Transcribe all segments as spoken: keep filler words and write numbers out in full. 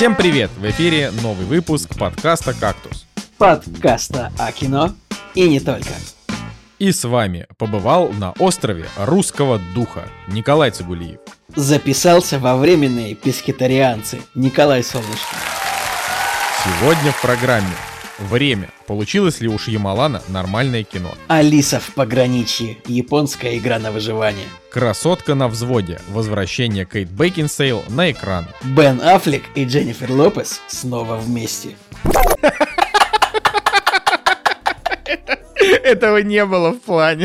Всем привет! В эфире новый выпуск подкаста «Кактус». Подкаста о кино и не только. И с вами побывал на острове русского духа Николай Цигулиев. Записался во временные пескетарианцы Николай Солнышко. Сегодня в программе «Время. Получилось ли у Шьямалана нормальное кино?» Алиса в пограничье. Японская игра на выживание. «Красотка на взводе. Возвращение Кейт Бекинсейл на экран». Бен Аффлек и Дженнифер Лопес снова вместе. Этого не было в плане.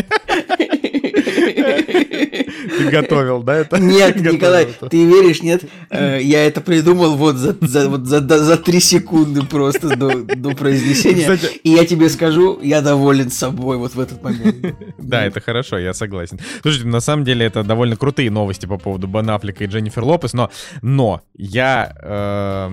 Ты готовил, да, это? Нет, Готовил Николай, это. ты веришь, нет? Э, я это придумал вот за, за, вот за, за, за три секунды просто до, до произнесения. Кстати... И я тебе скажу, я доволен собой вот в этот момент. Да, это хорошо, я согласен. Слушайте, на самом деле это довольно крутые новости по поводу Бен Аффлека и Дженнифер Лопес, но, но я... Э...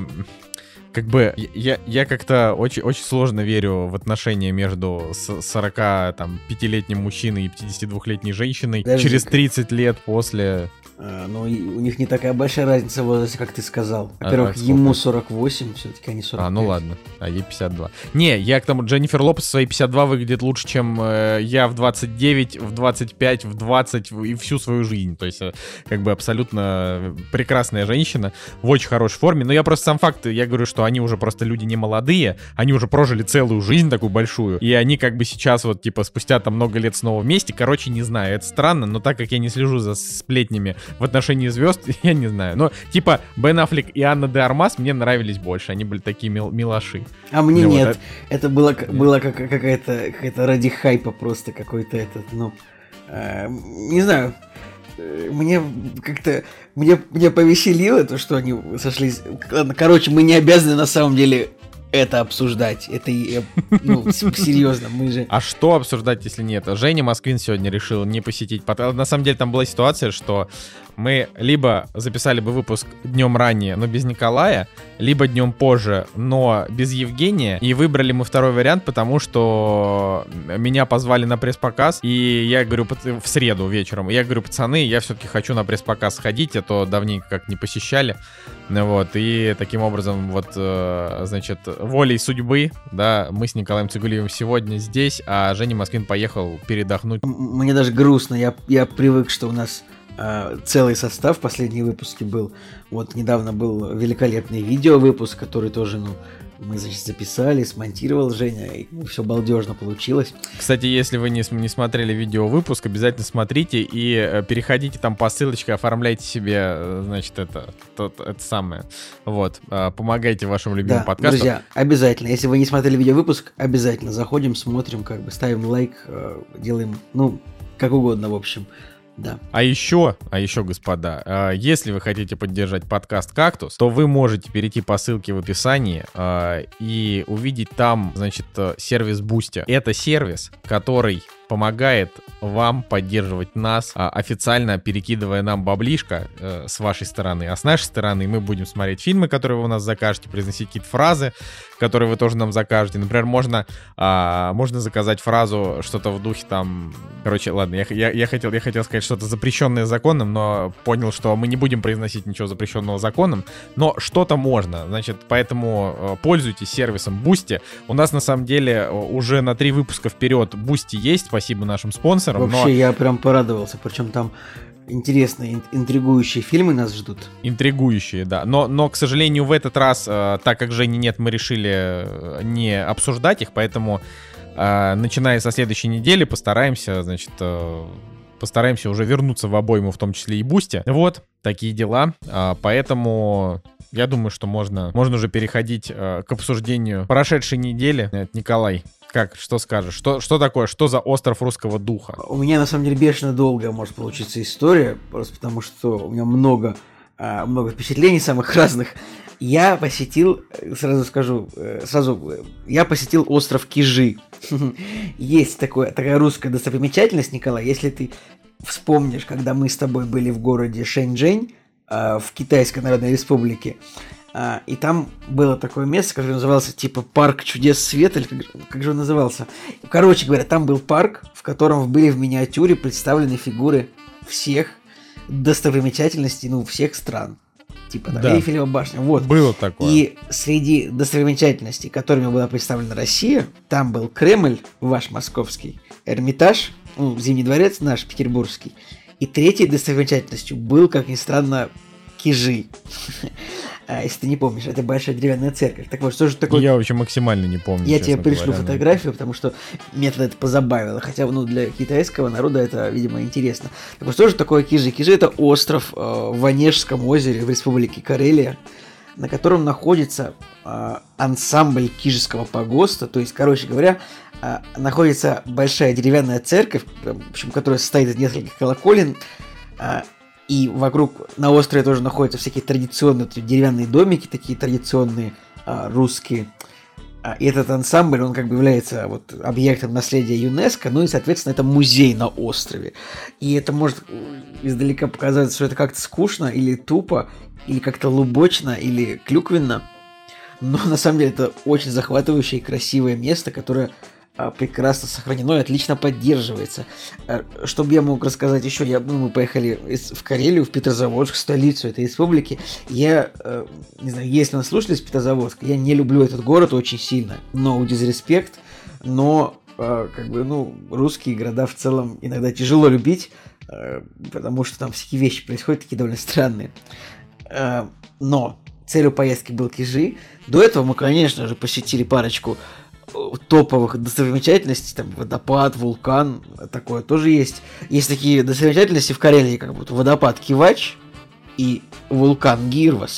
Как бы я, я как-то очень, очень сложно верю в отношения между сорокапятилетним мужчиной и пятидесятидвухлетней женщиной. Подожди, через тридцать лет после... А, ну, у них не такая большая разница в возрасте, как ты сказал. Во-первых, а, а ему сорок восемь, все-таки они сорок пять. А, ну ладно, а ей пятьдесят два. Не, я к тому, Дженнифер Лопес в свои пятьдесят два выглядит лучше, чем э, я в двадцать девять, в двадцать пять, в двадцать и всю свою жизнь. То есть, э, как бы абсолютно прекрасная женщина, в очень хорошей форме. Но я просто сам факт, я говорю, что они уже просто люди не молодые, они уже прожили целую жизнь такую большую, и они как бы сейчас вот, типа, спустя там много лет снова вместе. Короче, не знаю, это странно, но так как я не слежу за сплетнями в отношении звезд, я не знаю. Но, типа, Бен Аффлек и Анна де Армас мне нравились больше. Они были такие мил- милаши. А мне ну, нет. Вот, это было, нет. было как, какая-то, какая-то ради хайпа просто какой-то этот, ну... Э, не знаю. Мне как-то... Мне, мне повеселило то, что они сошлись... Ладно, короче, мы не обязаны на самом деле... это обсуждать. Это, ну, серьезно, мы же... А что обсуждать, если нет? Женя Москвин сегодня решил не посетить. На самом деле там была ситуация, что мы либо записали бы выпуск днем ранее, но без Николая, либо днем позже, но без Евгения. И выбрали мы второй вариант, потому что меня позвали на пресс-показ, и я говорю, в среду вечером, я говорю, пацаны, я все-таки хочу на пресс-показ сходить, а то давненько как не посещали. Вот, и таким образом, вот, значит, волей судьбы, да, мы с Николаем Цигулиевым сегодня здесь, а Женя Москвин поехал передохнуть. Мне даже грустно, я, я привык, что у нас э, целый состав, последний выпуск был. Вот недавно был великолепный видеовыпуск, который тоже, ну, мы, значит, записали, смонтировал Женя, и все балдежно получилось. Кстати, если вы не, не смотрели видеовыпуск, обязательно смотрите и э, переходите там по ссылочке, оформляйте себе, э, значит, это, то, это самое, вот, э, помогайте вашим любимым да, подкастам. Друзья, обязательно, если вы не смотрели видеовыпуск, обязательно заходим, смотрим, как бы ставим лайк, э, делаем, ну, как угодно, в общем. Да. А еще, а еще, господа, если вы хотите поддержать подкаст «Кактус», то вы можете перейти по ссылке в описании и увидеть там, значит, сервис Boosty. Это сервис, который помогает вам поддерживать нас, официально перекидывая нам баблишко э, с вашей стороны. А с нашей стороны мы будем смотреть фильмы, которые вы у нас закажете, произносить какие-то фразы, которые вы тоже нам закажете. Например, можно, э, можно заказать фразу, что-то в духе там... Короче, ладно, я, я, я, хотел, я хотел сказать что-то запрещенное законом, но понял, что мы не будем произносить ничего запрещенного законом, но что-то можно. Значит, поэтому э, пользуйтесь сервисом Boosty. У нас, на самом деле, уже на три выпуска вперед Boosty есть. Спасибо нашим спонсорам. Вообще, но... я прям порадовался. Причем там интересные, интригующие фильмы нас ждут. Интригующие, да. Но, но к сожалению, в этот раз, э, так как Жени нет, мы решили не обсуждать их, поэтому, э, начиная со следующей недели, постараемся, значит, э, постараемся уже вернуться в обойму, в том числе и Boosty. Вот, такие дела. Э, поэтому... Я думаю, что можно, можно уже переходить э, к обсуждению прошедшей недели. Николай, как, что скажешь? Что, что такое? Что за остров русского духа? У меня, на самом деле, бешено долгая может получиться история, просто потому что у меня много, э, много впечатлений самых разных. Я посетил, сразу скажу, э, сразу, я посетил остров Кижи. Есть такое, такая русская достопримечательность, Николай, если ты вспомнишь, когда мы с тобой были в городе Шэньчжэнь, в Китайской Народной Республике. И там было такое место, которое назывался типа Парк чудес света, или как, как же он назывался? Короче говоря, там был парк, в котором были в миниатюре представлены фигуры всех достопримечательностей, ну, всех стран. типа там, Да. Эйфелева башня, вот. Было такое. И среди достопримечательностей, которыми была представлена Россия, там был Кремль, ваш московский, Эрмитаж, ну, Зимний дворец наш, петербургский. И третьей достопримечательностью был, как ни странно, Кижи. А, если ты не помнишь, это большая деревянная церковь. Так вот, что же такое? Я вообще максимально не помню. Я честно тебе пришлю говоря, но- фотографию, потому что меня тогда это позабавило. Хотя, ну, для китайского народа это, видимо, интересно. Так вот, что же такое Кижи? Кижи — это остров э, в Онежском озере в республике Карелия, на котором находится э, ансамбль Кижского погоста. То есть, короче говоря, э, находится большая деревянная церковь, э, в общем, которая состоит из нескольких колоколен, э, и вокруг на острове тоже находятся всякие традиционные вот деревянные домики, такие традиционные а, русские. А, и этот ансамбль, он как бы является вот объектом наследия ЮНЕСКО, ну и, соответственно, это музей на острове. И это может издалека показаться, что это как-то скучно или тупо, или как-то лубочно, или клюквенно. Но на самом деле это очень захватывающее и красивое место, которое а, прекрасно сохранено и отлично поддерживается. А, чтобы я мог рассказать еще, я, ну, мы поехали из, в Карелию, в Петрозаводск, столицу этой республики. Я, э, не знаю, если нас слушали из Петрозаводска, я не люблю этот город очень сильно, no disrespect, но э, как бы, ну, русские города в целом иногда тяжело любить, э, потому что там всякие вещи происходят такие довольно странные. Э, но целью поездки был Кижи. До этого мы, конечно же, посетили парочку топовых достопримечательностей, там водопад, вулкан, такое тоже есть. Есть такие достопримечательности в Карелии, как будто водопад Кивач и вулкан Гирвас.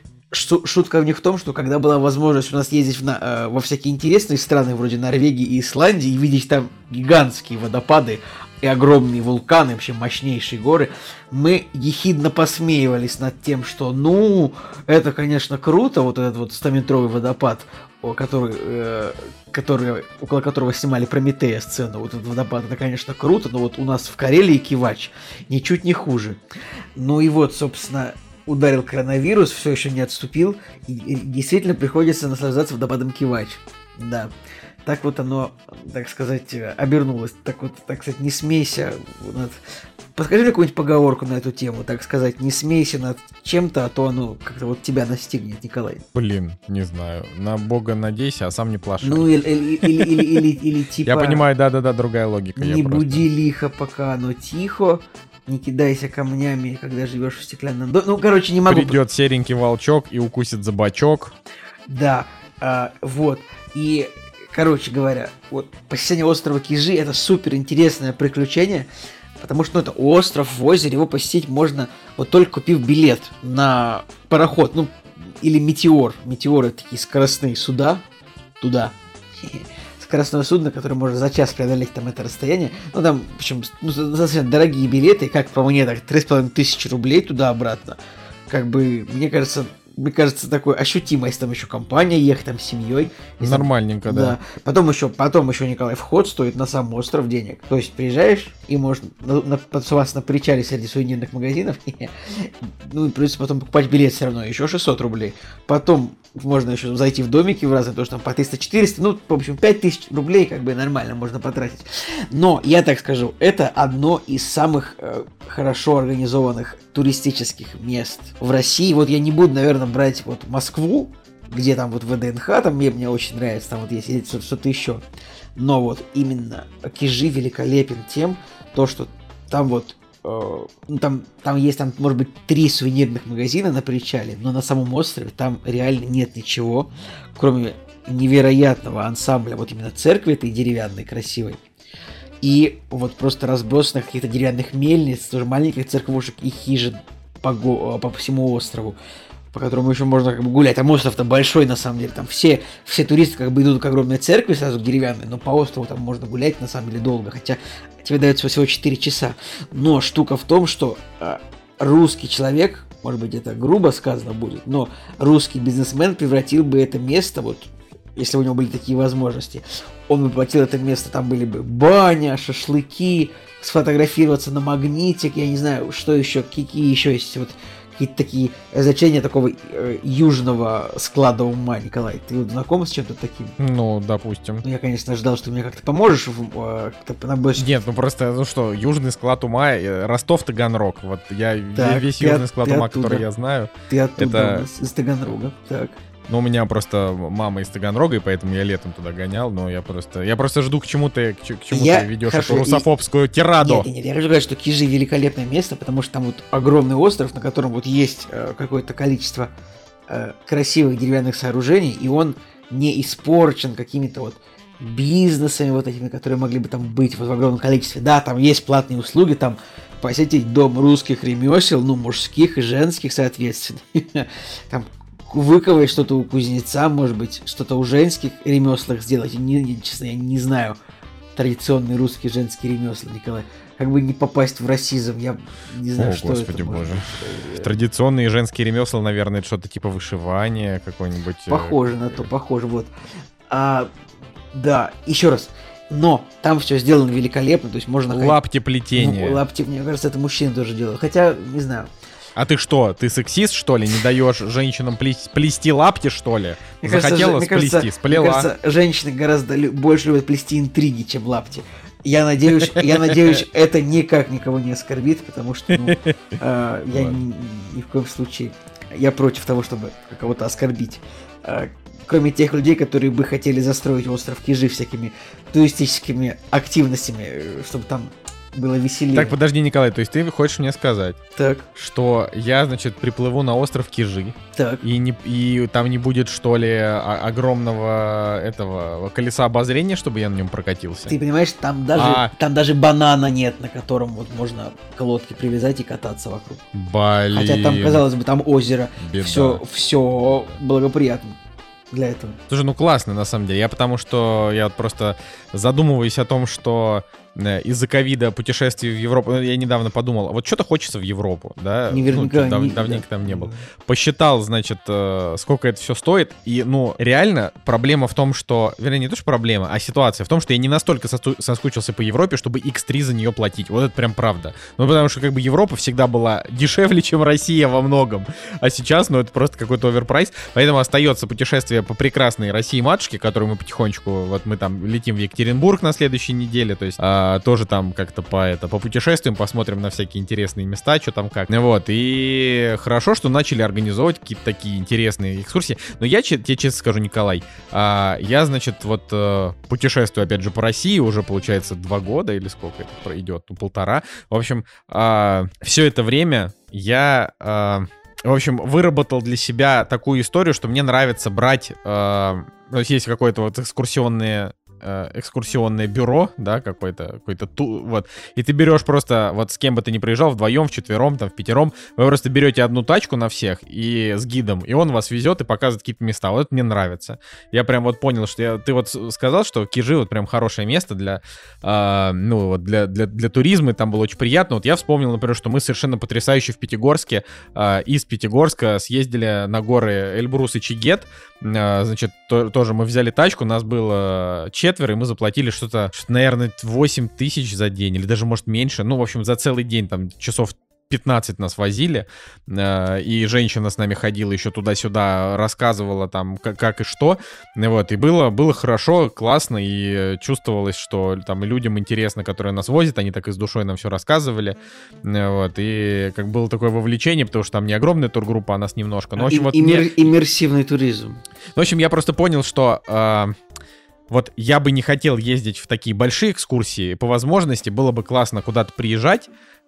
Шу- шутка в них в том, что когда была возможность у нас ездить в на- э, во всякие интересные страны, вроде Норвегии и Исландии, и видеть там гигантские водопады и огромные вулканы, вообще мощнейшие горы, мы ехидно посмеивались над тем, что, ну, это, конечно, круто, вот этот вот стометровый водопад, о, который, э, который, около которого снимали Прометея сцену, вот этот водопад, это, конечно, круто, но вот у нас в Карелии Кивач ничуть не хуже. Ну и вот, собственно, ударил коронавирус, все еще не отступил, и, и действительно приходится наслаждаться водопадом Кивач. Да. Так вот оно, так сказать, обернулось. Так вот, так сказать, не смейся над... Подскажи мне какую-нибудь поговорку на эту тему, так сказать, не смейся над чем-то, а то оно как-то вот тебя настигнет, Николай. Блин, не знаю. На бога надейся, а сам не плашай. Ну, или, или, или, или, или, или типа... Я понимаю, да-да-да, другая логика. Не я просто- буди лихо, пока оно тихо, не кидайся камнями, когда живешь в стеклянном доме. Ну, короче, не могу... Придет серенький волчок и укусит за бочок. Да, а, вот. И, короче говоря, вот посещение острова Кижи — это супер интересное приключение, потому что, ну, это остров в озере, его посетить можно вот только купив билет на пароход, ну, или метеор. Метеоры — такие скоростные суда туда. Скоростное судно, которое может за час преодолеть там это расстояние. Ну, там, в общем, ну, достаточно дорогие билеты, как по мне, так, три с половиной тысячи рублей туда-обратно. Как бы, мне кажется, мне кажется, такой ощутимо, если там еще компания ехать, там, с семьей. Если там- Нормальненько, да. Да. Потом еще, потом еще, Николай, вход стоит на сам остров денег. То есть приезжаешь и можешь на, на, вас на причале среди сувенирных магазинов, ну и придется потом покупать билет все равно, еще шестьсот рублей. Потом можно еще зайти в домики в разные, тоже там по триста-четыреста, ну, в общем, пять тысяч рублей как бы нормально можно потратить. Но, я так скажу, это одно из самых э, хорошо организованных туристических мест в России. Вот я не буду, наверное, брать вот Москву, где там вот ВДНХ, там мне, мне очень нравится, там вот есть, есть что- что-то еще. Но вот именно Кижи великолепен тем, то, что там вот, э, ну, там, там есть, там, может быть, три сувенирных магазина на причале, но на самом острове там реально нет ничего, кроме невероятного ансамбля вот именно церкви этой деревянной, красивой. И вот просто разбросанных каких-то деревянных мельниц, тоже маленьких церквушек и хижин по, го- по всему острову, по которому еще можно как бы гулять. Там остров-то большой, на самом деле. Там все, все туристы как бы идут к огромной церкви, сразу к деревянной, но по острову там можно гулять, на самом деле, долго. Хотя тебе дается всего четыре часа. Но штука в том, что э, русский человек, может быть, это грубо сказано будет, но русский бизнесмен превратил бы это место, вот, если у него были такие возможности, он бы платил это место, там были бы баня, шашлыки, сфотографироваться на магнитик, я не знаю, что еще, какие еще есть вот какие-то такие значения такого э, южного склада ума, Николай. Ты вот знаком с чем-то таким? Ну, допустим. Ну, я, конечно, ждал, что ты мне как-то поможешь. В, э, как-то набросить. Нет, ну просто, ну что, южный склад ума, э, Ростов-Таганрог. Вот я так, весь южный от, склад ума, оттуда. Который я знаю. Ты оттуда, это... из Таганрога. Так. Ну, у меня просто мама из Таганрога, и поэтому я летом туда гонял, но я просто... Я просто жду, к чему ты, к, к чему я, ты ведешь хорошо, эту русофобскую и... тираду. Нет, нет, я хочу сказать, что Кижи великолепное место, потому что там вот огромный остров, на котором вот есть э, какое-то количество э, красивых деревянных сооружений, и он не испорчен какими-то вот бизнесами вот этими, которые могли бы там быть вот в огромном количестве. Да, там есть платные услуги, там посетить дом русских ремесел, ну, мужских и женских, соответственно. Там выковать что-то у кузнеца, может быть, что-то у женских ремеслах сделать. Не, не, честно, я не знаю традиционные русские женские ремесла, Николай. Как бы не попасть в расизм, я не знаю, О, что Господи это боже. может. Традиционные женские ремесла, наверное, это что-то типа вышивания, какой-нибудь... Похоже на то, похоже, вот. А, да, еще раз. Но там все сделано великолепно, то есть можно... Лаптеплетение. Ну, лапти, мне кажется, это мужчины тоже делают. Хотя, не знаю. А ты что, ты сексист, что ли? Не даешь женщинам плести, плести лапти, что ли? Мне Захотела кажется, сплести, кажется, сплела. Мне кажется, женщины гораздо лю- больше любят плести интриги, чем лапти. Я надеюсь, я надеюсь, это никак никого не оскорбит, потому что ну, э, я ни, ни в коем случае я против того, чтобы кого-то оскорбить. Э, кроме тех людей, которые бы хотели застроить остров Кижи всякими туристическими активностями, чтобы там было веселее. Так, подожди, Николай, то есть ты хочешь мне сказать, так. что я, значит, приплыву на остров Кижи, так. И, не, и там не будет, что ли, огромного этого колеса обозрения, чтобы я на нем прокатился? Ты понимаешь, там даже, а... там даже банана нет, на котором вот можно к лодке привязать и кататься вокруг. Блин. Хотя там, казалось бы, там озеро, все, все благоприятно для этого. Слушай, ну классно, на самом деле. Я потому что я вот просто задумываюсь о том, что из-за ковида путешествий в Европу, я недавно подумал, вот что-то хочется в Европу, да? Наверняка. Ну, дав, не, давненько да. там не был. Посчитал, значит, сколько это все стоит, и, ну, реально проблема в том, что, вернее, не то, что проблема, а ситуация в том, что я не настолько сосу- соскучился по Европе, чтобы икс три за нее платить. Вот это прям правда. Ну, потому что, как бы, Европа всегда была дешевле, чем Россия во многом. А сейчас, ну, это просто какой-то оверпрайс. Поэтому остается путешествие по прекрасной России-матушке, которую мы потихонечку, вот мы там летим в Екатеринбург на следующей неделе, то есть а, тоже там как-то по это, по путешествиям, посмотрим на всякие интересные места, что там как. Вот, и хорошо, что начали организовывать какие-то такие интересные экскурсии. Но я тебе честно скажу, Николай, а, я, значит, вот а, путешествую, опять же, по России уже, получается, два года или сколько это пройдет, ну, полтора. В общем, а, все это время я... А, в общем, выработал для себя такую историю, что мне нравится брать... Э, ну, есть какое-то вот экскурсионное... экскурсионное бюро, да, какой-то, какой-то ту, вот, и ты берешь просто, вот с кем бы ты ни приезжал, вдвоем, вчетвером, там, в пятером, вы просто берете одну тачку на всех и с гидом, и он вас везет и показывает какие-то места, вот это мне нравится. Я прям вот понял, что я, ты вот сказал, что Кижи вот прям хорошее место для, э, ну, вот для, для, для туризма, и там было очень приятно. Вот я вспомнил, например, что мы совершенно потрясающе в Пятигорске, э, из Пятигорска съездили на горы Эльбрус и Чигет, э, значит, то, тоже мы взяли тачку, у нас было четыре четверо, и мы заплатили что-то, что-то, наверное, восемь тысяч за день, или даже, может, меньше. Ну, в общем, за целый день, там, часов пятнадцать нас возили, э, и женщина с нами ходила еще туда-сюда, рассказывала там, как, как и что. Вот, и было, было хорошо, классно, и чувствовалось, что там и людям интересно, которые нас возят, они так и с душой нам все рассказывали. Вот, и как было такое вовлечение, потому что там не огромная тургруппа, а нас немножко. Но, в общем, и, вот иммер, мне... Иммерсивный туризм. В общем, я просто понял, что... Э, Вот я бы не хотел ездить в такие большие экскурсии. По возможности было бы классно куда-то приезжать,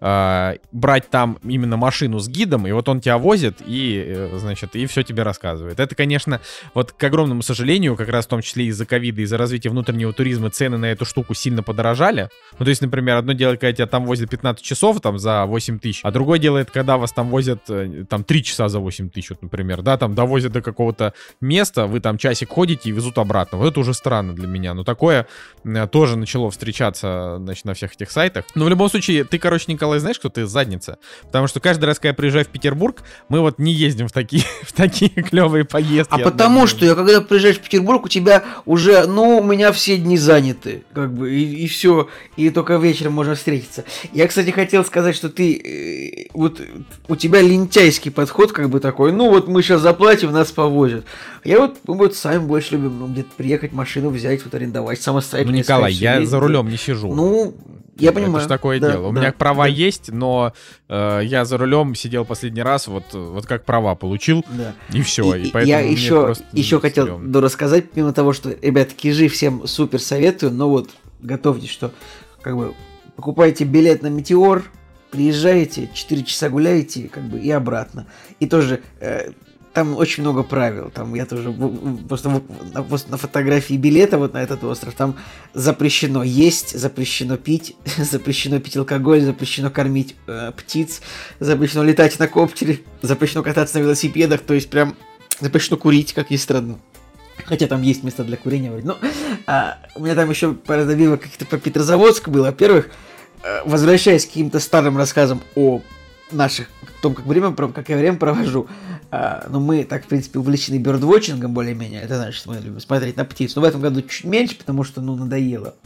э, брать там именно машину с гидом, и вот он тебя возит и, э, значит, и все тебе рассказывает. Это, конечно, вот к огромному сожалению, как раз в том числе из-за ковида, из-за развития внутреннего туризма, цены на эту штуку сильно подорожали. Ну, то есть, например, одно дело, когда тебя там возят пятнадцать часов там за восемь тысяч, а другое дело, это когда вас там возят э, там три часа за восемь тысяч, вот, например, да, там довозят до какого-то места, вы там часик ходите и везут обратно. Вот это уже странно. неожиданно для меня. Но такое э, тоже начало встречаться, значит, на всех этих сайтах. Но в любом случае, ты, короче, Николай, знаешь, кто ты? Задница. Потому что каждый раз, когда я приезжаю в Петербург, мы вот не ездим в такие, в такие клевые поездки. А потому что я, когда приезжаешь в Петербург, у тебя уже, ну, у меня все дни заняты, как бы, и, и все, и только вечером можно встретиться. Я, кстати, хотел сказать, что ты, э, вот, у тебя лентяйский подход, как бы такой, ну, вот мы сейчас заплатим, нас повозят. Я вот, мы вот сами больше любим, ну, где-то приехать, машину взять, вот арендовать самостоятельно. Ну, Николай, искать, я ездить. за рулем не сижу. Ну, я понимаю. Это же такое да, дело. У да, меня права да. есть, но э, я за рулем сидел последний раз, вот, вот как права получил, Да. и все. И, И, поэтому я мне еще, просто еще хотел стрёмно. да, рассказать, помимо того, что, ребята, кижи всем супер советую, но вот готовьтесь, что как бы покупайте билет на Метеор, приезжаете, четыре часа гуляете, как бы и обратно. И тоже э, там очень много правил. Там я тоже в, в, просто в, на, на фотографии билета вот на этот остров там запрещено есть, запрещено пить, запрещено пить алкоголь, запрещено кормить э, птиц, запрещено летать на коптере, запрещено кататься на велосипедах, то есть прям запрещено курить, как ни странно. Хотя там есть места для курения. Но а, у меня там еще пара забивок каких-то по Петрозаводску было. Во-первых, возвращаясь к каким-то старым рассказам о наших, о том, как, время, как я время провожу, а, ну, мы так, в принципе, увлечены бёрдвотчингом более-менее, это значит, мы любим смотреть на птиц, но в этом году чуть меньше, потому что, ну, надоело.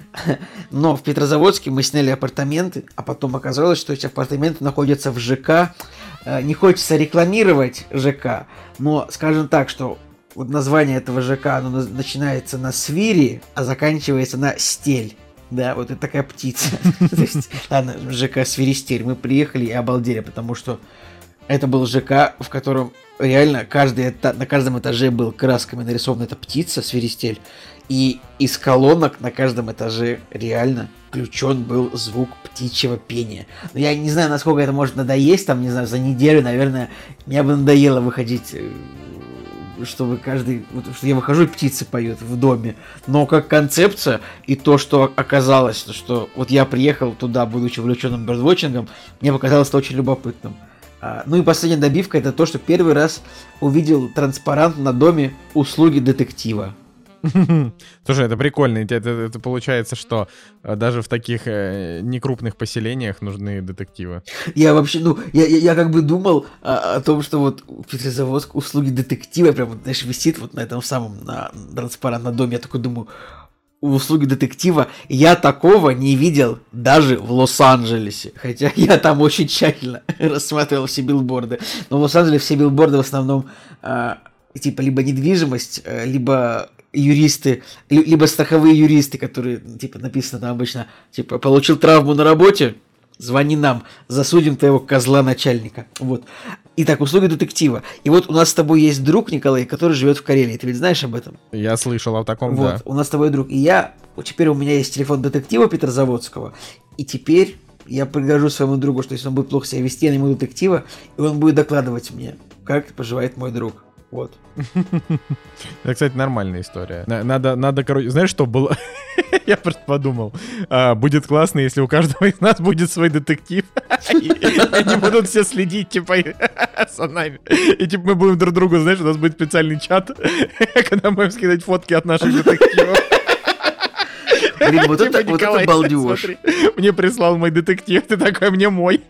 Но в Петрозаводске мы сняли апартаменты, а потом оказалось, что эти апартаменты находятся в ЖК. Не хочется рекламировать ЖК, но скажем так, что вот название этого ЖК, оно начинается на свири, а заканчивается на стель. Да, вот это такая птица. То есть, ладно, ЖК Свиристель. Мы приехали и обалдели, потому что это был ЖК, в котором реально каждый эта... на каждом этаже был красками нарисована эта птица, Свиристель. И из колонок на каждом этаже реально включен был звук птичьего пения. Но я не знаю, насколько это может надоесть, там, не знаю, за неделю, наверное, мне бы надоело выходить, чтобы каждый, вот, что я выхожу и птицы поют в доме, но как концепция и то, что оказалось, что вот я приехал туда, будучи увлеченным бёрдвотчингом, мне показалось это очень любопытным. А, ну и последняя добивка — это то, что первый раз увидел транспарант на доме услуги детектива. Слушай, это прикольно. Это, это, это получается, что даже в таких э, некрупных поселениях нужны детективы. Я вообще, ну, я, я, я как бы думал а, о том, что вот в Петрозаводск услуги детектива прям, вот, знаешь, висит вот на этом самом на, транспарантном доме. Я такой думаю, услуги детектива я такого не видел даже в Лос-Анджелесе. Хотя я там очень тщательно рассматривал все билборды. Но в Лос-Анджелесе все билборды в основном а, типа либо недвижимость, либо юристы, либо страховые юристы, которые, типа, написано там обычно, типа, получил травму на работе, звони нам, засудим твоего козла начальника. Вот. Итак, услуги детектива. И вот у нас с тобой есть друг, Николай, который живет в Карелии. Ты ведь знаешь об этом? Я слышал о таком, вот. Да. У нас с тобой друг. И я, теперь у меня есть телефон детектива Петрозаводского, и теперь я пригожу своему другу, что если он будет плохо себя вести, я найму детектива, и он будет докладывать мне, как поживает мой друг. Вот. Это, кстати, нормальная история. Надо, надо, короче, знаешь, что было? Я просто подумал, а, будет классно, если у каждого из нас будет свой детектив, и они будут все следить, типа, за нами. И, типа, мы будем друг другу, знаешь, у нас будет специальный чат, когда мы будем скидать фотки от наших детективов. Блин, вот это, вот это балдеж. Мне прислал мой детектив, ты такой, мне мой.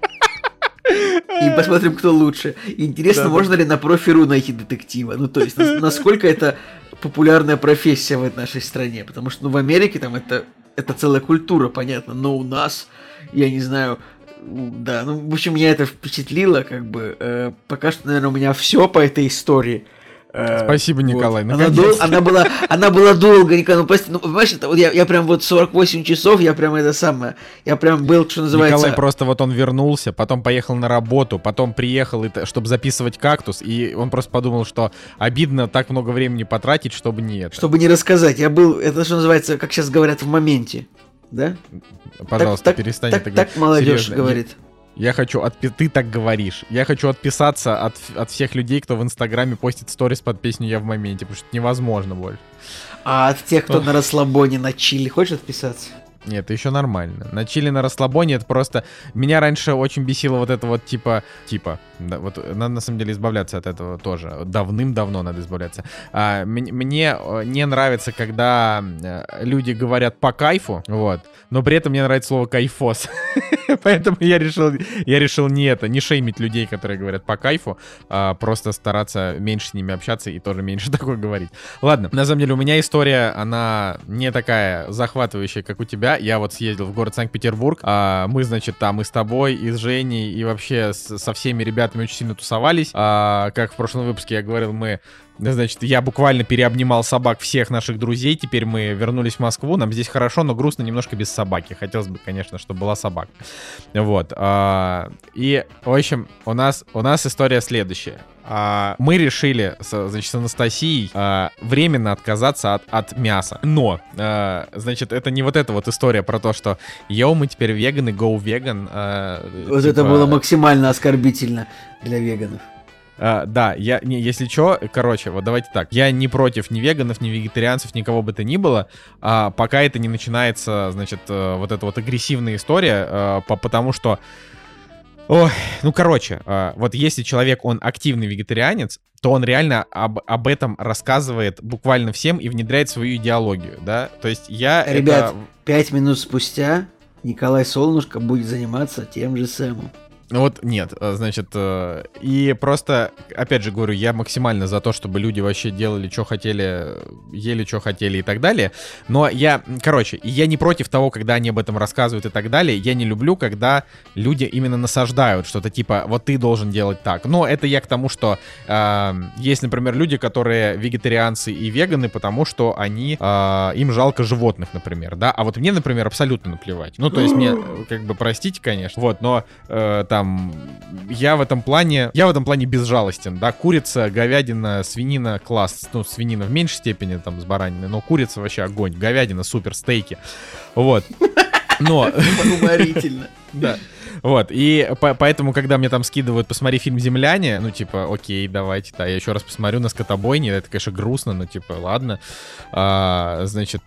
И посмотрим, кто лучше. Интересно, да, можно да. ли на профи.ру найти детектива? Ну, то есть, насколько это популярная профессия в нашей стране? Потому что, ну, в Америке там это, это целая культура, понятно, но у нас, я не знаю, да, ну, в общем, меня это впечатлило, как бы, э, пока что, наверное, у меня все по этой истории. Спасибо, Николай. Вот. Она, дол- она, была, она была долго, Николай. Ну, просто, ну, понимаешь, это, вот я, я прям вот сорок восемь часов, я прям это самое, я прям был, что называется... Николай просто вот он вернулся, потом поехал на работу, потом приехал, чтобы записывать «Кактус», и он просто подумал, что обидно так много времени потратить, чтобы не это. Чтобы не рассказать. Я был, это что называется, как сейчас говорят, в моменте, да? Пожалуйста, так, перестань так, это говорить. Так молодежь серьезно. говорит. Я хочу, отпи- ты так говоришь, я хочу отписаться от, от всех людей, кто в Инстаграме постит сторис под песню «Я в моменте», потому что это невозможно больше. А от тех, кто Ох. на расслабоне, на чили, хочешь отписаться? Нет, это еще нормально. На чили, на расслабоне это просто... Меня раньше очень бесило вот это вот типа... Типа... Да, вот надо на самом деле избавляться от этого тоже. Давным-давно надо избавляться. А, м- мне не нравится, когда люди говорят по кайфу, вот. Но при этом мне нравится слово кайфос. Поэтому я решил, я решил не это, не шеймить людей, которые говорят по кайфу, а просто стараться меньше с ними общаться и тоже меньше такое говорить. Ладно, на самом деле у меня история, она не такая захватывающая, как у тебя. Я вот съездил в город Санкт-Петербург, а мы, значит, там и с тобой, и с Женей, и вообще с, со всеми ребятами очень сильно тусовались. А, как в прошлом выпуске я говорил, мы... Значит, я буквально переобнимал собак всех наших друзей. Теперь мы вернулись в Москву. Нам здесь хорошо, но грустно немножко без собаки. Хотелось бы, конечно, чтобы была собака. Вот. И, в общем, у нас, у нас история следующая. Мы решили, значит, с Анастасией временно отказаться от, от мяса. Но, значит, это не вот эта вот история про то, что йоу, мы теперь веганы, go vegan. Вот типа... это было максимально оскорбительно для веганов. Uh, да, я, не, если что, короче, вот давайте так, я не против ни веганов, ни вегетарианцев, никого бы то ни было, uh, пока это не начинается, значит, uh, вот эта вот агрессивная история, uh, по, потому что, ой, ну, короче, uh, вот если человек, он активный вегетарианец, то он реально об, об этом рассказывает буквально всем и внедряет свою идеологию, да, то есть я... Ребят, это... пять минут спустя Николай Солнышко будет заниматься тем же самым. Ну вот нет, значит, и просто, опять же говорю, я максимально за то, чтобы люди вообще делали, что хотели, ели, что хотели и так далее, но я, короче, я не против того, когда они об этом рассказывают и так далее, я не люблю, когда люди именно насаждают что-то типа, вот ты должен делать так, но это я к тому, что э, есть, например, люди, которые вегетарианцы и веганы, потому что они, э, им жалко животных, например, да, а вот мне, например, абсолютно наплевать, ну, то есть мне, как бы, простите, конечно, вот, но э, там Там, я в этом плане, я в этом плане безжалостен, да, курица, говядина, свинина, класс, ну, свинина в меньшей степени, там, с бараниной, но курица вообще огонь, говядина, супер, стейки, вот, но... Уморительно. Да. Вот, и по- поэтому, когда мне там скидывают, посмотри фильм «Земляне», ну, типа, окей, давайте, да, я еще раз посмотрю на скотобойне, это, конечно, грустно, но, типа, ладно, а, значит,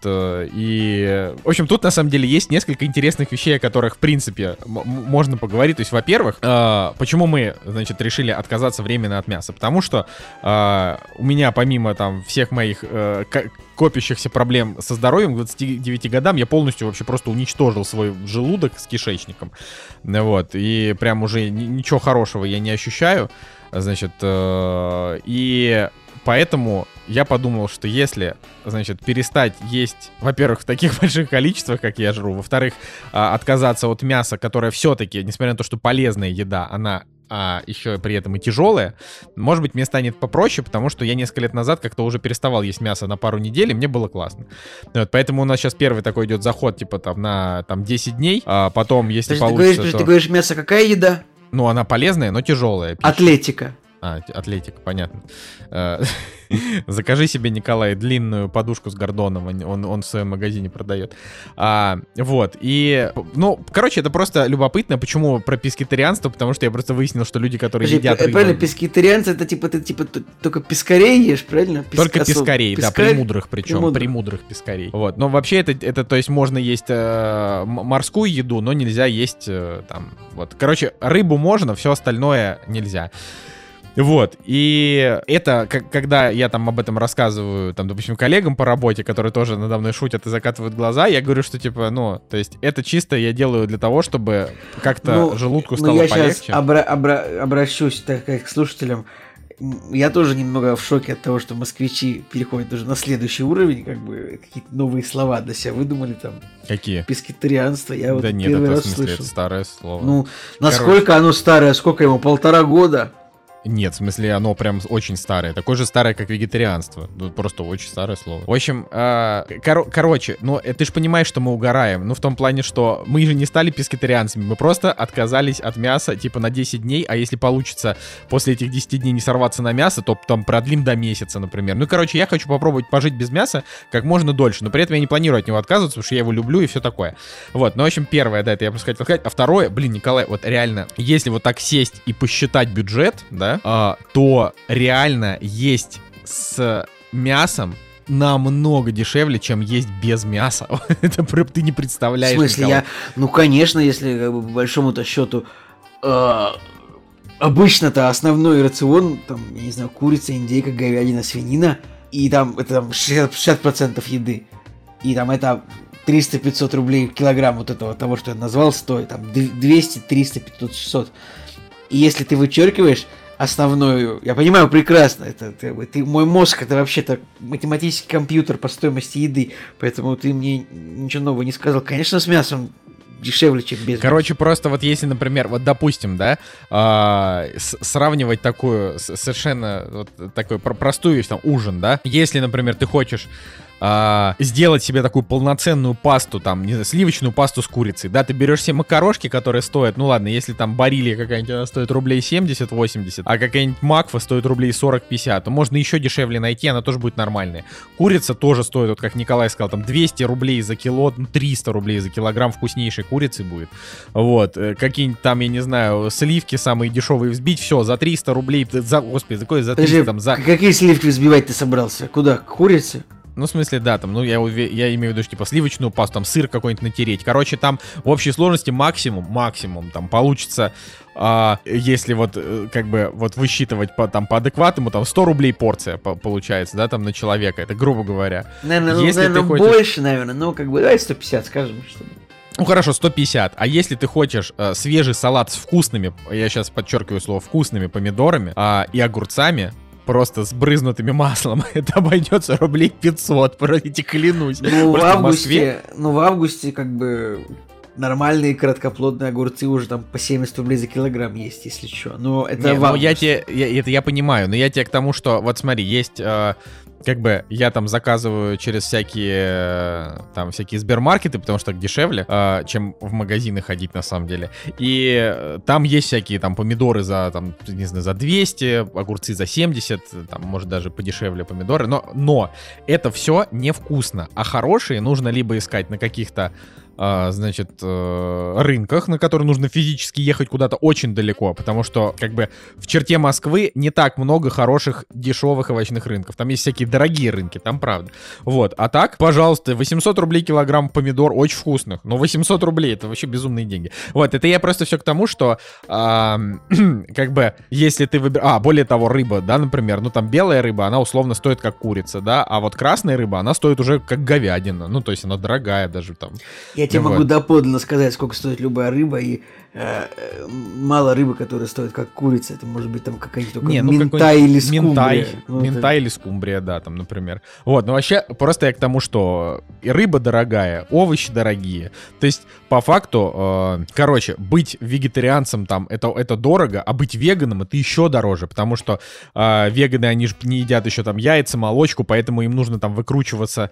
и, в общем, тут, на самом деле, есть несколько интересных вещей, о которых, в принципе, м- можно поговорить, то есть, во-первых, а, почему мы, значит, решили отказаться временно от мяса, потому что а, у меня, помимо, там, всех моих а, к- копящихся проблем со здоровьем к двадцати девяти годам я полностью вообще просто уничтожил свой желудок с кишечником. Вот, и прям уже ничего хорошего я не ощущаю. Значит, э- и поэтому я подумал, что если, значит, перестать есть, во-первых, в таких больших количествах, как я жру, во-вторых, э- отказаться от мяса, которое все-таки, несмотря на то, что полезная еда, она а еще при этом и тяжелое, может быть, мне станет попроще, потому что я несколько лет назад как-то уже переставал есть мясо на пару недель, и мне было классно. Вот, поэтому у нас сейчас первый такой идет заход, типа, там, на там, десять дней, а потом, если Подожди, получится, ты говоришь, то... ты говоришь, мясо какая еда? Ну, она полезная, но тяжелая. Пища. Атлетика. А, атлетика, понятно. Закажи себе, Николай, длинную подушку с Гордоном, он, он в своем магазине продает. А, вот, и, ну, короче, это просто любопытно, почему про пескетарианство, потому что я просто выяснил, что люди, которые Подожди, едят рыбу... Правильно, пескетарианцы, это типа, ты типа только пескарей ешь, правильно? Песка... Только пескарей, Пескарь? да, премудрых причем, Премудрых. премудрых пескарей. Вот, но вообще это, это, то есть можно есть э, морскую еду, но нельзя есть э, там, вот. Короче, рыбу можно, все остальное нельзя. Вот, и это, как, когда я там об этом рассказываю, там, допустим, коллегам по работе, которые тоже надо мной шутят и закатывают глаза, я говорю, что, типа, ну, то есть это чисто я делаю для того, чтобы как-то ну, желудку стало ну, я полегче. Я сейчас обра- обра- обращусь, так как к слушателям. Я тоже немного в шоке от того, что москвичи переходят уже на следующий уровень, как бы какие-то новые слова для себя выдумали там. Какие? Пескетарианство, я вот да нет, первый это, раз в смысле, слышу. Это старое слово. Ну, насколько Короче. Оно старое, сколько ему, полтора года? Нет, в смысле, оно прям очень старое. Такое же старое, как вегетарианство. Ну, просто очень старое слово. В общем, э, кор- короче, ну, ты же понимаешь, что мы угораем. Ну, в том плане, что мы же не стали пескетарианцами. Мы просто отказались от мяса, типа, на десять дней. А если получится после этих десяти дней не сорваться на мясо, то там продлим до месяца, например. Ну, короче, я хочу попробовать пожить без мяса как можно дольше. Но при этом я не планирую от него отказываться, потому что я его люблю и все такое. Вот, ну, в общем, первое, да, это я просто хотел сказать. А второе, блин, Николай, вот реально, если вот так сесть и посчитать бюджет, да, то реально есть с мясом намного дешевле, чем есть без мяса. Это ты не представляешь. В смысле, я... Ну, конечно, если как бы, по большому-то счету... Э, обычно-то основной рацион, там, я не знаю, курица, индейка, говядина, свинина, и там это там, шестьдесят процентов еды. И там это триста-пятьсот рублей килограмм вот этого, того, что я назвал, стоит. Там двести, триста, пятьсот, шестьсот. И если ты вычеркиваешь основную, я понимаю прекрасно, это ты, ты, мой мозг это вообще-то математический компьютер по стоимости еды, поэтому ты мне ничего нового не сказал. Конечно, с мясом дешевле, чем без Короче, мяса. просто вот если, например, вот допустим, да, э, с- сравнивать такую с- совершенно вот такой про- простую там ужин, да, если, например, ты хочешь а, сделать себе такую полноценную пасту, там, не знаю, сливочную пасту с курицей, да, ты берешь себе макарошки, которые стоят, ну ладно, если там барилья какая-нибудь, она стоит рублей семьдесят-восемьдесят, а какая-нибудь макфа стоит рублей сорок-пятьдесят, то можно еще дешевле найти, она тоже будет нормальная. Курица тоже стоит, вот как Николай сказал, там двести рублей за кило, ну, триста рублей за килограмм вкуснейшей курицы будет. Вот, э, какие-нибудь там, я не знаю, сливки самые дешевые взбить, все, за триста рублей, за, господи, за какое, за триста, Подожди, там, за... какие сливки взбивать ты собрался? Куда? К курице? Ну, в смысле, да, там, ну, я, уве- я имею в виду, что, типа, сливочную пасту, там, сыр какой-нибудь натереть. Короче, там в общей сложности максимум, максимум, там, получится, а, если вот, э, как бы, вот высчитывать по, там, по адекватному, там, сто рублей порция по- получается, да, там, на человека, это грубо говоря. Наверное, ну, Если ты наверное хочешь- больше, наверное, ну, как бы, давай сто пятьдесят скажем, чтобы... Ну, хорошо, сто пятьдесят. А если ты хочешь э, свежий салат с вкусными, я сейчас подчеркиваю слово, вкусными помидорами а, и огурцами, просто с брызнутыми маслом, это обойдется рублей пятьсот, просто я тебе клянусь. Ну, в Просто августе, Москве- ну, в августе, как бы, нормальные короткоплодные огурцы уже там по семьдесят рублей за килограмм есть, если что. Но это Не, в ну я августе. тебе, я- это я понимаю, но я тебе к тому, что, вот смотри, есть, э, как бы, я там заказываю через всякие, э, там, всякие сбермаркеты, потому что так дешевле, э, чем в магазины ходить, на самом деле. И э, там есть всякие, там, помидоры за, там, не знаю, за двести, огурцы за семьдесят, там, может, даже подешевле помидоры, но, но это все невкусно, а хорошие нужно либо искать на каких-то, а, значит, э, рынках, на которые нужно физически ехать куда-то очень далеко, потому что, как бы, в черте Москвы не так много хороших дешевых овощных рынков. Там есть всякие дорогие рынки, там правда. Вот, а так, пожалуйста, восемьсот рублей килограмм помидор, очень вкусных, но восемьсот рублей, это вообще безумные деньги. Вот, это я просто все к тому, что, а, как бы, если ты выбираешь... А, более того, рыба, да, например, ну, там белая рыба, она условно стоит как курица, да, а вот красная рыба, она стоит уже как говядина, ну, то есть она дорогая даже там. Я тебе Вот. могу доподлинно сказать, сколько стоит любая рыба, и э, э, мало рыбы, которая стоит как курица. Это может быть там какая-нибудь только Не, ну, минтай какой-нибудь или скумбрия. Минтай, Ну, минтай или скумбрия, да, там, например. Вот, ну вообще, просто я к тому, что и рыба дорогая, овощи дорогие. То есть, по факту, э, короче, быть вегетарианцем там, это, это дорого, а быть веганом это еще дороже, потому что э, веганы, они же не едят еще там яйца, молочку, поэтому им нужно там выкручиваться,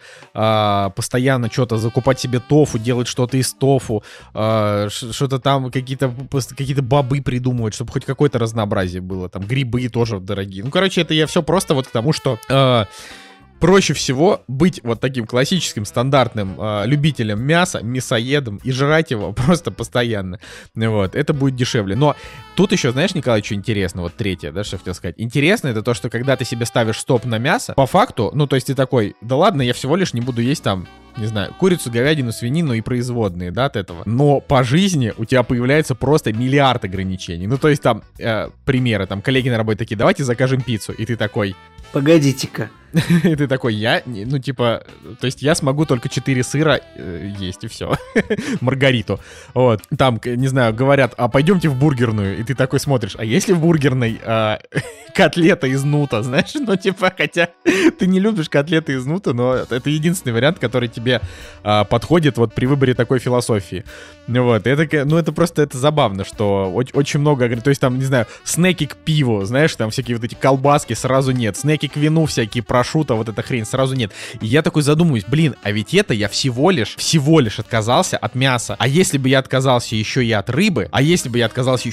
э, постоянно что-то, закупать себе тофу, делать что-то из тофу, э, ш- что-то там, какие-то, пос- какие-то бобы придумывать, чтобы хоть какое-то разнообразие было, там грибы тоже дорогие. Ну, короче, это я все просто вот к тому, что... э, проще всего быть вот таким классическим стандартным э, любителем мяса, мясоедом и жрать его просто постоянно. Вот, это будет дешевле. Но тут еще, знаешь, Николай, что интересно, вот третье, да, что хотел сказать. Интересно это то, что когда ты себе ставишь стоп на мясо, по факту, ну, то есть ты такой, да ладно, я всего лишь не буду есть там, не знаю, курицу, говядину, свинину и производные, да, от этого. Но по жизни у тебя появляется просто миллиард ограничений. Ну, то есть там, э, примеры, там, коллеги на работе такие, давайте закажем пиццу, и ты такой... Погодите-ка. И ты такой, я, не- ну, типа, то есть я смогу только четыре сыра э, есть, и все. Маргариту. Вот. Там, к- не знаю, говорят, а пойдемте в бургерную. И ты такой смотришь, а есть ли в бургерной а, котлета из нута, знаешь? Ну, типа, хотя ты не любишь котлеты из нута, но это единственный вариант, который тебе а, подходит вот при выборе такой философии. Ну, вот. Это, ка- ну, это просто, это забавно, что оч- очень много, говорит, то есть там, не знаю, снеки к пиву, знаешь, там всякие вот эти колбаски сразу нет, снеки к вину всякие, прошута, вот эта хрень сразу нет. И я такой задумываюсь, блин, а ведь это я всего лишь, всего лишь отказался от мяса. А если бы я отказался еще и от рыбы, а если бы я отказался еще от молочки,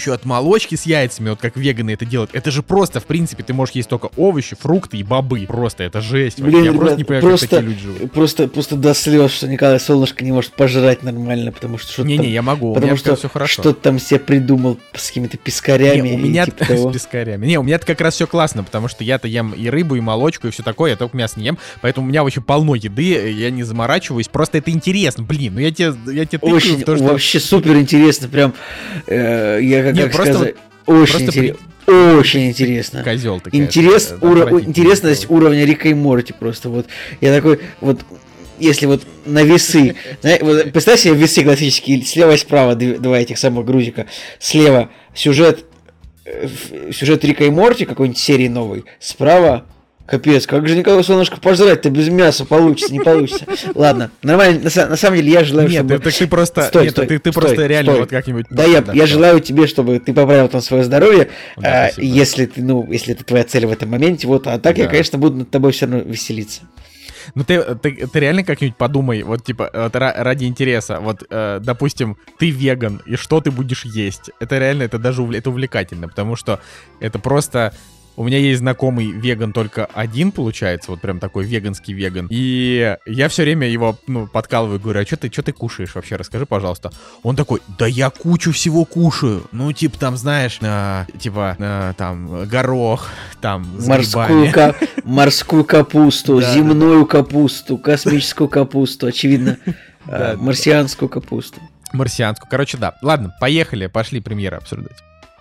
молочки с яйцами, вот как веганы это делают, это же просто, в принципе, ты можешь есть только овощи, фрукты и бобы. Просто это жесть. Блин, я ребят, просто не понимаю, просто, как такие люди живут. Просто, просто до слез, что Николай Солнышко не может пожрать нормально, потому что что-то Не-не, там, я могу, потому у меня что все хорошо. что-то там себе придумал с какими-то пескарями. Не, у меня типа с пескарями. Не, у меня как раз все классно, потому что я-то ем и рыбу, и молочку, и все такое, я только мясо не ем, поэтому у меня вообще полно еды, я не заморачиваюсь, просто это интересно, блин, ну я тебе, я тебе тыкаю очень, в то, что... вообще супер интересно, прям, э, я как, Нет, как просто сказать, вот, очень просто интересно. при... Очень интересно. Козел ты, Интерес, конечно, уро... отвратительный интересность козел. уровня Рика и Морти просто. Вот я такой, вот если вот на весы, знаете, вот, представь себе весы классические, слева и справа два этих самых грузика. Слева сюжет, э, сюжет Рика и Морти какой-нибудь серии новой, справа капец, как же Николай Солнышко пожрать-то без мяса получится, не получится. Ладно, нормально, на, на самом деле я желаю, нет, чтобы... Нет, ты, ты просто, стой, нет, стой, ты, ты стой, просто реально стой. вот как-нибудь... Да, я, да, я что? желаю тебе, чтобы ты поправил там свое здоровье, Да, а, если ты, ну, если это твоя цель в этом моменте, вот, а так да. я, конечно, буду над тобой все равно веселиться. Ну ты, ты, ты реально как-нибудь подумай, вот типа вот, ради интереса, вот, э, допустим, ты веган, и что ты будешь есть? Это реально, это даже увл- это увлекательно, потому что это просто... У меня есть знакомый веган только один, получается, вот прям такой веганский веган. И я все время его, ну, подкалываю, говорю, а что ты, что ты кушаешь вообще, расскажи, пожалуйста. Он такой, да я кучу всего кушаю. Ну, типа, там, знаешь, э, типа, э, там, горох, там, с морскую, ка- морскую капусту, Да, земную капусту, космическую капусту, очевидно, Да, да, марсианскую капусту. марсианскую. Короче, да. Ладно, поехали, пошли премьеры обсуждать.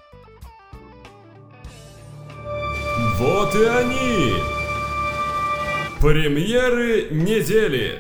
Вот и они! Премьеры недели!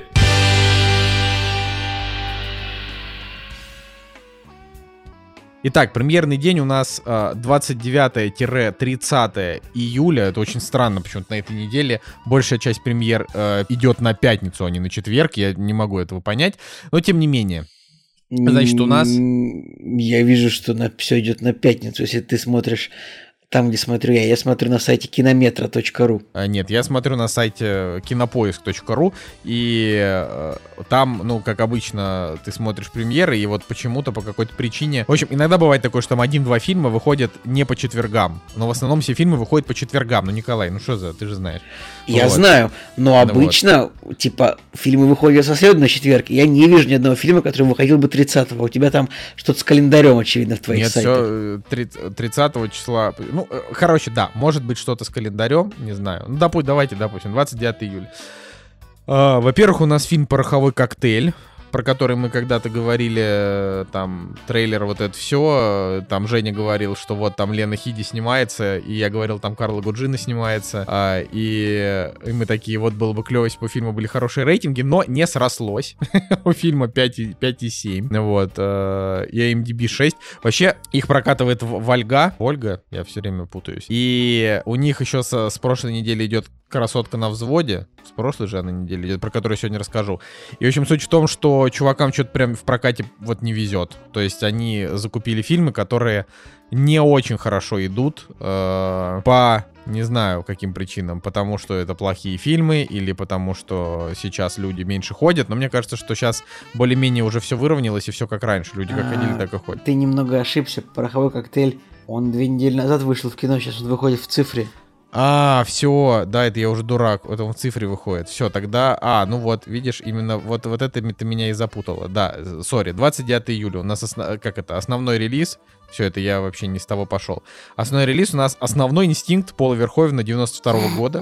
Итак, премьерный день у нас э, двадцать девятое-тридцатое июля. Это очень странно, почему-то на этой неделе большая часть премьер э, идет на пятницу, а не на четверг. Я не могу этого понять. Но тем не менее. Значит, у нас... Я вижу, что на... все идет на пятницу, если ты смотришь там, где смотрю я. Я смотрю на сайте кинометра точка ру. А, нет, я смотрю на сайте кинопоиск точка ру, и э, там, ну, как обычно, ты смотришь премьеры, и вот почему-то по какой-то причине... В общем, иногда бывает такое, что там один-два фильма выходят не по четвергам, но в основном все фильмы выходят по четвергам. Ну, Николай, ну что за, ты же знаешь. Я вот. знаю, но Ну обычно, вот. типа, фильмы выходят со среды на четверг, и я не вижу ни одного фильма, который выходил бы тридцатого. У тебя там что-то с календарем, очевидно, в твоих Нет, сайтах. все тридцатого числа. Ну, короче, да, может быть что-то с календарем, не знаю. Ну, допустим, давайте, допустим, двадцать девятое июля. А, во-первых, у нас фильм «Пороховой коктейль», про который мы когда-то говорили, там, трейлер, вот это все, там Женя говорил, что вот там Лена Хиди снимается, и я говорил, там Карла Гуджина снимается, а, и, и мы такие, вот было бы клево, если бы у фильма были хорошие рейтинги, но не срослось. У фильма пять и семь, вот, и ай эм ди би шесть. Вообще, их прокатывает Вольга, Ольга, я все время путаюсь, и у них еще с, с прошлой недели идет «Красотка на взводе», с прошлой же она неделе идет, про которую я сегодня расскажу. И, в общем, суть в том, что чувакам что-то прям в прокате вот не везет. То есть они закупили фильмы, которые не очень хорошо идут э, по, не знаю, каким причинам. Потому что это плохие фильмы или потому что сейчас люди меньше ходят. Но мне кажется, что сейчас более-менее уже все выровнялось и все как раньше. Люди как ходили, так и ходят. Ты немного ошибся. «Пороховой коктейль», он две недели назад вышел в кино, сейчас он выходит в цифре. А, все, да, это я уже дурак, это он в цифре выходит. Все, тогда, а, ну вот, видишь, именно вот, вот это ты меня и запутала. Да, сори, двадцать девятое июля у нас, основ, как это, основной релиз. Все, это я вообще не с того пошел. Основной релиз у нас «Основной инстинкт» Пола Верховена девяносто второго года.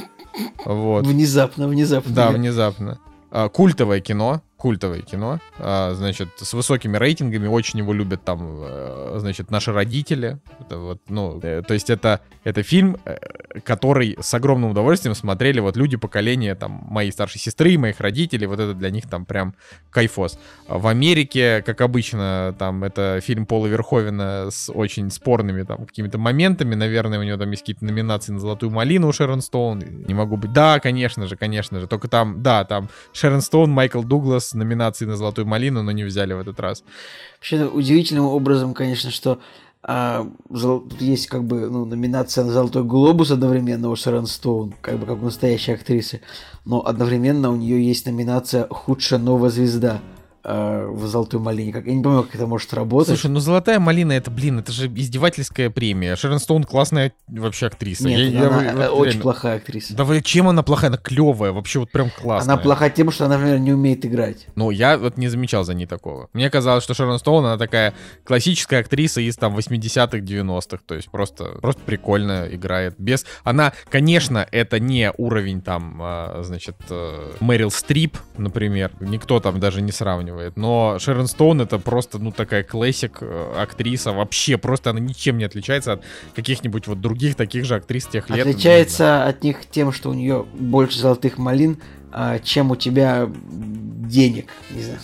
Вот. Внезапно, внезапно. Да, внезапно. А, культовое кино. Культовое кино, а, значит, с высокими рейтингами, очень его любят там, а, значит, наши родители. Это вот, ну, э, то есть это, это фильм, э, который с огромным удовольствием смотрели вот люди поколения там моей старшей сестры, моих родителей, вот это для них там прям кайфос. В Америке, как обычно, там это фильм Пола Верховена с очень спорными там какими-то моментами, наверное, у него там есть какие-то номинации на «Золотую малину» у Шерон Стоун, не могу быть, да, конечно же, конечно же, только там, да, там Шерон Стоун, Майкл Дуглас, номинации на «Золотую малину», но не взяли в этот раз. Вообще, удивительным образом, конечно, что а, тут есть как бы ну, номинация на «Золотой глобус» одновременно у Шерон Стоун, как бы как у настоящей актрисы, но одновременно у нее есть номинация «Худшая новая звезда». э, в «Золотой малине». Как, я не понимаю, как это может работать. Слушай, ну «Золотая малина» это, блин, это же издевательская премия. Шерон Стоун классная вообще актриса. Нет, я, она я, очень реально... плохая актриса. Да вы, чем она плохая? Она клевая, вообще вот прям классная. Она плохая тем, что она, например, не умеет играть. Ну, я вот не замечал за ней такого. Мне казалось, что Шерон Стоун, она такая классическая актриса из там восьмидесятых, девяностых. То есть просто, просто прикольно играет. Без... Она, конечно, это не уровень там, значит, Мэрил Стрип, например. Никто там даже не сравнивает. Но Шерон Стоун это просто, ну, такая классик актриса. Вообще просто она ничем не отличается от каких-нибудь вот других таких же актрис тех лет. Отличается от них тем, что у нее больше золотых малин, чем у тебя денег. Не знаю.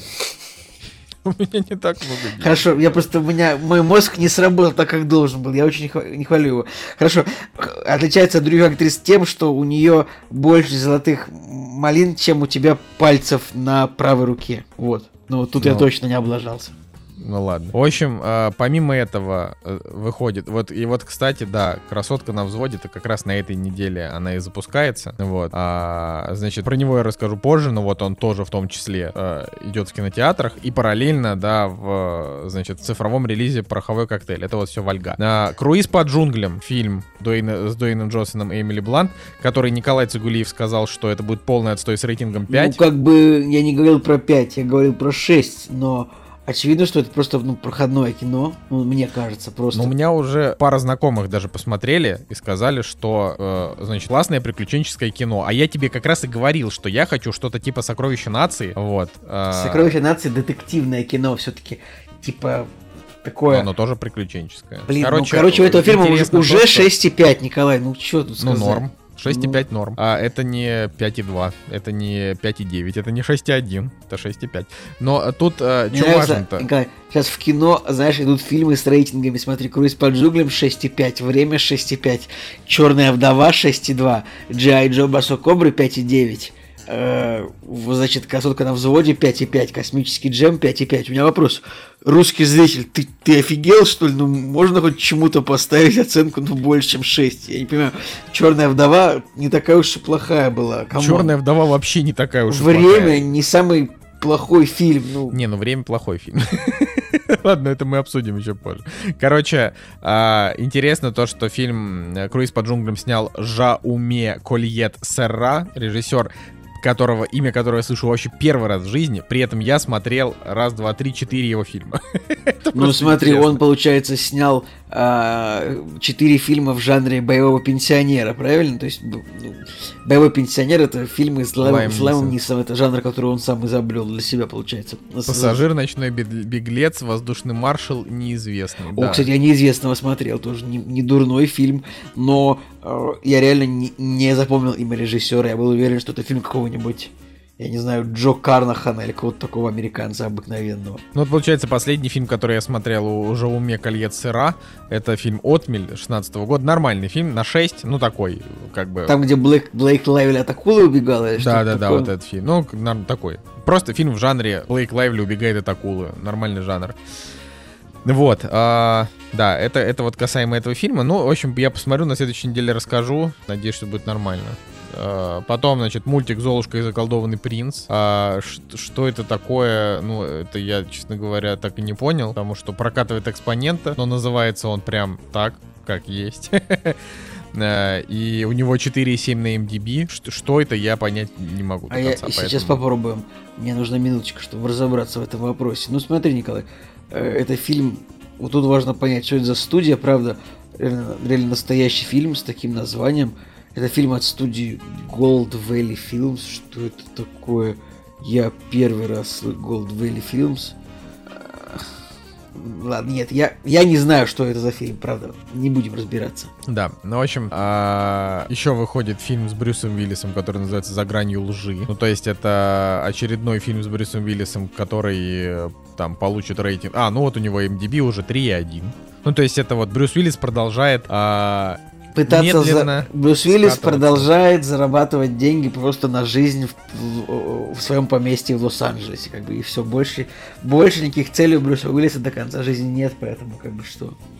У меня не так много денег. Хорошо, я просто, у меня, мой мозг не сработал так, как должен был. Я очень не, хвалю, не хвалю его. Хорошо, отличается от других актрис тем, что у нее больше золотых малин, чем у тебя пальцев на правой руке. Вот. Ну, тут ну. я точно не облажался. Ну ладно. В общем, э, помимо этого э, выходит, вот и вот, кстати, да, «Красотка на взводе», это как раз на этой неделе она и запускается, вот. А, значит, про него я расскажу позже, но вот он тоже в том числе э, идет в кинотеатрах и параллельно, да, в, значит, в цифровом релизе «Пороховой коктейль». Это вот все Вольга. А, «Круиз по джунглям», фильм Дуэйна, с Дуэйном Джонсоном и Эмили Блант, который Николай Цигулиев сказал, что это будет полный отстой с рейтингом пять. Ну, как бы я не говорил про пять, я говорил про шесть, но... Очевидно, что это просто, ну, проходное кино, ну, мне кажется, просто. Но у меня уже пара знакомых даже посмотрели и сказали, что, э, значит, классное приключенческое кино. А я тебе как раз и говорил, что я хочу что-то типа «Сокровища нации», вот. Э... «Сокровища нации» — детективное кино, все-таки, типа, такое... Но оно тоже приключенческое. Блин, короче, ну, короче, у этого фильма уже, уже то, шесть и пять, Николай, ну, что тут сказать? Ну, норм. шесть и пять норм. А это не пять и два, это не пять и девять, это не шесть и один, это шесть и пять. Но тут э, что важно-то? Николай, сейчас в кино, знаешь, идут фильмы с рейтингами. Смотри, «Круиз по джунглям» шесть и пять, «Время» шесть и пять, «Черная вдова» шесть и два, «Джи Ай Джо Басо Кобры» пять и девять. Э, значит, «Красотка на взводе» пять и пять, «Космический джем» пять и пять. У меня вопрос. Русский зритель, ты, ты офигел, что ли? Ну, можно хоть чему-то поставить оценку, ну, больше, чем шесть? Я не понимаю. «Черная вдова» не такая уж и плохая была. Камон. «Черная вдова» вообще не такая уж и «Время» плохая. «Время» не самый плохой фильм. Ну. Не, ну «Время» плохой фильм. Ладно, это мы обсудим еще позже. Короче, э, интересно то, что фильм «Круиз по джунглям» снял Жауме Кольет Серра, режиссер, которого, имя которого я слышу вообще первый раз в жизни. При этом я смотрел раз, два, три, четыре его фильма. Ну смотри, интересно. Он, получается, снял четыре фильма в жанре боевого пенсионера, правильно? То есть ну, боевой пенсионер — это фильмы с Лаймом Нисом, это жанр, который он сам изобрел для себя, получается. «Пассажир», «Ночной беглец», «Воздушный маршал», «Неизвестный». О, да. Кстати, я «Неизвестного» смотрел, тоже не, не дурной фильм, но э, я реально не, не запомнил имя режиссера, я был уверен, что это фильм какого-нибудь, я не знаю, Джо Карнахана или кого-то такого американца обыкновенного. Ну вот, получается, последний фильм, который я смотрел у Жауме Кольет Серра, это фильм «Отмель» шестнадцатого года. Нормальный фильм, на шесть, ну такой, как бы... Там, где Блейк, Блейк Лайвли от акулы убегал? Или Да-да-да, вот этот фильм. Ну, такой. Просто фильм в жанре Блейк Лайвли убегает от акулы. Нормальный жанр. Вот, а, да, это, это вот касаемо этого фильма. Ну, в общем, я посмотрю, на следующей неделе расскажу. Надеюсь, что будет нормально. А, потом, значит, мультик «Золушка и заколдованный принц». А, ш- что это такое? Ну, это я, честно говоря, так и не понял, потому что прокатывает «Экспонента», но называется он прям так, как есть. И у него четыре и семь на эм ди би. Что, что это, я понять не могу до конца. А я поэтому... сейчас попробуем. Мне нужна минуточка, чтобы разобраться в этом вопросе. Ну, смотри, Николай, это фильм... Вот тут важно понять, что это за студия, правда. Реально, реально настоящий фильм с таким названием. Это фильм от студии Gold Valley Films. Что это такое? Я первый раз слышу Gold Valley Films. Ладно, нет, я, я не знаю, что это за фильм, правда. Не будем разбираться. Да, ну, в общем, а, еще выходит фильм с Брюсом Уиллисом, который называется «За гранью лжи». Ну, то есть это очередной фильм с Брюсом Уиллисом, который там получит рейтинг... А, ну вот у него эм ди би уже три и один. Ну, то есть это вот Брюс Уиллис продолжает... А... Пытаться за... Брюс Уиллис продолжает зарабатывать деньги просто на жизнь в, в, в своем поместье в Лос-Анджелесе, как бы, и все, больше, больше никаких целей у Брюса Уиллиса до конца жизни нет, поэтому, как бы, что...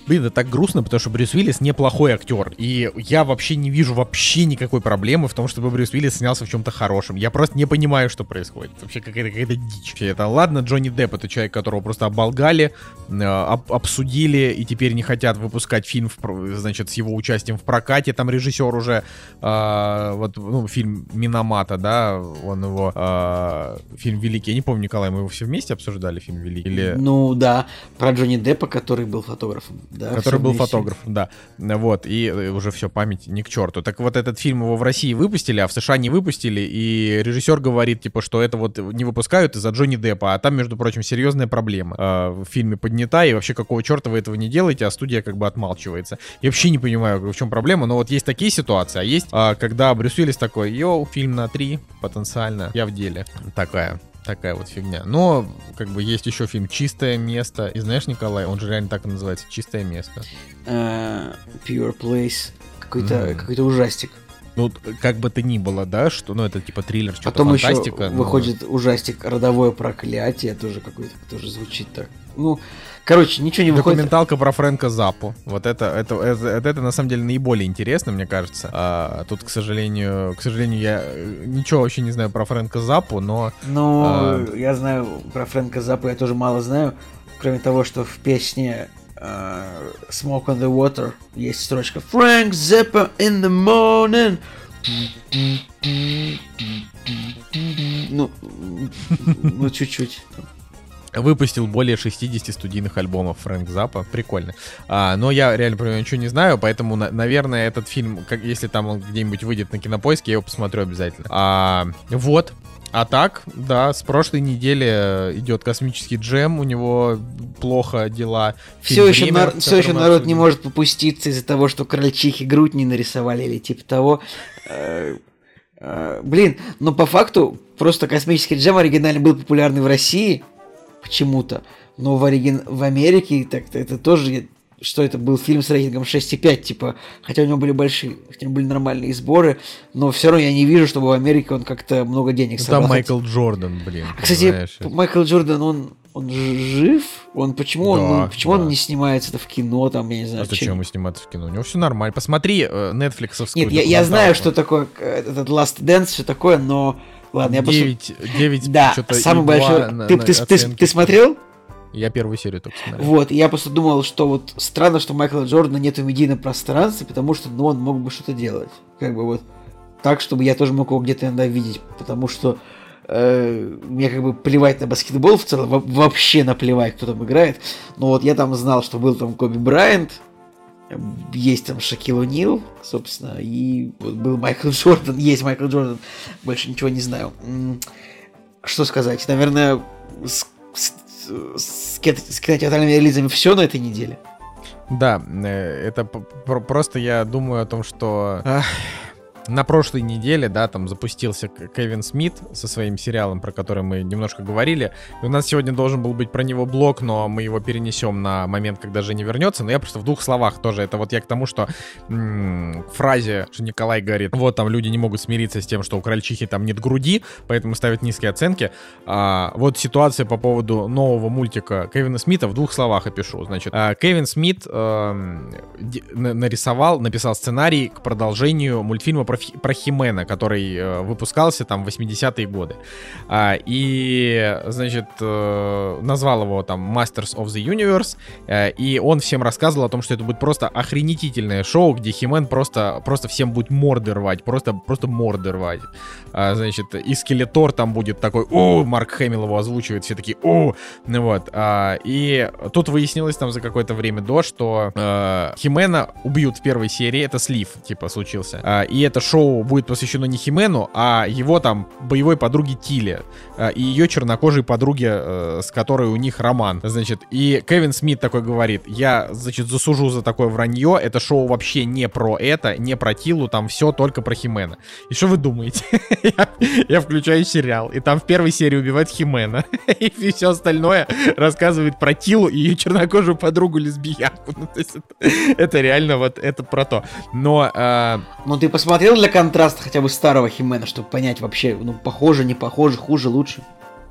Блин, это так грустно, потому что Брюс Уиллис неплохой актер. И я вообще не вижу вообще никакой проблемы в том, чтобы Брюс Уиллис снялся в чем-то хорошем. Я просто не понимаю, что происходит. Вообще какая-то, какая-то дичь. Это ладно, Джонни Депп — это человек, которого просто оболгали, об, обсудили, и теперь не хотят выпускать фильм, в, значит, с его участием в прокате. Там режиссер уже, э, вот, ну, фильм Миномата, да, он его, э, фильм «Великий». Я не помню, Николай, мы его все вместе обсуждали, фильм «Великий»? Или... Ну, да, про Джонни Деппа, который был фотографом. Да, который был фотографом, да. Вот, и уже все, память ни к черту. Так вот, этот фильм его в России выпустили, а в США не выпустили, и режиссер говорит, типа, что это вот не выпускают из-за Джонни Деппа, а там, между прочим, серьезная проблема. Э, в фильме поднята, и вообще какого черта вы этого не делаете, а студия как бы отмалчивается. Я вообще не понимаю, в чем проблема, но вот есть такие ситуации, а есть, э, когда Брюс Уиллис такой: йоу, фильм на три, потенциально, я в деле. Такая. Такая вот фигня. Но, как бы, есть еще фильм «Чистое место». И знаешь, Николай, он же реально так и называется, «Чистое место». Uh, Pure Place. Какой-то, mm. какой-то ужастик. Ну, как бы то ни было, да, что, ну, это типа триллер, что-то Потом фантастика. Еще но... выходит ужастик «Родовое проклятие», тоже какой-то, тоже звучит так. Ну, короче, ничего не выходит. Документалка про Фрэнка Заппу. Вот это, это, это, это, это на самом деле наиболее интересно, мне кажется. А, тут, к сожалению, к сожалению, я ничего вообще не знаю про Фрэнка Заппу, но... Ну, а... я знаю про Фрэнка Заппу, я тоже мало знаю, кроме того, что в песне uh, Smoke on the Water есть строчка Frank Zappa in the morning. Ну, ну чуть-чуть. Выпустил более шестьдесят студийных альбомов Фрэнк Заппа. Прикольно. А, но я реально про него ничего не знаю, поэтому, на, наверное, этот фильм, как, если там он где-нибудь выйдет на Кинопоиске, я его посмотрю обязательно. А, вот. А так, да, с прошлой недели идет «Космический джем», у него плохо дела. Все еще, нар- все еще народ обсудили. Не может попуститься из-за того, что крольчихи грудь не нарисовали или типа того. Блин, но по факту просто «Космический джем» оригинально был популярный в России почему-то, но в, оригин... в Америке так-то это тоже... Что это был фильм с рейтингом шесть и пять, типа, хотя у него были большие, хотя у него были нормальные сборы, но все равно я не вижу, чтобы в Америке он как-то много денег собрал. Там Майкл Джордан, блин. Кстати, знаешь, Майкл Джордан, он, он жив? Он почему, да, он, ну, почему да. он не снимается-то в кино, там, я не знаю. А зачем ему сниматься в кино? У него все нормально. Посмотри э, нетфликсовскую. Нет, я, я знаю, что такое этот Last Dance, все такое, но ладно, я девять, просто... девять, да, самый большой... На, ты, на ты, ты, ты смотрел? Я первую серию только смотрел. Вот, я просто думал, что вот странно, что у Майкла Джордана нет в медийном пространстве, потому что, ну, он мог бы что-то делать. Как бы вот так, чтобы я тоже мог его где-то иногда видеть, потому что э, мне как бы плевать на баскетбол в целом, вообще наплевать, кто там играет. Но вот я там знал, что был там Коби Брайант, есть там Шакил О'Нил, собственно, и вот был Майкл Джордан, есть Майкл Джордан, больше ничего не знаю. Что сказать? Наверное, с с кинотеатральными релизами все на этой неделе? Да, это просто я думаю о том, что ах, на прошлой неделе, да, там запустился Кевин Смит со своим сериалом, про который мы немножко говорили. И у нас сегодня должен был быть про него блог, но мы его перенесем на момент, когда Женя вернется. Но я просто в двух словах тоже. Это вот я к тому, что м- к фразе, что Николай говорит, вот там люди не могут смириться с тем, что у крольчихи там нет груди, поэтому ставят низкие оценки. А, вот ситуация по поводу нового мультика Кевина Смита в двух словах опишу. Значит, а, Кевин Смит а, д- нарисовал, написал сценарий к продолжению мультфильма про про Хи-Мэна, который э, выпускался там в восьмидесятые годы. А, и, значит, э, назвал его там Masters of the Universe, э, и он всем рассказывал о том, что это будет просто охренительное шоу, где Хи-Мэн просто, просто всем будет морды рвать, просто, просто морды рвать. А, значит, и Скелетор там будет такой, о, Марк Хэмилл его озвучивает, все такие, о, ну вот. А, и тут выяснилось там за какое-то время до, что э, Хи-Мэна убьют в первой серии, это слив, типа, случился. А, и это шоу будет посвящено не Хи-Мэну, а его там боевой подруге Тиле э, и ее чернокожей подруге, э, с которой у них роман. Значит, и Кевин Смит такой говорит, я, значит, засужу за такое вранье, это шоу вообще не про это, не про Тилу, там все только про Хи-Мэна. И что вы думаете? я, я включаю сериал, и там в первой серии убивают Хи-Мэна, и все остальное рассказывает про Тилу и ее чернокожую подругу лесбиянку. Ну, то есть это, это реально вот это про то. Но... Э, ну ты посмотрел для контраста хотя бы старого Хи-Мэна, чтобы понять вообще, ну, похоже, не похоже, хуже, лучше?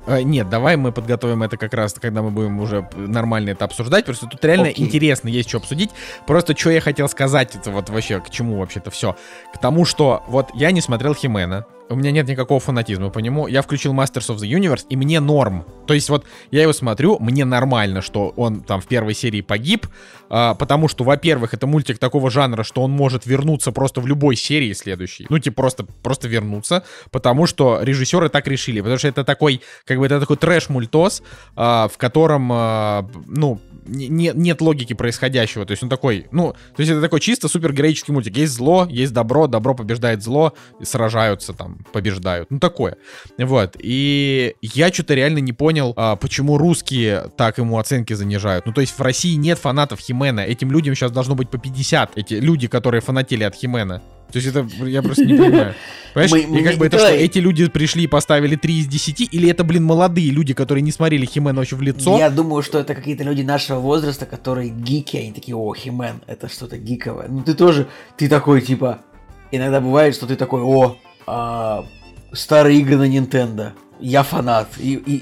Э, нет, давай мы подготовим это как раз, когда мы будем уже нормально это обсуждать, просто тут реально Окей. интересно, есть что обсудить. Просто что я хотел сказать, это вот вообще, к чему вообще-то все. К тому, что вот я не смотрел Хи-Мэна, у меня нет никакого фанатизма по нему. Я включил Masters of the Universe, и мне норм. То есть вот я его смотрю, мне нормально, что он там в первой серии погиб, а, потому что, во-первых, это мультик такого жанра, что он может вернуться просто в любой серии следующей. Ну, типа просто, просто вернуться, потому что режиссеры так решили. Потому что это такой, как бы это такой трэш-мультос, а, в котором, а, ну, не, нет логики происходящего. То есть он такой, ну, то есть это такой чисто супергероический мультик. Есть зло, есть добро, добро побеждает зло, и сражаются там, побеждают. Ну, такое. Вот. И я что-то реально не понял, а, почему русские так ему оценки занижают. Ну, то есть в России нет фанатов Хи-Мэна. Этим людям сейчас должно быть по пятьдесят. Эти люди, которые фанатели от Хи-Мэна. То есть это, я просто не понимаю. Понимаешь? Мы- И мы- как бы это давай. что, эти люди пришли и поставили три из десяти, или это, блин, молодые люди, которые не смотрели Хи-Мэна вообще в лицо? Я думаю, что это какие-то люди нашего возраста, которые гики, они такие, о, Хи-Мэн, это что-то гиковое. Ну ты тоже, ты такой, типа, иногда бывает, что ты такой, о, а, старые игры на Nintendo, я фанат. И, и,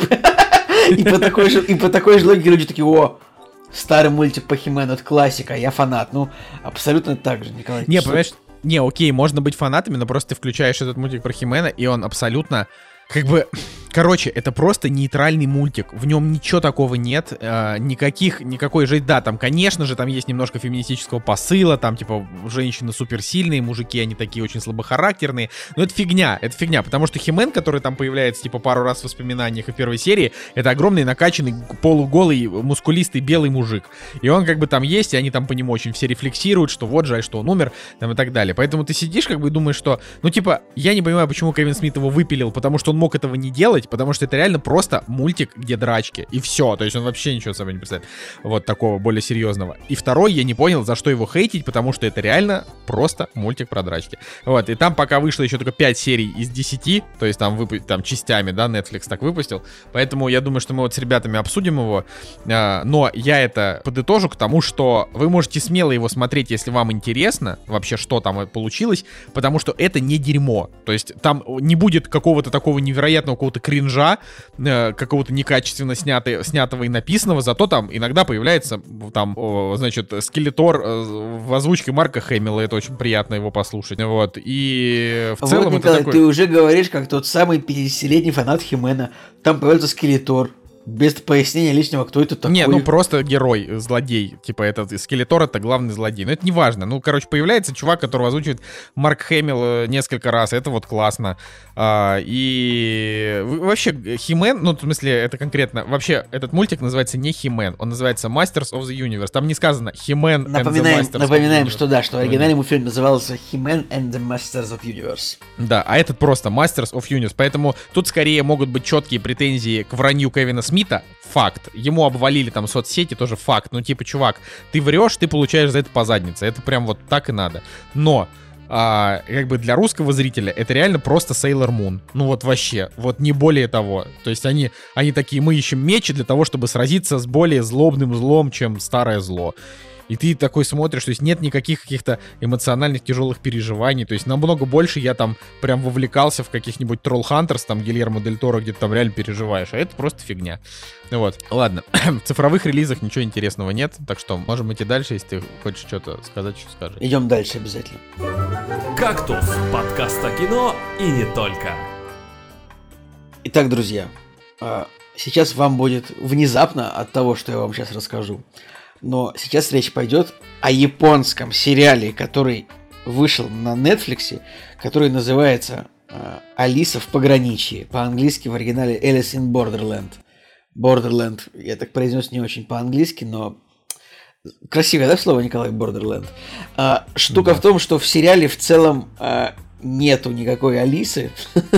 и, и по такой же, и по такой же логике люди такие, о, старый мультик по Хи-Мэну, это классика, я фанат. Ну, абсолютно так же, Николай. Не, Что- понимаешь, не, окей, можно быть фанатами, но просто ты включаешь этот мультик про Хи-Мэна, и он абсолютно, как бы, короче, это просто нейтральный мультик, в нем ничего такого нет, э, никаких, никакой же, да, там, конечно же, там есть немножко феминистического посыла, там, типа, женщины суперсильные, мужики, они такие очень слабохарактерные, но это фигня, это фигня, потому что Хи-Мэн, который там появляется, типа, пару раз в воспоминаниях и в первой серии, это огромный, накачанный, полуголый, мускулистый, белый мужик, и он, как бы, там есть, и они там по нему очень все рефлексируют, что вот жаль, что он умер, там, и так далее, поэтому ты сидишь, как бы, и думаешь, что, ну, типа, я не понимаю, почему Кевин Смит его выпилил, потому что он мог этого не делать, потому что это реально просто мультик, где драчки, и все, то есть он вообще ничего собой не представляет, вот такого более серьезного. И второй, я не понял, за что его хейтить, потому что это реально просто мультик про драчки. Вот, и там пока вышло еще только пять серий из десяти, то есть там, выпу- там частями, да, Netflix так выпустил, поэтому я думаю, что мы вот с ребятами обсудим его, а, но я это подытожу к тому, что вы можете смело его смотреть, если вам интересно вообще, что там получилось, потому что это не дерьмо, то есть там не будет какого-то такого невероятного какого-то кринжа, э, какого-то некачественно снятого, снятого и написанного, зато там иногда появляется там, о, значит, Скелетор э, в озвучке Марка Хэмилла, это очень приятно его послушать, вот, и в целом вот, это Николай, такой... ты уже говоришь, как тот самый пятидесятилетний фанат Хи-Мэна. Там появится Скелетор. Без пояснения лишнего, кто это такой. Не, ну просто герой, злодей. Типа этот Скелетор — это главный злодей. Но это не важно. Ну, короче, появляется чувак, которого озвучивает Марк Хэмилл несколько раз. Это вот классно. А, и вообще Хи-Мэн, ну, в смысле, это конкретно... Вообще, этот мультик называется не Хи-Мэн. Он называется Masters of the Universe. Там не сказано Хи-Мэн and the Напоминаем, Masters напоминаем of the что Universe. да, что оригинальный мультфильм назывался He-Man and the Masters of Universe. Да, а этот просто Masters of Universe. Поэтому тут скорее могут быть четкие претензии к вранью Кевина Смита. Факт. Ему обвалили там соцсети, тоже факт. Ну, типа, чувак, ты врешь, ты получаешь за это по заднице. Это прям вот так и надо. Но, а, как бы для русского зрителя это реально просто Sailor Moon. Ну, вот вообще. Вот не более того. То есть они, они такие, мы ищем мечи для того, чтобы сразиться с более злобным злом, чем старое зло. И ты такой смотришь, то есть нет никаких каких-то эмоциональных тяжелых переживаний, то есть намного больше я там прям вовлекался в каких-нибудь Troll Hunters, там Гильермо Дель Торо, где ты там реально переживаешь, а это просто фигня. Ну вот, ладно, в цифровых релизах ничего интересного нет, так что можем идти дальше, если ты хочешь что-то сказать, что скажи. Идем дальше обязательно. «Кактус» — подкаст о кино и не только. Итак, друзья, а, сейчас вам будет внезапно от того, что я вам сейчас расскажу. Но сейчас речь пойдет о японском сериале, который вышел на Netflix, который называется э, «Алиса в пограничье». По-английски в оригинале «Alice in Borderland». Borderland, я так произнес не очень по-английски, но красивое, да, слово, Николай, Borderland? А, штука Да. в том, что в сериале в целом а, нету никакой Алисы.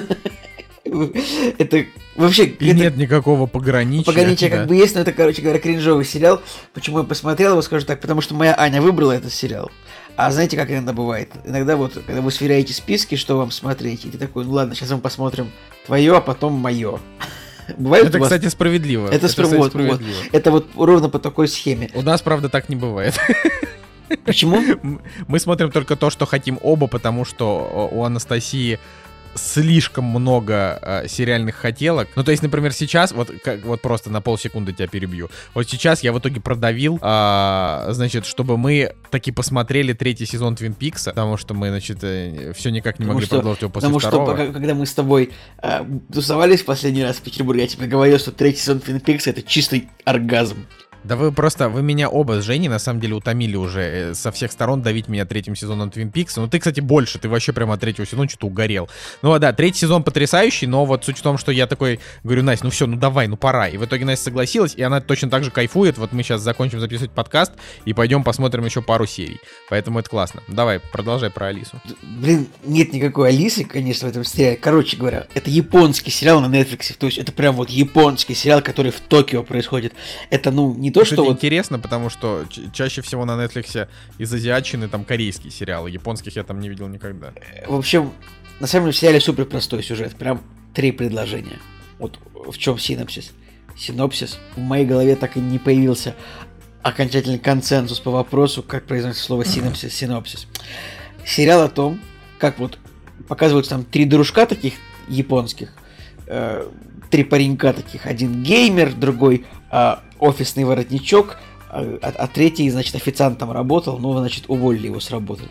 Это вообще... И это- нет никакого пограничья. Пограничье да. как бы есть, но это, короче говоря, кринжовый сериал. Почему я посмотрел его, скажу так, потому что моя Аня выбрала этот сериал. А знаете, как иногда бывает? Иногда вот, когда вы сверяете списки, что вам смотреть, и ты такой, ну ладно, сейчас мы посмотрим твое, а потом мое. Бывает Это, у вас? кстати, справедливо. Это, кстати, спро- вот, вот. справедливо. Это вот ровно по такой схеме. У нас, правда, так не бывает. Почему? Мы смотрим только то, что хотим оба, потому что у Анастасии слишком много э, сериальных хотелок. Ну, то есть, например, сейчас, вот, как, вот просто на полсекунды тебя перебью. Вот сейчас я в итоге продавил, э, значит, чтобы мы таки посмотрели третий сезон Твин Пикса, потому что мы, значит, э, все никак не могли потому продолжить что, его после потому второго. Потому что, когда мы с тобой э, тусовались в последний раз в Петербурге, я тебе говорил, что третий сезон Твин Пикса — это чистый оргазм. Да вы просто, вы меня оба с Женей на самом деле утомили уже э, со всех сторон давить меня третьим сезоном Твин Пикса. Ну ты, кстати, больше, ты вообще прямо от третьего сезона что-то угорел. Ну да, третий сезон потрясающий, но вот суть в том, что я такой говорю: Настя, ну все, ну давай, ну пора. И в итоге Настя согласилась, и она точно так же кайфует. Вот мы сейчас закончим записывать подкаст и пойдем посмотрим еще пару серий. Поэтому это классно. Давай, продолжай про Алису. Блин, нет никакой Алисы, конечно, в этом сериале. Короче говоря, это японский сериал на Netflix. То есть это прям вот японский сериал, который в Токио происходит. Это, ну, не то, Кстати, что вот... интересно, потому что ч- чаще всего на Netflix из азиатчины там корейские сериалы, японских я там не видел никогда. В общем, на самом деле в сериале супер простой сюжет. Прям три предложения. Вот в чем синопсис. Синопсис. В моей голове так и не появился окончательный консенсус по вопросу, как произносится слово синопсис, синопсис. Сериал о том, как вот показываются там три дружка таких японских, э, три паренька таких. Один геймер, другой э, офисный воротничок, а, а третий, значит, официантом работал, но, значит, уволили его с работы.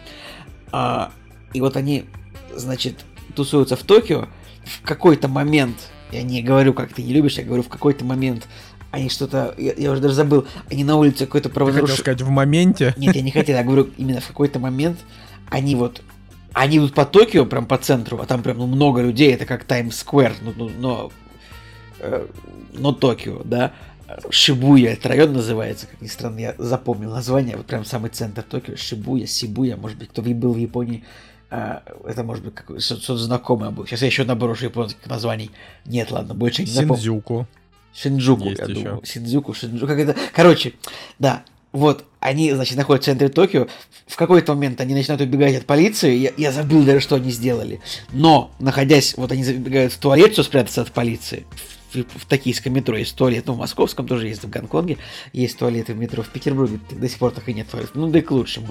А, и вот они, значит, тусуются в Токио. В какой-то момент, я не говорю, как ты не любишь, я говорю, в какой-то момент они что-то, я, я уже даже забыл, они на улице какой-то правонарушение. Ты хотел сказать в моменте? Нет, я не хотел, я говорю, именно в какой-то момент они вот, они идут по Токио, прям по центру, а там прям ну, много людей, это как Таймс-сквер, ну, ну, но, э, но Токио, да. Шибуя, это район называется, как ни странно, я запомнил название, вот прям самый центр Токио, Шибуя, Сибуя, может быть, кто был в Японии, это может быть что-то знакомое было. Сейчас я еще наброшу японских названий. Нет, ладно, больше не запомню. Синдзюку. Шинджуку, есть я еще. думаю. Синдзюку, Шинджуку, как это... Короче, да, вот, они, значит, находятся в центре Токио, в какой-то момент они начинают убегать от полиции, я, я забыл даже, что они сделали, но, находясь, вот они забегают в туалет, чтобы спрятаться от полиции, в, в токийском метро есть туалет, ну, в московском тоже есть, в Гонконге есть туалеты в метро, в Петербурге до сих пор так и нет туалетов, ну, да и к лучшему.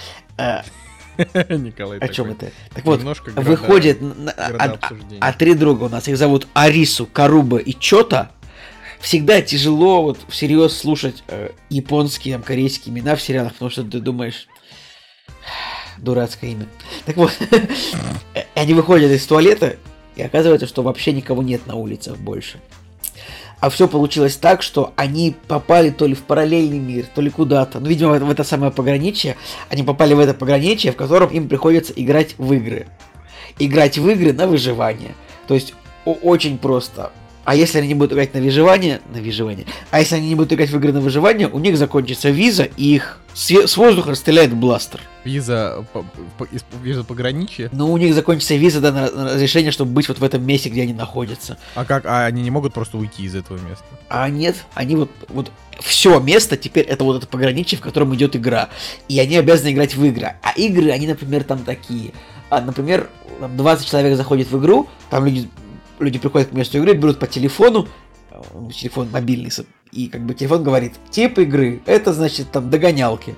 Николай О чем такой. это? Так вот, Немножко выходит, града- а, града а- обсуждения. а три друга у нас, их зовут Арису, Каруба и Чота. Всегда тяжело вот всерьез слушать э, японские, там, корейские имена в сериалах, потому что ты думаешь, дурацкое имя. Так вот, они выходят из туалета, и оказывается, что вообще никого нет на улицах больше. А все получилось так, что они попали то ли в параллельный мир, то ли куда-то. Ну, видимо, в это самое пограничье. Они попали в это пограничье, в котором им приходится играть в игры. Играть в игры на выживание. То есть, о- очень просто. А если они не будут играть на выживание, на выживание, а если они не будут играть в игры на выживание, у них закончится виза, и их с, с воздуха расстреляет бластер. Виза, по- по- из- виза пограничья? Но у них закончится виза, да, на, на разрешение, чтобы быть вот в этом месте, где они находятся. А как? А они не могут просто уйти из этого места? А нет, они вот, вот все место теперь это вот это пограничье, в котором идет игра. И они обязаны играть в игры. А игры, они, например, там такие. А, например, там двадцать человек заходит в игру, там люди, люди приходят к месту игры, берут по телефону, телефон мобильный, и как бы телефон говорит, тип игры, это значит там догонялки.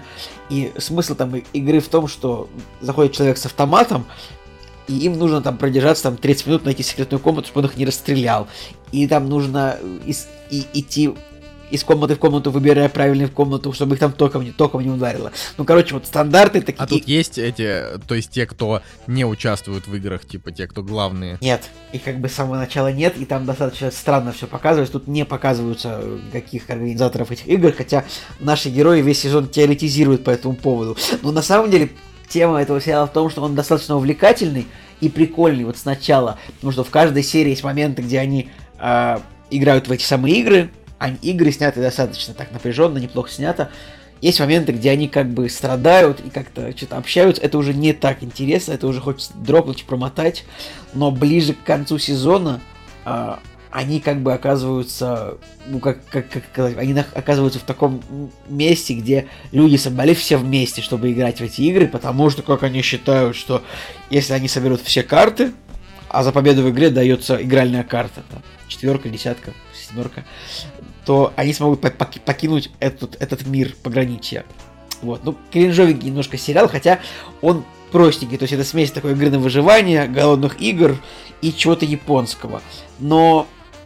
И смысл там игры в том, что заходит человек с автоматом, и им нужно там продержаться там тридцать минут, найти секретную комнату, чтобы он их не расстрелял. И там нужно из, и, идти из комнаты в комнату, выбирая правильную комнату, чтобы их там током не, током не ударило. Ну, короче, вот стандарты такие. А тут есть эти, то есть те, кто не участвуют в играх, типа те, кто главные? Нет, их как бы с самого начала нет, и там достаточно странно все показывается. Тут не показываются каких организаторов этих игр, хотя наши герои весь сезон теоретизируют по этому поводу. Но на самом деле тема этого сериала в том, что он достаточно увлекательный и прикольный вот сначала, потому что в каждой серии есть моменты, где они э, играют в эти самые игры, а игры сняты достаточно так напряженно, неплохо снято. Есть моменты, где они как бы страдают и как-то что-то общаются, это уже не так интересно, это уже хочется дропнуть, промотать, но ближе к концу сезона э, они как бы оказываются, ну как, как, как сказать, они оказываются в таком месте, где люди собрались все вместе, чтобы играть в эти игры, потому что, как они считают, что если они соберут все карты, а за победу в игре дается игральная карта, там, четверка, десятка, семерка, то они смогут покинуть этот, этот мир пограничья. Вот. Ну, кринжовенький немножко сериал, хотя он простенький, то есть это смесь такой игры на выживание, голодных игр и чего-то японского. Но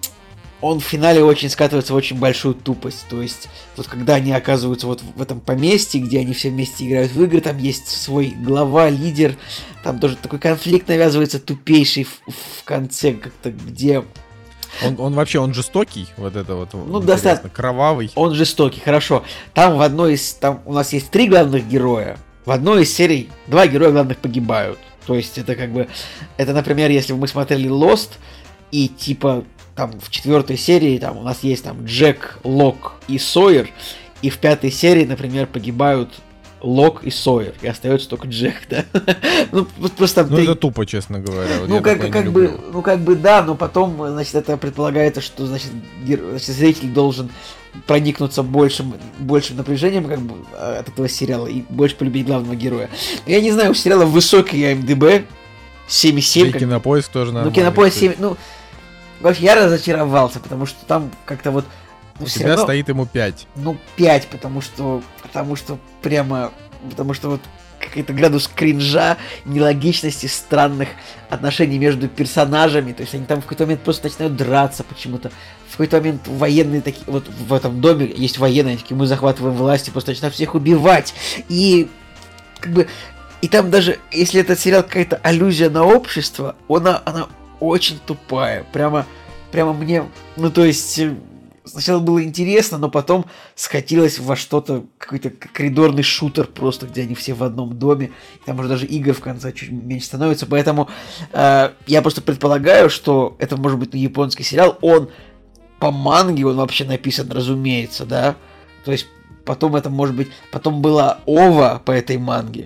он в финале очень скатывается в очень большую тупость. То есть, вот когда они оказываются вот в этом поместье, где они все вместе играют в игры, там есть свой глава, лидер, там тоже такой конфликт навязывается тупейший в, в конце, как-то где... Он, он вообще, он жестокий, вот это вот, ну, достаточно кровавый. Он жестокий, хорошо. Там в одной из... Там у нас есть три главных героя. В одной из серий два героя главных погибают. То есть это как бы... Это, например, если мы смотрели Lost, и типа... Там в четвертой серии там у нас есть там Джек, Лок и Сойер, и в пятой серии, например, погибают Лок и Сойер, и остается только Джек, да? Ну, просто там ну три... это тупо, честно говоря. Вот ну, как, как бы, ну, как бы, да, но потом, значит, это предполагается, что, значит, гер... значит зритель должен проникнуться большим, большим напряжением, как бы, от этого сериала и больше полюбить главного героя. Я не знаю, у сериала высокий ай эм ди би, семь и семь. И как... Кинопоиск тоже нормально. Ну, Кинопоиск семь, ну... Вообще, я разочаровался, потому что там как-то вот... Ну, у тебя равно, стоит ему пять. Ну, пять, потому что... Потому что прямо... Потому что вот какой-то градус кринжа, нелогичности, странных отношений между персонажами. То есть они там в какой-то момент просто начинают драться почему-то. В какой-то момент военные такие... Вот в этом доме есть военные, такие, мы захватываем власть и просто начинаем всех убивать. И... Как бы... И там даже, если этот сериал какая-то аллюзия на общество, она... она очень тупая, прямо, прямо мне, ну то есть сначала было интересно, но потом скатилось во что-то, какой-то коридорный шутер просто, где они все в одном доме, там уже даже игр в конце чуть меньше становится, поэтому э, я просто предполагаю, что это может быть не японский сериал, он по манге, он вообще написан, разумеется, да, то есть потом это может быть, потом была ова по этой манге.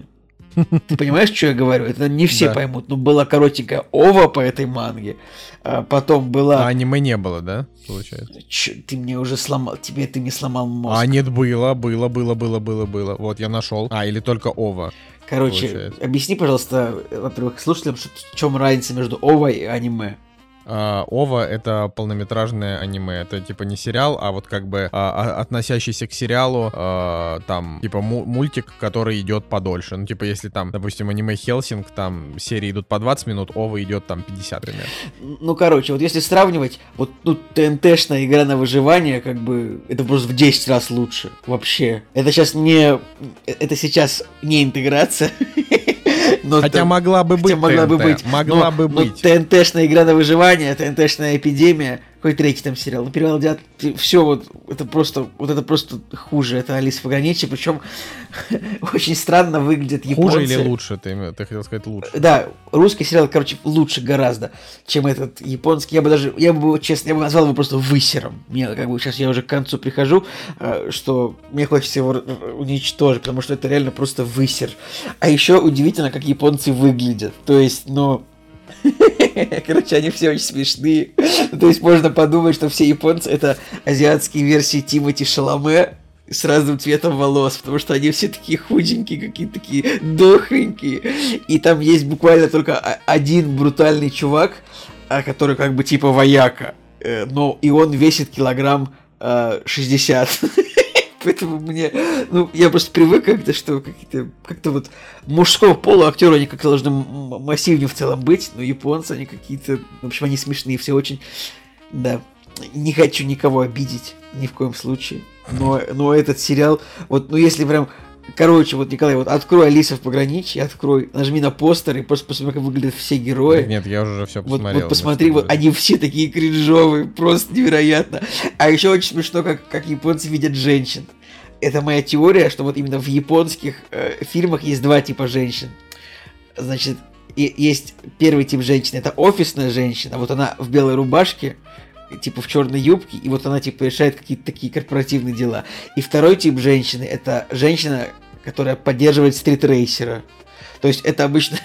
Ты понимаешь, что я говорю? Это не все да. поймут. Но была коротенькая ова по этой манге. А потом была... А аниме не было, да? Получается. Чё, ты мне уже сломал... Тебе ты не сломал мозг. А нет, было, было, было, было, было, было. Вот, я нашел. А, или только ова. Короче, получается. Объясни, пожалуйста, во-первых, слушателям, в чем разница между ова и аниме. ова — это полнометражное аниме, это типа не сериал, а вот как бы а, относящийся к сериалу, а, там, типа му- мультик, который идет подольше. Ну, типа, если там, допустим, аниме Хелсинг, там серии идут по двадцать минут, ова идет там пятьдесят примерно. Ну, короче, вот если сравнивать, вот ну, ТНТшная игра на выживание, как бы, это просто в десять раз лучше, вообще. Это сейчас не... Это сейчас не интеграция. Но хотя там, могла бы быть, могла бы быть, могла но, бы но быть. ТНТшная игра на выживание, ТНТшная эпидемия, какой третий там сериал, ну перевал дяд, все вот, это просто, вот это просто хуже, это Алиса в пограничье, причем очень странно выглядят японцы. Хуже или лучше, ты, ты хотел сказать лучше? Да, русский сериал, короче, лучше гораздо, чем этот японский, я бы даже, я бы, честно, я бы назвал его просто высером, мне как бы сейчас я уже к концу прихожу, что мне хочется его уничтожить, потому что это реально просто высер, а еще удивительно, как японцы выглядят, то есть, ну... Короче, они все очень смешные. То есть можно подумать, что все японцы это азиатские версии Тимоти Шаломе с разным цветом волос, потому что они все такие худенькие, какие-то такие дохленькие. И там есть буквально только один брутальный чувак, который как бы типа вояка. Но и он весит килограмм шестьдесят. Поэтому мне, ну, я просто привык как-то, что какие-то, как-то вот мужского пола актеры, они как-то должны массивнее в целом быть, но японцы, они какие-то, в общем, они смешные, все очень, да, не хочу никого обидеть, ни в коем случае, но, но этот сериал, вот, ну, если прям, короче, вот, Николай, вот, открой Алиса в пограничье, открой, нажми на постер и просто посмотри, как выглядят все герои. Нет, я уже все вот, посмотрел. Вот посмотри, вот, они все такие кринжовые, просто невероятно. А еще очень смешно, как, как японцы видят женщин. Это моя теория, что вот именно в японских э, фильмах есть два типа женщин. Значит, и, есть первый тип женщины, это офисная женщина, вот она в белой рубашке, типа в черной юбке, и вот она типа решает какие-то такие корпоративные дела. И второй тип женщины, это женщина, которая поддерживает стритрейсера. То есть это обычно...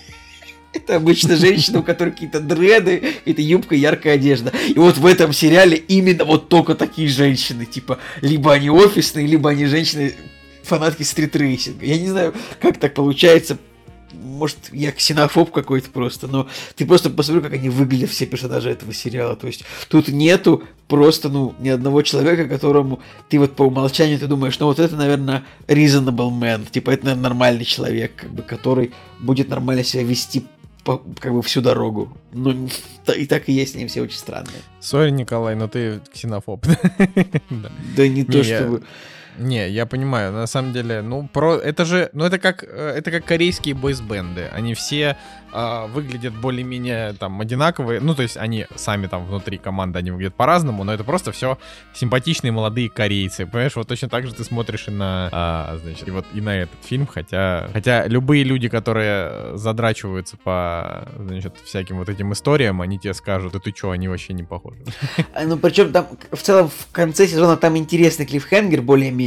Это обычно женщина, у которой какие-то дреды, какая-то юбка, яркая одежда. И вот в этом сериале именно вот только такие женщины. Типа, либо они офисные, либо они женщины, фанатки стритрейсинга. Я не знаю, как так получается. может, я ксенофоб какой-то просто, но ты просто посмотри, как они выглядят, все персонажи этого сериала. То есть тут нету просто, ну, ни одного человека, которому ты вот по умолчанию ты думаешь, ну, вот это, наверное, reasonable man, типа, это, наверное, нормальный человек, как бы, который будет нормально себя вести по, как бы всю дорогу. Ну, и так и есть, они все очень странные. Сори, Николай, но ты ксенофоб. Да не то, чтобы... Не, я понимаю, на самом деле, ну, про, это же, ну, это как, это как корейские бойсбенды, они все э, выглядят более-менее, там, одинаковые, ну, то есть они сами там внутри команды, они выглядят по-разному, но это просто все симпатичные молодые корейцы, понимаешь, вот точно так же ты смотришь и на, а, значит, и вот и на этот фильм, хотя, хотя любые люди, которые задрачиваются по, значит, всяким вот этим историям, они тебе скажут, да ты чё, они вообще не похожи. Ну, причем там, в целом, в конце сезона там интересный клиффхенгер, более-менее.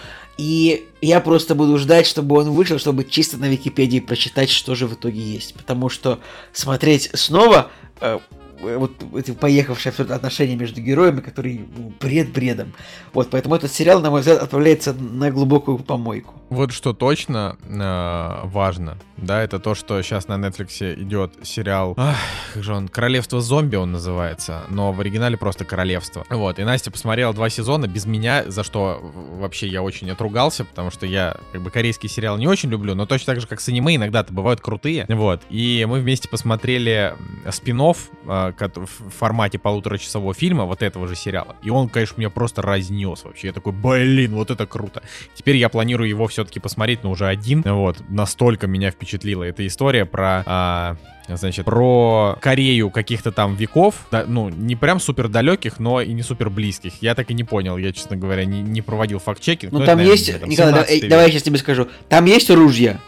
И я просто буду ждать, чтобы он вышел, чтобы чисто на Википедии прочитать, что же в итоге есть. Потому что смотреть снова э, вот эти поехавшие отношения между героями, которые ну, бред бредом. Вот, поэтому этот сериал, на мой взгляд, отправляется на глубокую помойку. Вот что точно э, важно, да, это то, что сейчас на Netflix идет сериал, ах, как же он, «Королевство зомби» он называется, но в оригинале просто «Королевство». Вот, и Настя посмотрела два сезона без меня, за что вообще я очень отругался, потому что я, как бы, корейский сериал не очень люблю, но точно так же, как с аниме, иногда-то бывают крутые. Вот, и мы вместе посмотрели спин-офф э, в формате полуторачасового фильма вот этого же сериала, и он, конечно, меня просто разнес вообще. Я такой, блин, вот это круто. Теперь я планирую его все-таки посмотреть, но уже один. Вот, настолько меня впечатлила эта история про, а, значит, про Корею каких-то там веков, да, ну, не прям супер далеких, но и не супер близких. Я так и не понял, я, честно говоря, не, не проводил факт-чекинг. Ну, там это, есть, наверное, Николай, давай, давай я сейчас тебе скажу, там есть ружья?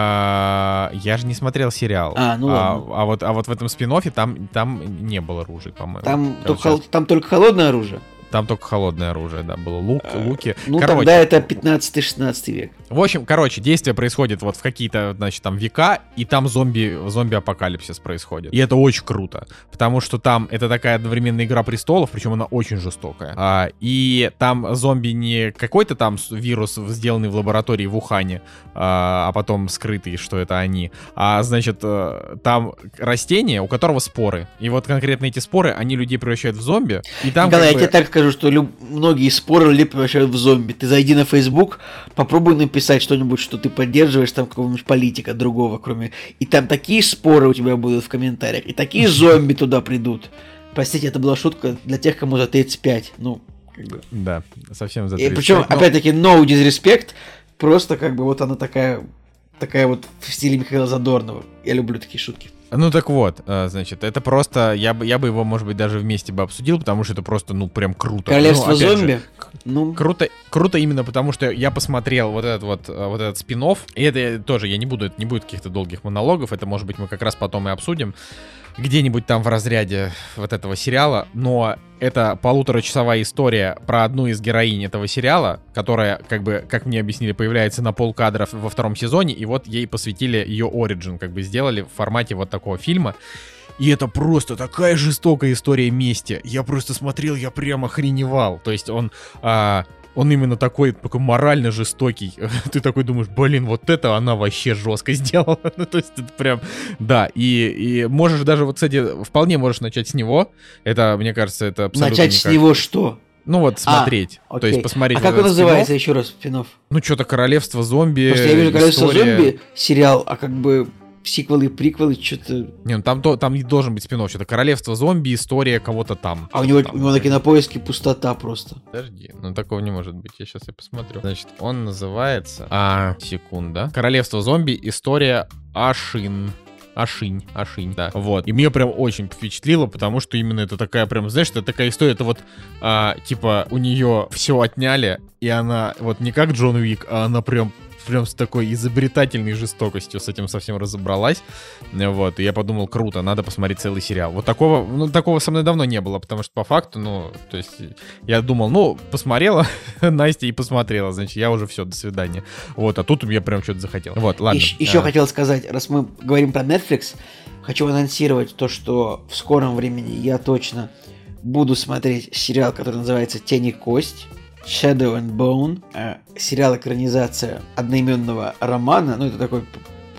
А, я же не смотрел сериал. А, ну а, ладно. А вот, а вот в этом спин-оффе там, там не было ружей, по-моему. Там только, сейчас... там только холодное оружие? Там только холодное оружие, да, было лук, а, луки. Ну, короче, тогда это пятнадцатый-шестнадцатый век. В общем, короче, действие происходит вот в какие-то, значит, там века, и там зомби, зомби-апокалипсис происходит. И это очень круто, потому что там это такая одновременная игра престолов, причем она очень жестокая. А, и там зомби не какой-то там вирус, сделанный в лаборатории в Ухане, а, а потом скрытый, что это они, а, значит, там растение, у которого споры. И вот конкретно эти споры, они людей превращают в зомби. И там Николай, как бы... я тебе так скажу, что люб... многие споры людей превращают в зомби. Ты зайди на Facebook, попробуй написать что-нибудь, что ты поддерживаешь там какого-нибудь политика другого, кроме... И там такие споры у тебя будут в комментариях, и такие зомби туда придут. Простите, это была шутка для тех, кому за тридцать пять. Ну, как бы... Да, совсем за тридцать пять. И причем, но... опять-таки, no disrespect, просто как бы вот она такая, такая вот в стиле Михаила Задорнова. Я люблю такие шутки. Ну так вот, значит, это просто, я бы, я бы его, может быть, даже вместе бы обсудил, потому что это просто, ну, прям круто. Королевство ну, зомби? Же, ну... Круто, круто именно потому, что я посмотрел вот этот вот, вот этот спин-офф, и это тоже, я не буду, это не будет каких-то долгих монологов, это, может быть, мы как раз потом и обсудим, где-нибудь там в разряде вот этого сериала, но это полуторачасовая история про одну из героинь этого сериала, которая, как бы, как мне объяснили, появляется на полкадра во втором сезоне, и вот ей посвятили ее оригин, как бы сделали в формате вот такого фильма. И это просто такая жестокая история мести. Я просто смотрел, я прям охреневал. То есть он... А, он именно такой, такой морально жестокий. Ты такой думаешь, блин, вот это она вообще жестко сделала. Ну, то есть это прям, да. И, и можешь даже, вот, кстати, вполне можешь начать с него. Это, мне кажется, это абсолютно... Начать с него что? Ну вот, смотреть. А, то есть посмотреть. А как он называется, еще раз, спин-офф? Ну что-то «Королевство зомби». Просто я вижу «Королевство зомби» сериал, а как бы... сиквелы, приквелы, что-то... Не, ну там, то, там не должен быть спин-офф, что-то «Королевство зомби», история кого-то там. А у него, там, у него на Кинопоиске пустота просто. Подожди, ну такого не может быть, я сейчас и посмотрю. Значит, он называется... А, секунда. «Королевство зомби. История Ашин». Ашинь, Ашинь, да. Вот. И меня прям очень впечатлило, потому что именно это такая прям, знаешь, это такая история, это вот, а, типа, у нее все отняли, и она вот не как Джон Уик, а она прям прям с такой изобретательной жестокостью с этим совсем разобралась. Вот, и я подумал, круто, надо посмотреть целый сериал. Вот такого, ну, такого со мной давно не было, потому что по факту, ну, то есть я думал, ну, посмотрела Настя и посмотрела, значит, я уже все, до свидания. Вот, а тут я прям что-то захотел. Вот, ладно. Еще, еще а... хотел сказать, раз мы говорим про Netflix, хочу анонсировать то, что в скором времени я точно буду смотреть сериал, который называется «Тень и кость». Shadow and Bone, э, сериал-экранизация одноименного романа, ну это такой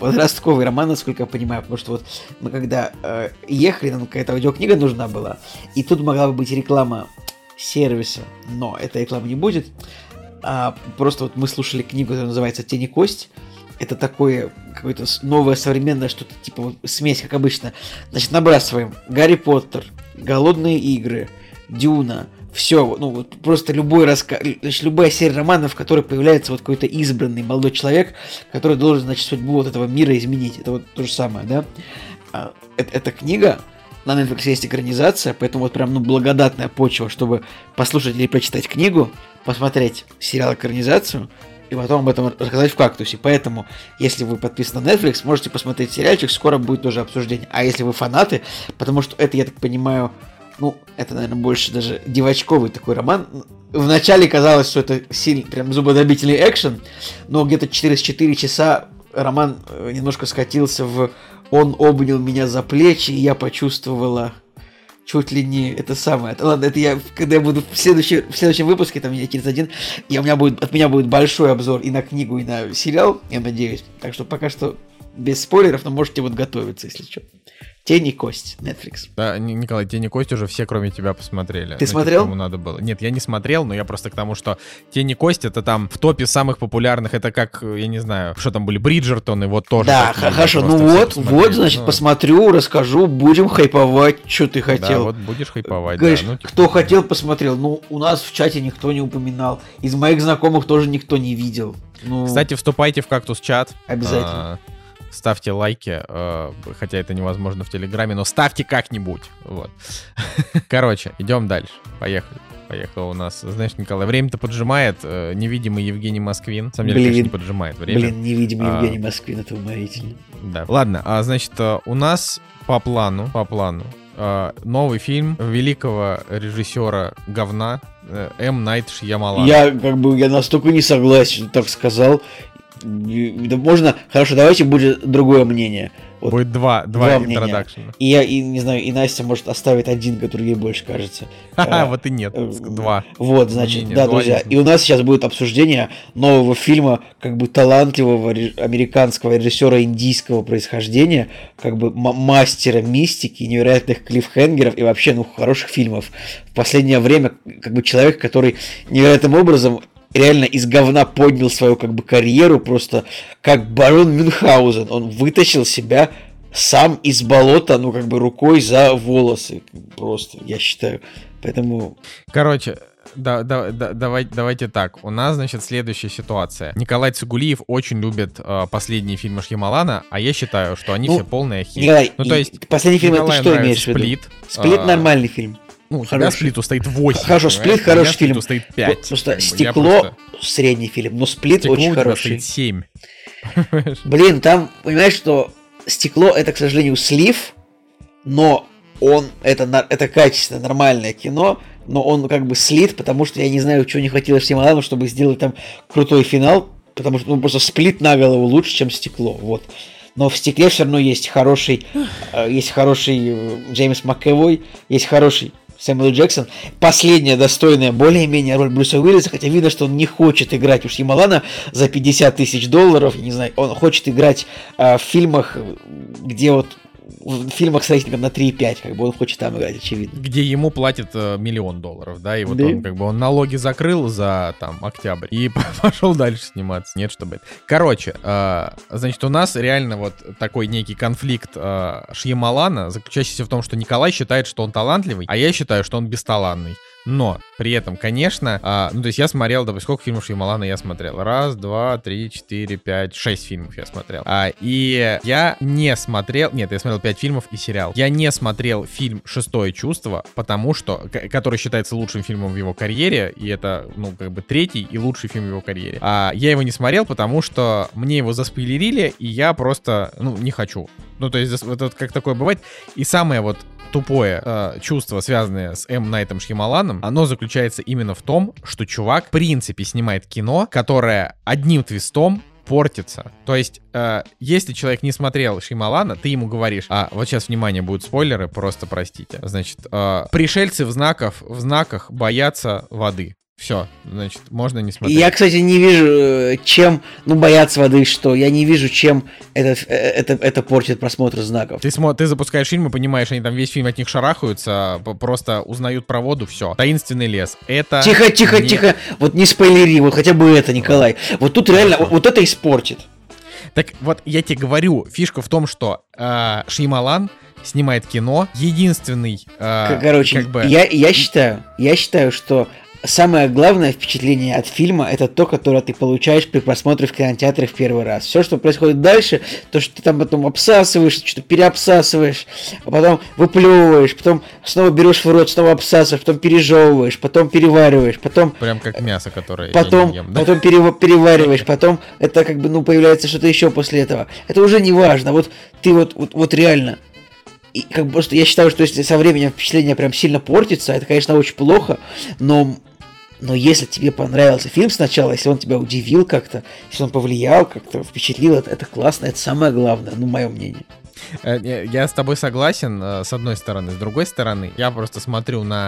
подростковый роман, насколько я понимаю, потому что вот мы когда э, ехали, нам какая-то аудиокнига нужна была, и тут могла бы быть реклама сервиса, но этой рекламы не будет. А, просто вот мы слушали книгу, которая называется «Тень и кость». Это такое какое-то новое современное что-то, типа вот, смесь, как обычно. Значит, набрасываем Гарри Поттер, Голодные игры, Дюна, все, ну вот просто любой рассказ, значит, любая серия романов, в которой появляется вот какой-то избранный молодой человек, который должен, значит, судьбу вот этого мира изменить. Это вот то же самое, да? А, это, эта книга, на Netflix есть экранизация, поэтому вот прям, ну, благодатная почва, чтобы послушать или прочитать книгу, посмотреть сериал-экранизацию, и потом об этом рассказать в «Кактусе». Поэтому, если вы подписаны на Netflix, можете посмотреть сериальчик, скоро будет тоже обсуждение. А если вы фанаты, потому что это, я так понимаю, ну, это, наверное, больше даже девочковый такой роман. Вначале казалось, что это сильный, прям зубодробительный экшен, но где-то через четыре часа роман немножко скатился в «Он обнял меня за плечи, и я почувствовала...» Чуть ли не это самое. Ладно, это я, когда я буду в, следующий, в следующем выпуске, там через один, и у меня будет, от меня будет большой обзор и на книгу, и на сериал, я надеюсь. Так что пока что без спойлеров, но можете вот готовиться, если что. «Тень и кость», Netflix. Да, Николай, «Тень и кость» уже все, кроме тебя, посмотрели. Ты ну, смотрел? Кому надо было. Нет, я не смотрел, но я просто к тому, что «Тень и кость» — это там в топе самых популярных, это как, я не знаю, что там были, Бриджертоны, вот тоже. Да, хорошо, ну вот, вот, значит, ну, посмотрю, расскажу, будем хайповать, что ты хотел. Да, вот будешь хайповать, Говоришь, да. Ну, типа... кто хотел, посмотрел. Ну, у нас в чате никто не упоминал, из моих знакомых тоже никто не видел. Ну... Кстати, вступайте в «Кактус-чат». Обязательно. А- Ставьте лайки, э, хотя это невозможно в Телеграме, но ставьте как-нибудь. Вот. Короче, идем дальше. Поехали. Поехал у нас. Знаешь, Николай, время-то поджимает. Э, невидимый Евгений Москвин. На самом деле, Блин. конечно, не поджимает время. Блин, невидимый а, Евгений Москвин, это уморительно. Да. Ладно, а, значит, у нас по плану, по плану, новый фильм великого режиссера говна М. Найт Шьямалана. Я как бы, я настолько не согласен, так сказал. Да можно, хорошо, давайте будет другое мнение. Вот будет два, два, два интродакшена. И я, и, не знаю, и Настя может оставить один, который ей больше кажется. Ха-ха, вот и нет, два. Вот, значит, да, друзья. И у нас сейчас будет обсуждение нового фильма, как бы талантливого американского режиссера индийского происхождения, как бы мастера мистики, невероятных клиффхенгеров и вообще, ну, хороших фильмов. В последнее время, как бы человек, который невероятным образом реально из говна поднял свою как бы карьеру, просто как барон Мюнхгаузен. Он вытащил себя сам из болота, ну как бы рукой за волосы. Просто, я считаю. Поэтому... Короче, да, да, да, давай, давайте так. У нас, значит, следующая ситуация. Николай Цигулиев очень любит э, последние фильмы Шьямалана, а я считаю, что они ну, все полная ахинь. Николай, ну, то есть, последний фильм, это что имеешь в виду? «Сплит». «Сплит» а... нормальный фильм. Ну, у тебя «Сплиту» стоит восемь. Хорошо, «Сплит» хороший фильм. Стоит пять. Просто «Стекло» просто... средний фильм, но «Сплит» «Стекло» очень у тебя хороший. стоит семь. Блин, там, понимаешь, что «Стекло» — это, к сожалению, слив, но он, это, это качественное, нормальное кино, но он как бы слит, потому что я не знаю, чего не хватило Шьямалану, чтобы сделать там крутой финал, потому что ну, просто «Сплит» на голову лучше, чем «Стекло», вот. Но в «Стекле» все равно есть хороший, э, есть хороший э, Джеймс МакЭвой, есть хороший Сэмюэл Джексон. Последняя достойная более-менее роль Брюса Уиллиса, хотя видно, что он не хочет играть у Шьямалана за пятьдесят тысяч долларов, я не знаю, он хочет играть э, в фильмах, где вот в фильмах с рейтингом на три и пять, как бы он хочет там играть, очевидно. Где ему платят э, миллион долларов, да, и вот да. он как бы он налоги закрыл за там октябрь и пошел дальше сниматься. Нет, чтобы это. Короче, э, значит, у нас реально вот такой некий конфликт э, Шьямалана, заключающийся в том, что Николай считает, что он талантливый, а я считаю, что он бесталанный. Но при этом, конечно, а, ну то есть я смотрел, допустим, сколько фильмов Шьямалана я смотрел? Раз, два, три, четыре, пять, шесть фильмов я смотрел. А, и я не смотрел, нет, я смотрел пять фильмов и сериал. Я не смотрел фильм «Шестое чувство», потому что, который считается лучшим фильмом в его карьере, и это, ну, как бы третий и лучший фильм в его карьере. А я его не смотрел, потому что мне его заспойлерили, и я просто, ну, не хочу. Ну, то есть, вот, вот как такое бывает. И самое вот тупое э, чувство, связанное с М. Найтом Шьямаланом, оно заключается именно в том, что чувак в принципе снимает кино, которое одним твистом портится. То есть, э, если человек не смотрел Шьямалана, ты ему говоришь, а вот сейчас, внимание, будут спойлеры, просто простите. Значит, э, пришельцы в знаках, в знаках боятся воды. Все, значит, можно не смотреть. Я, кстати, не вижу, чем, ну, бояться воды, что я не вижу, чем это, это, это портит просмотр знаков. Ты, смо- ты запускаешь фильм и понимаешь, они там весь фильм от них шарахаются, просто узнают про воду, все. Таинственный лес. Это... Тихо, тихо, не... тихо. Вот не спойлери, вот хотя бы это, Николай. Вот тут реально, вот, вот это испортит. Так вот, я тебе говорю, фишка в том, что э, Шьямалан снимает кино, единственный... Э, Короче, как бы... я, я считаю, я считаю, что самое главное впечатление от фильма — это то, которое ты получаешь при просмотре в кинотеатре в первый раз. Все, что происходит дальше, то, что ты там потом обсасываешь, что-то переобсасываешь, а потом выплевываешь, потом снова берешь в рот, снова обсасываешь, потом пережевываешь, потом перевариваешь, потом... Прям как мясо, которое потом, я не ем, да? Потом перев... перевариваешь, потом это как бы, ну, появляется что-то еще после этого. Это уже не важно. Вот ты вот, вот, вот реально... И как бы просто я считаю, что если со временем впечатление прям сильно портится, это, конечно, очень плохо, но... Но если тебе понравился фильм сначала, если он тебя удивил как-то, если он повлиял как-то, впечатлил, это, это классно, это самое главное, ну, мое мнение. Я с тобой согласен, с одной стороны. С другой стороны, я просто смотрю на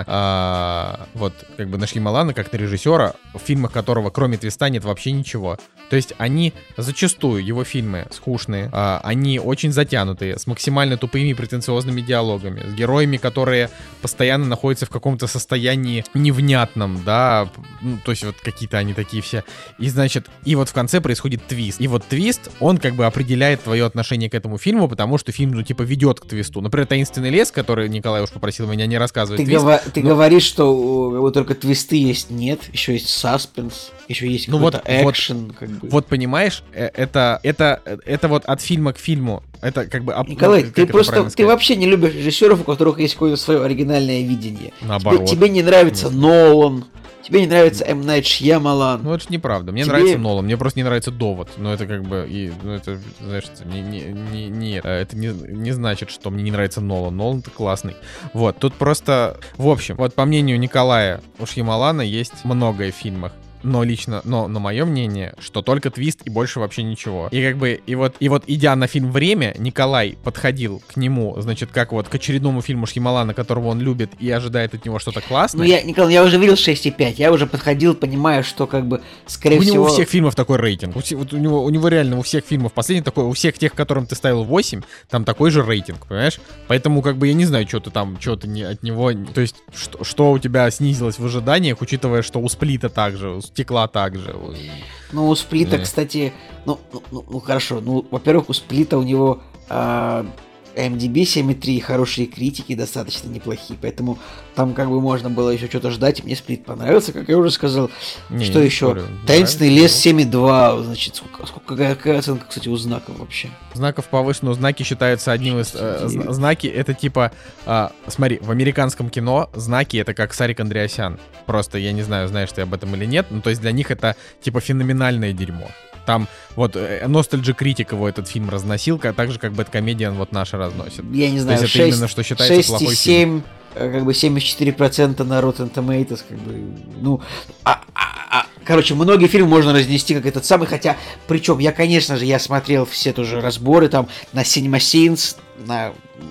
а, вот как бы на Шьямалана как на режиссера, в фильмах которого кроме твиста нет вообще ничего. То есть они зачастую, его фильмы скучные, а, они очень затянутые, с максимально тупыми и претенциозными диалогами, с героями, которые постоянно находятся в каком-то состоянии невнятном, да, ну, то есть вот какие-то они такие все. И значит, и вот в конце происходит твист. И вот твист, он как бы определяет твое отношение к этому фильму, потому что фильм, ну, типа, ведет к твисту. Например, «Таинственный лес», который Николай уж попросил меня не рассказывать. Ты, твист, гова- ты но... говоришь, что вот только твисты есть, нет, еще есть саспенс, еще есть ну какой-то вот, экшен. Вот, как бы. вот понимаешь, это, это, это вот от фильма к фильму, это как бы... Николай, ну, ты просто, ты вообще не любишь режиссеров, у которых есть какое-то свое оригинальное видение. Наоборот. Тебе, тебе не нравится Нет. Нолан, тебе не нравится М. Найт Шьямалан. Ну, это же неправда. Мне тебе... нравится Нолан, мне просто не нравится Довод. Но это как бы, и, ну, это, знаешь, не, не, не, не, это не, не значит, что мне не нравится Нолан. Нолан-то классный. Вот, тут просто, в общем, вот по мнению Николая, у Шьямалана есть многое в фильмах. Но лично, но, но мое мнение, что только твист и больше вообще ничего. И как бы, и вот, и вот идя на фильм «Время», Николай подходил к нему, значит, как вот к очередному фильму Шьямалана, которого он любит и ожидает от него что-то классное. Ну, я, Николай, я уже видел шесть и пять, я уже подходил, понимая, что как бы, скорее у всего... У него у всех фильмов такой рейтинг. У, вот у, него, у него реально у всех фильмов последний такой, у всех тех, которым ты ставил восемь, там такой же рейтинг, понимаешь? Поэтому как бы я не знаю, что ты там, что ты не, от него... То есть, что, что у тебя снизилось в ожиданиях, учитывая, что у Сплита также, у Стекла также. Ну, у Сплита, Не. кстати, ну, ну, ну, хорошо, ну, во-первых, у Сплита у него э, эм ди би семь и три, хорошие критики, достаточно неплохие, поэтому там как бы можно было еще что-то ждать, и мне Сплит понравился, как я уже сказал. Не, что не еще? спорю. Таинственный Нравится, лес да. семь и два, значит, сколько, сколько, какая, какая оценка, кстати, у знаков вообще? Знаков повыше, но знаки считаются одним из... Э, зна- знаки это типа... Э, смотри, в американском кино знаки это как Сарик Андреасян. Просто я не знаю, знаешь ты об этом или нет. Ну, то есть для них это типа феноменальное дерьмо. Там вот Nostalgia Critic его этот фильм разносил, как, так же, как Бэдкомедиан вот наши разносит. Я не знаю, то есть шесть, это именно, что считается шесть плохой и семь, фильм. как бы семьдесят четыре процента на Rotten Tomatoes, как бы, ну, а, а, а, короче, многие фильмы можно разнести как этот самый, хотя, причем, я, конечно же, я смотрел все тоже разборы там на Cinema Sins, на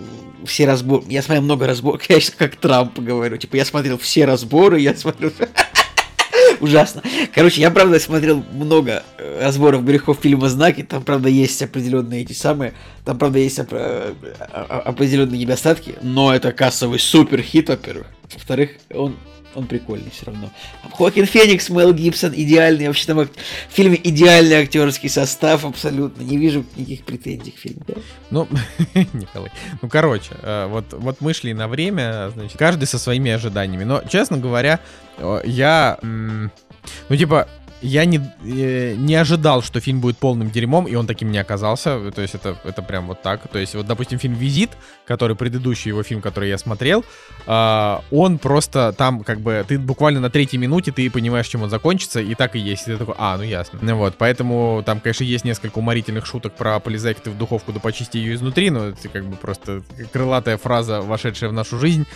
все разборы, я смотрел много разборов, я сейчас как Трамп говорю, типа, я смотрел все разборы, я смотрел... Ужасно. Короче, я, правда, смотрел много разборов грехов фильма «Знаки». Там, правда, есть определенные эти самые... Там, правда, есть оп- определенные недостатки. Но это кассовый супер-хит, во-первых. Во-вторых, он, он прикольный все равно. Хоакин Феникс, Мэл Гибсон, идеальный. Вообще, там в фильме идеальный актерский состав абсолютно. Не вижу никаких претензий к фильму. Да? Ну, Николай, ну, короче, вот, вот мы шли на время, значит, каждый со своими ожиданиями. Но, честно говоря, я, ну, типа, я не, не ожидал, что фильм будет полным дерьмом, и он таким не оказался. То есть это, это прям вот так. То есть вот, допустим, фильм «Визит», который предыдущий его фильм, который я смотрел, он просто там как бы... Ты буквально на третьей минуте ты понимаешь, чем он закончится, и так и есть. И ты такой, а, ну ясно. Ну, вот, поэтому там, конечно, есть несколько уморительных шуток про «полезай ты в духовку, да почисти ее изнутри», но это как бы просто крылатая фраза, вошедшая в нашу жизнь.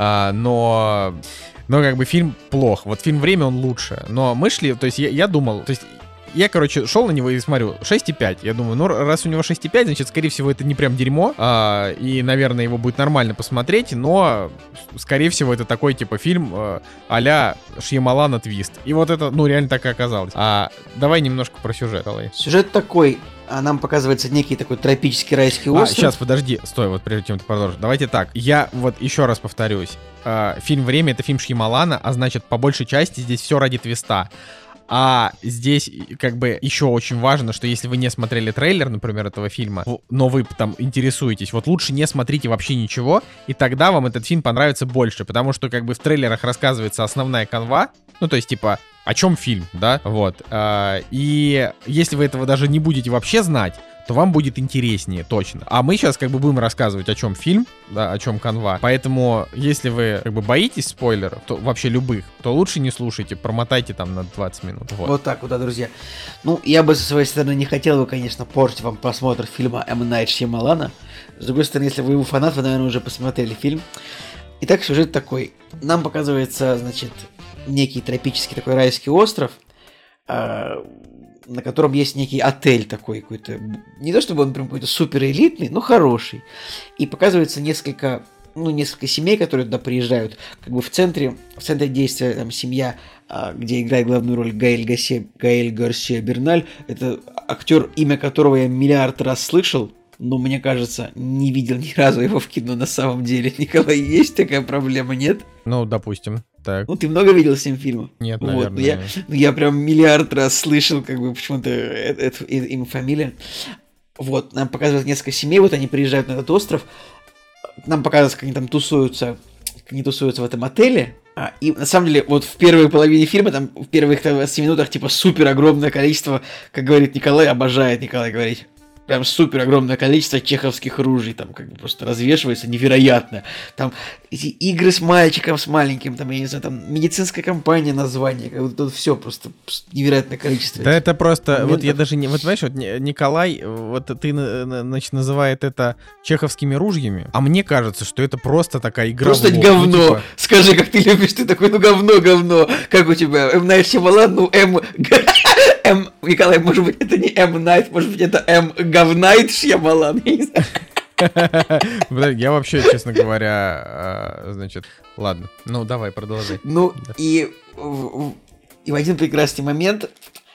Но... Но как бы фильм плох. Вот фильм «Время» он лучше. Но мы шли, то есть я, я думал, то есть я, короче, шел на него и смотрю, шесть и пять. Я думаю, ну, раз у него шесть и пять, значит, скорее всего, это не прям дерьмо. А, и, наверное, его будет нормально посмотреть, но, скорее всего, это такой, типа, фильм а, а-ля Шьямалана Твист. И вот это, ну, реально так и оказалось. А давай немножко про сюжет, давай. Сюжет такой, а нам показывается некий такой тропический райский А, остров. сейчас, подожди, стой, вот прежде чем ты продолжишь. Давайте так, я вот еще раз повторюсь. А, фильм «Время» — это фильм Шьямалана, а значит, по большей части здесь все ради твиста. А здесь, как бы, еще очень важно, что если вы не смотрели трейлер, например, этого фильма, но вы там интересуетесь, вот лучше не смотрите вообще ничего, и тогда вам этот фильм понравится больше, потому что, как бы, в трейлерах рассказывается основная канва, ну, то есть, типа, о чем фильм, да, вот. И если вы этого даже не будете вообще знать, то вам будет интереснее, точно. А мы сейчас как бы будем рассказывать, о чем фильм, да, о чем канва. Поэтому, если вы как бы боитесь спойлеров, то вообще любых, то лучше не слушайте, промотайте там на двадцать минут. Вот, вот так вот, да, друзья. Ну, я бы со своей стороны не хотел бы, конечно, портить вам просмотр фильма М. Найт Шьямалана. С другой стороны, если вы его фанат, вы, наверное, уже посмотрели фильм. Итак, сюжет такой. Нам показывается, значит, некий тропический такой райский остров, на котором есть некий отель такой какой-то. Не то чтобы он прям какой-то супер элитный, но хороший. И показывается несколько, ну, несколько семей, которые туда приезжают. Как бы в центре, в центре действия там семья, где играет главную роль Гаэль Гарсия, Гаэль Гарсия Берналь. Это актер, имя которого я миллиард раз слышал, но, мне кажется, не видел ни разу его в кино на самом деле. Николай, есть такая проблема, нет? Ну, допустим. Так. Ну, ты много видел с ним фильмов? Нет, вот, наверное. Ну, я, ну, я прям миллиард раз слышал, как бы, почему-то это им фамилия. Вот, нам показывают несколько семей, вот они приезжают на этот остров, нам показывают, как они там тусуются, как они тусуются в этом отеле. А, и на самом деле, вот в первой половине фильма, там, в первых двадцати минутах, типа, супер огромное количество, как говорит Николай, обожает Николай говорить. Прям супер огромное количество чеховских ружей, там как бы просто развешивается невероятно. Там эти игры с мальчиком, с маленьким, там, я не знаю, там медицинская компания название, как вот тут все просто, просто невероятное количество. Да это просто, моментов. Вот я даже не, вот понимаешь, вот Николай, вот ты, значит, называет это чеховскими ружьями, а мне кажется, что это просто такая игра. Просто в лоб, говно. Ну, типа... Скажи, как ты любишь, ты такой, ну говно, говно. Как у тебя, М. Найт Шьямалан, ну М... М... Николай, может быть, это не М. Найт, может быть, это М. Говнайт Шьямалан, я не знаю. Я вообще, честно говоря, значит, ладно, ну давай, продолжай. Ну, и, и в один прекрасный момент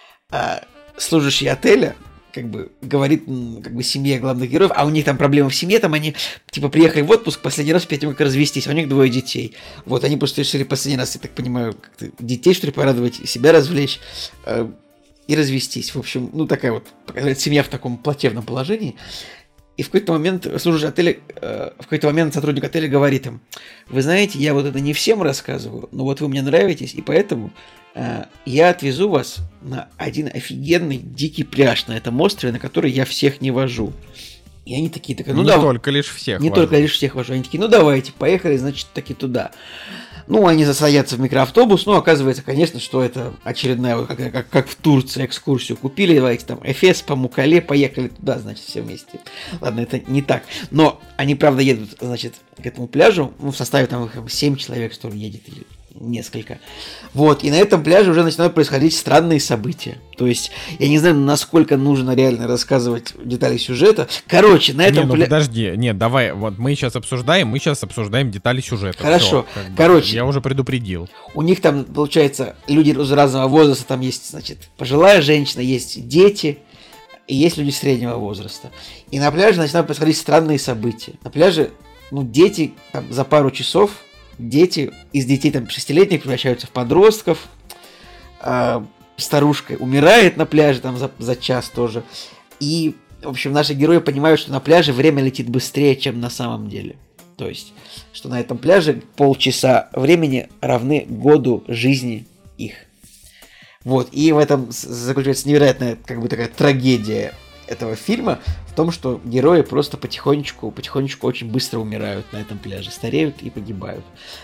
служащий отеля, как бы, говорит, как бы, семье главных героев, а у них там проблемы в семье, там они, типа, приехали в отпуск, последний раз перед тем, как развестись, а у них двое детей. Вот, они просто решили последний раз, я так понимаю, как-то детей, что ли, порадовать, себя развлечь э, и развестись. В общем, ну, такая вот, показывает, семья в таком плачевном положении. И в какой-то момент служащий отеля, э, в какой-то момент сотрудник отеля говорит им: вы знаете, я вот это не всем рассказываю, но вот вы мне нравитесь, и поэтому э, я отвезу вас на один офигенный дикий пляж на этом острове, на который я всех не вожу. И они такие, такие ну не да. Не только лишь всех Не вожу. только лишь всех вожу. Они такие, ну давайте, поехали, значит, таки туда. Ну, они засадятся в микроавтобус, но оказывается, конечно, что это очередная, как, как, как в Турции, экскурсию купили, давайте там Эфес, Памуккале, поехали туда, значит, все вместе. Ладно, это не так. Но они, правда, едут, значит, к этому пляжу, ну, в составе там их семь человек, что ли, едет, или несколько. Вот, и на этом пляже уже начинают происходить странные события. То есть, я не знаю, насколько нужно реально рассказывать детали сюжета. Короче, на этом не, ну пля... подожди, нет, давай, вот мы сейчас обсуждаем, мы сейчас обсуждаем детали сюжета. Хорошо, Всё, как бы, короче. Я уже предупредил. У них там, получается, люди из разного возраста, там есть, значит, пожилая женщина, есть дети, и есть люди среднего возраста. И на пляже начинают происходить странные события. На пляже, ну, дети там, за пару часов, дети, из детей там шестилетних превращаются в подростков, э, старушка умирает на пляже там за, за час тоже. И, в общем, наши герои понимают, что на пляже время летит быстрее, чем на самом деле. То есть, что на этом пляже полчаса времени равны году жизни их. Вот, и в этом заключается невероятная, как бы, такая трагедия этого фильма, в том, что герои просто потихонечку, потихонечку очень быстро умирают на этом пляже, стареют и погибают.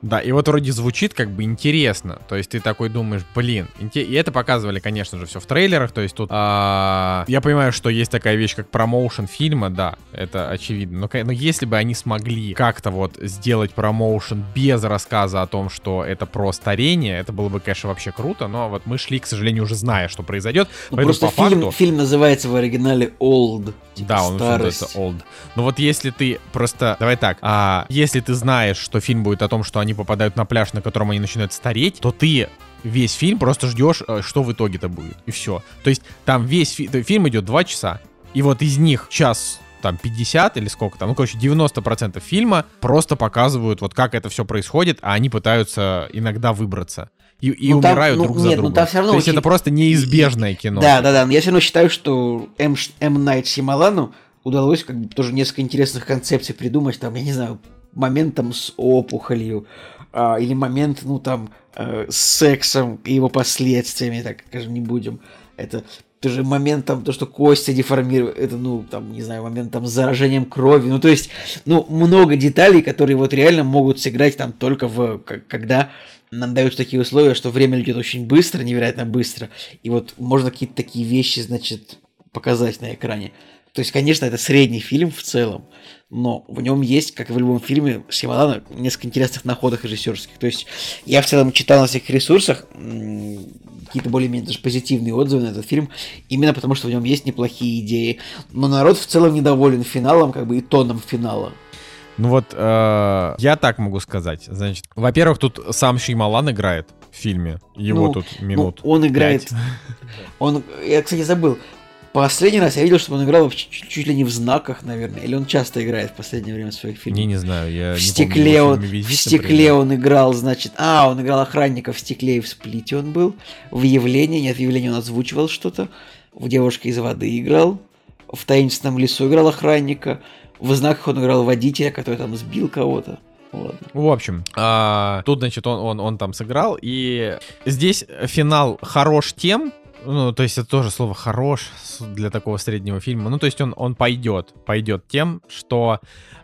Да, и вот вроде звучит как бы интересно, то есть ты такой думаешь, блин, инте... и это показывали, конечно же, все в трейлерах, то есть тут, а... я понимаю, что есть такая вещь, как промоушен фильма, да, это очевидно, но, но если бы они смогли как-то вот сделать промоушен без рассказа о том, что это про старение, это было бы, конечно, вообще круто, но вот мы шли, к сожалению, уже зная, что произойдет, ну, поэтому просто по фильм, факту... фильм называется в оригинале Old, типа да, он старость. называется Old. Но вот если ты просто, давай так, а если ты знаешь, что фильм будет о том, что они попадают на пляж, на котором они начинают стареть, то ты весь фильм просто ждешь, что в итоге-то будет, и все. То есть там весь фи- фильм идет два часа, и вот из них час там пятьдесят или сколько там, ну, короче, девяносто процентов фильма просто показывают вот как это все происходит, а они пытаются иногда выбраться. И, и ну, там, умирают ну, друг за нет, другом. Ну, там все равно То есть очень... это просто неизбежное кино. Да, да, да, но я все равно считаю, что М. М. Найт Шьямалану удалось как бы тоже несколько интересных концепций придумать, там, я не знаю, момент там с опухолью, а, или момент, ну, там, э, с сексом и его последствиями, так скажем, не будем. Это тоже момент там, то, что кости деформируют, это, ну, там, не знаю, момент там с заражением крови, ну, то есть, ну, много деталей, которые вот реально могут сыграть там только в, когда нам дают такие условия, что время идет очень быстро, невероятно быстро, и вот можно какие-то такие вещи, значит, показать на экране. То есть, конечно, это средний фильм в целом, но в нем есть, как и в любом фильме Шьямалана, несколько интересных находок режиссерских. То есть, я в целом читал на всех ресурсах м- какие-то более-менее даже позитивные отзывы на этот фильм, именно потому что в нем есть неплохие идеи. Но народ в целом недоволен финалом, как бы и тоном финала. Ну вот, э, я так могу сказать. Значит, во-первых, тут сам Шьямалан играет в фильме. Его ну, тут минут ну, он играет... Он, я, кстати, забыл. Последний раз я видел, что он играл чуть, чуть ли не в «Знаках», наверное. Или он часто играет в последнее время в своих фильмах. Не, не знаю, я в не стекле помню. Он, визит, в «Стекле» он играл, значит... А, он играл охранника в «Стекле» и в «Сплите» он был. В «Явлении», нет, в «Явлении» он озвучивал что-то. В «Девушке из воды» играл. В «Таинственном лесу» играл охранника. В «Знаках» он играл водителя, который там сбил кого-то. Ладно. В общем, а, тут, значит, он, он, он там сыграл. И здесь финал хорош тем... Ну, то есть это тоже слово «хорош» для такого среднего фильма. Ну, то есть он, он пойдет, пойдет тем, что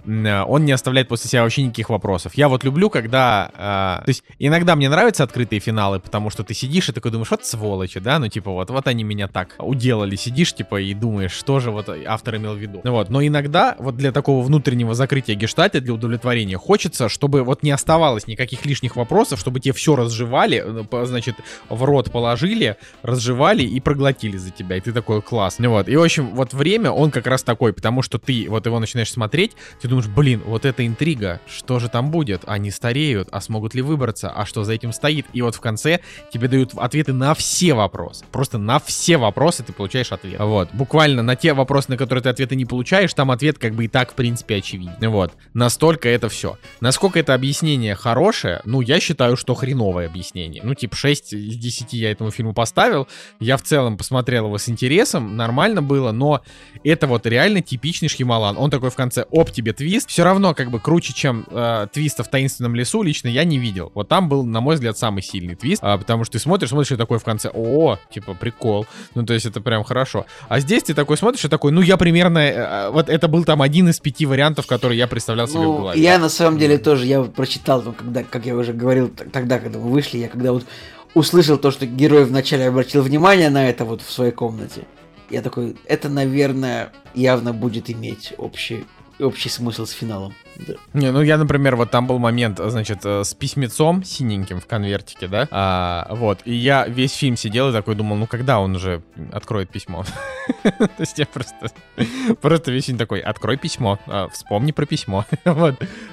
он не оставляет после себя вообще никаких вопросов. Я вот люблю, когда... Э, то есть иногда мне нравятся открытые финалы, потому что ты сидишь и такой думаешь, вот сволочи, да? Ну, типа, вот, вот они меня так уделали. Сидишь, типа, и думаешь, что же вот автор имел в виду. Вот. Но иногда вот для такого внутреннего закрытия гештальта, для удовлетворения, хочется, чтобы вот не оставалось никаких лишних вопросов, чтобы тебе все разжевали, значит, в рот положили, разжевали и проглотили за тебя. И ты такой, класс. Вот. И, в общем, вот время, он как раз такой, потому что ты вот его начинаешь смотреть, ты думаешь, блин, вот эта интрига, что же там будет? Они стареют, а смогут ли выбраться? А что за этим стоит? И вот в конце тебе дают ответы на все вопросы. Просто на все вопросы ты получаешь ответ. Вот. Буквально на те вопросы, на которые ты ответы не получаешь, там ответ как бы и так, в принципе, очевиден. Вот. Настолько это все. Насколько это объяснение хорошее, ну, я считаю, что хреновое объяснение. Ну, типа, шесть из десяти я этому фильму поставил. Я в целом посмотрел его с интересом, нормально было, но это вот реально типичный Шьямалан. Он такой в конце, оп, тебе твист. Все равно как бы круче, чем э, твиста в «Таинственном лесу», лично я не видел. Вот там был, на мой взгляд, самый сильный твист, а, потому что ты смотришь, смотришь и такой в конце, о, типа, прикол. Ну, то есть это прям хорошо. А здесь ты такой смотришь и такой, ну, я примерно, э, вот это был там один из пяти вариантов, которые я представлял себе ну, в голове. Я на самом деле тоже, я вот прочитал, ну, когда, как я уже говорил, тогда, когда мы вышли, я когда вот услышал то, что герой вначале обратил внимание на это вот в своей комнате. Я такой, это, наверное, явно будет иметь общий, общий смысл с финалом. Да. Не, ну я, например, вот там был момент, значит, с письмецом синеньким в конвертике, да, а, вот, и я весь фильм сидел и такой думал, ну когда он уже откроет письмо? То есть я просто, просто весь фильм такой, открой письмо, вспомни про письмо, вот,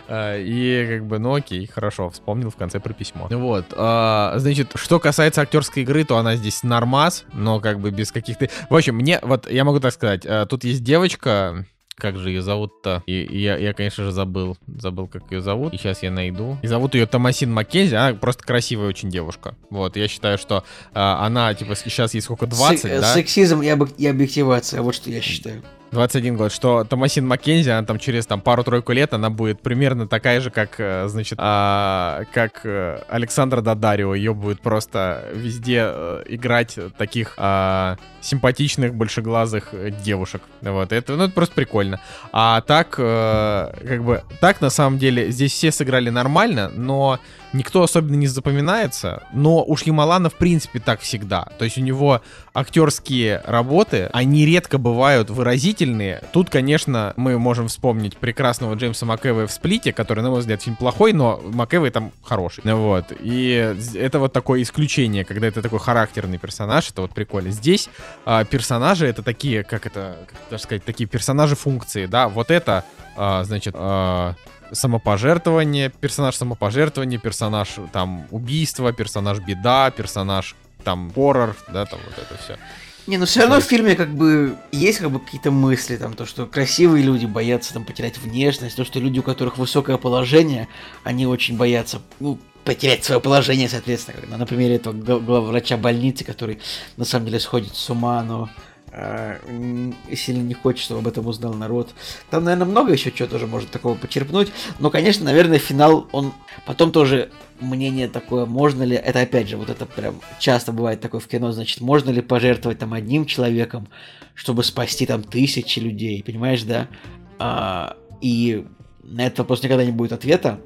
и как бы, ну окей, хорошо, вспомнил в конце про письмо. Вот, значит, что касается актерской игры, то она здесь нормас, но как бы без каких-то... В общем, мне, вот, я могу так сказать, тут есть девочка... Как же ее зовут-то? И, и я, я, конечно же, забыл. Забыл, как ее зовут. И сейчас я найду. И зовут ее Томасин Маккензи. Она просто красивая очень девушка. Вот, я считаю, что а, она, типа, сейчас ей сколько, двадцать, С- да? Сексизм и, об- и объективация, вот что я считаю. двадцать один год, что Томасин Маккензи, она там через там пару-тройку лет, она будет примерно такая же, как, значит, а, как Александра Daddario. Ее будет просто везде а, играть таких а, симпатичных, большеглазых девушек. Вот, это, ну, это просто прикольно. А так, а, как бы, так, на самом деле, здесь все сыграли нормально, но никто особенно не запоминается. Но у Шьямалана, в принципе, так всегда. То есть у него актерские работы, они редко бывают выразительные. Тут, конечно, мы можем вспомнить прекрасного Джеймса Макэвоя в «Сплите», который, на мой взгляд, фильм плохой, но Макэвой там хороший. Вот. И это вот такое исключение, когда это такой характерный персонаж, это вот прикольно. Здесь а, персонажи — это такие, как это, как даже сказать, такие персонажи функции, да, вот это, а, значит, а, самопожертвование, персонаж самопожертвования, персонаж там убийства, персонаж беда, персонаж там хоррор, да, там вот это все. Не, ну все равно в фильме как бы есть как бы какие-то мысли, там, то, что красивые люди боятся там потерять внешность, то, что люди, у которых высокое положение, они очень боятся, ну, потерять свое положение, соответственно, как, на примере этого главврача больницы, который на самом деле сходит с ума, но э, сильно не хочет, чтобы об этом узнал народ. Там, наверное, много еще чего тоже может такого почерпнуть, но, конечно, наверное, финал, он потом тоже... Мнение такое, можно ли, это опять же, вот это прям часто бывает такое в кино, значит, можно ли пожертвовать там одним человеком, чтобы спасти там тысячи людей, понимаешь, да? А, и на этот вопрос никогда не будет ответа,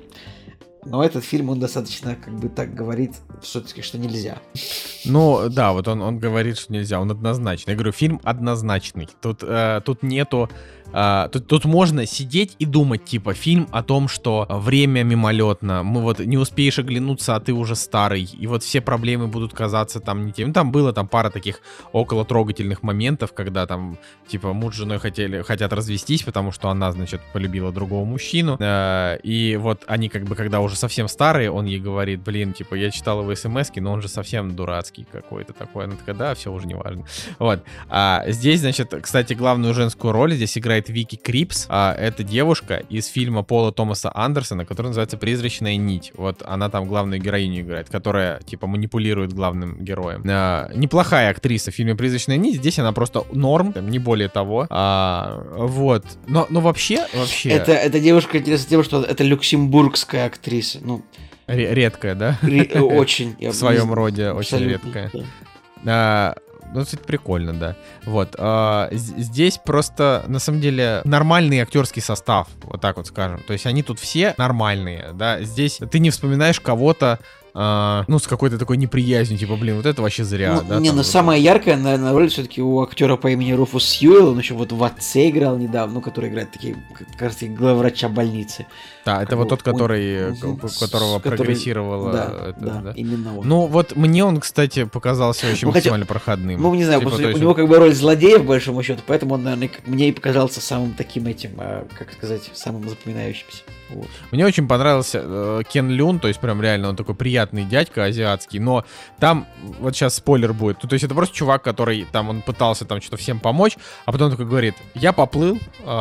но этот фильм, он достаточно, как бы так говорит, все-таки, что нельзя. Ну, да, вот он, он говорит, что нельзя, он однозначный. Я говорю, фильм однозначный, тут, э, тут нету... Uh, тут, тут можно сидеть и думать, типа, фильм о том, что время мимолетно, мы вот не успеешь оглянуться, а ты уже старый, и вот все проблемы будут казаться там не тем. Ну, там было там пара таких около трогательных моментов, когда там, типа, муж с женой хотели, хотят развестись, потому что она, значит, полюбила другого мужчину, uh, и вот они как бы, когда уже совсем старые, он ей говорит, блин, типа, я читал его смс-ки, но он же совсем дурацкий какой-то такой. Она такая, да, все уже не важно. Вот. А здесь, значит, кстати, главную женскую роль здесь играет Вики Крипс, а это девушка из фильма Пола Томаса Андерсона, который называется «Призрачная нить». Вот она там главную героиню играет, которая, типа, манипулирует главным героем. А, неплохая актриса в фильме «Призрачная нить». Здесь она просто норм, не более того. А, вот. Но, но вообще, вообще... Это, эта девушка интересна тем, что это люксембургская актриса. Ну, редкая, да? Ре- очень. В своем роде очень редкая. Да. Ну, это прикольно, да. Вот. А, здесь просто, на самом деле, нормальный актерский состав, вот так вот скажем. То есть они тут все нормальные, да. Здесь ты не вспоминаешь кого-то, а, ну, с какой-то такой неприязнью, типа, блин, вот это вообще зря, ну, да. Не, там, ну, вот самая яркая, наверное, роль все-таки у актера по имени Руфус Сьюэлл, он еще вот в «Отце» играл недавно, ну, который играет такие, кажется, главврача больницы. Да, это как вот бы тот, который, он, у которого который, прогрессировало. Да, это, да, да, именно он. Ну, вот мне он, кстати, показался очень ну, максимально хотя, проходным. Ну, не знаю, типа, просто у есть... него как бы роль злодея, по большому счету, поэтому он, наверное, мне и показался самым таким этим, как сказать, самым запоминающимся. Вот. Мне очень понравился э, Кен Люн, то есть прям реально он такой приятный дядька азиатский, но там, вот сейчас спойлер будет, то есть это просто чувак, который там, он пытался там что-то всем помочь, а потом такой говорит, я поплыл,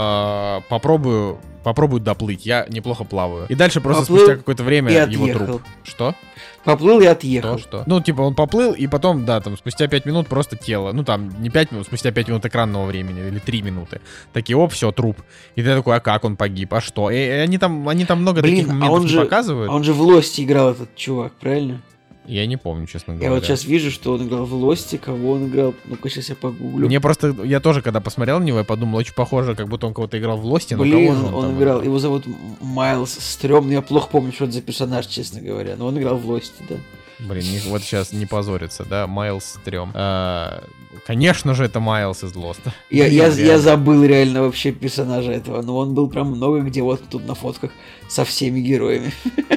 э, попробую, попробую доплыть, я неплохо плаваю. И дальше просто поплыл спустя какое-то время его труп. Что? Поплыл и отъехал. Что, что? Ну, типа, он поплыл, и потом, да, там, спустя пять минут просто тело. Ну, там, не пять минут, спустя пять минут экранного времени, или три минуты. Такие, оп, все, труп. И ты такой, а как он погиб, а что? И, и они там, они там много Блин, таких моментов а он не же, показывают. А он же в «Лосте» играл, этот чувак, правильно? Я не помню, честно говоря. Я вот сейчас вижу, что он играл в «Лосте», кого он играл. Ну-ка, сейчас я погуглю. Мне просто, я тоже, когда посмотрел на него, я подумал, очень похоже, как будто он кого-то играл в «Лосте», но Блин, кого же он, он там играл, играл, его зовут Майлз Стрёмный, я плохо помню, что это за персонаж, честно говоря, но он играл в «Лосте», да. Блин, не, вот сейчас не позорится, да, Майлз Стрём. А, конечно же, это Майлз из «Лоста». Я, я, я забыл реально вообще персонажа этого, но он был прям много где, вот тут на фотках со всеми героями.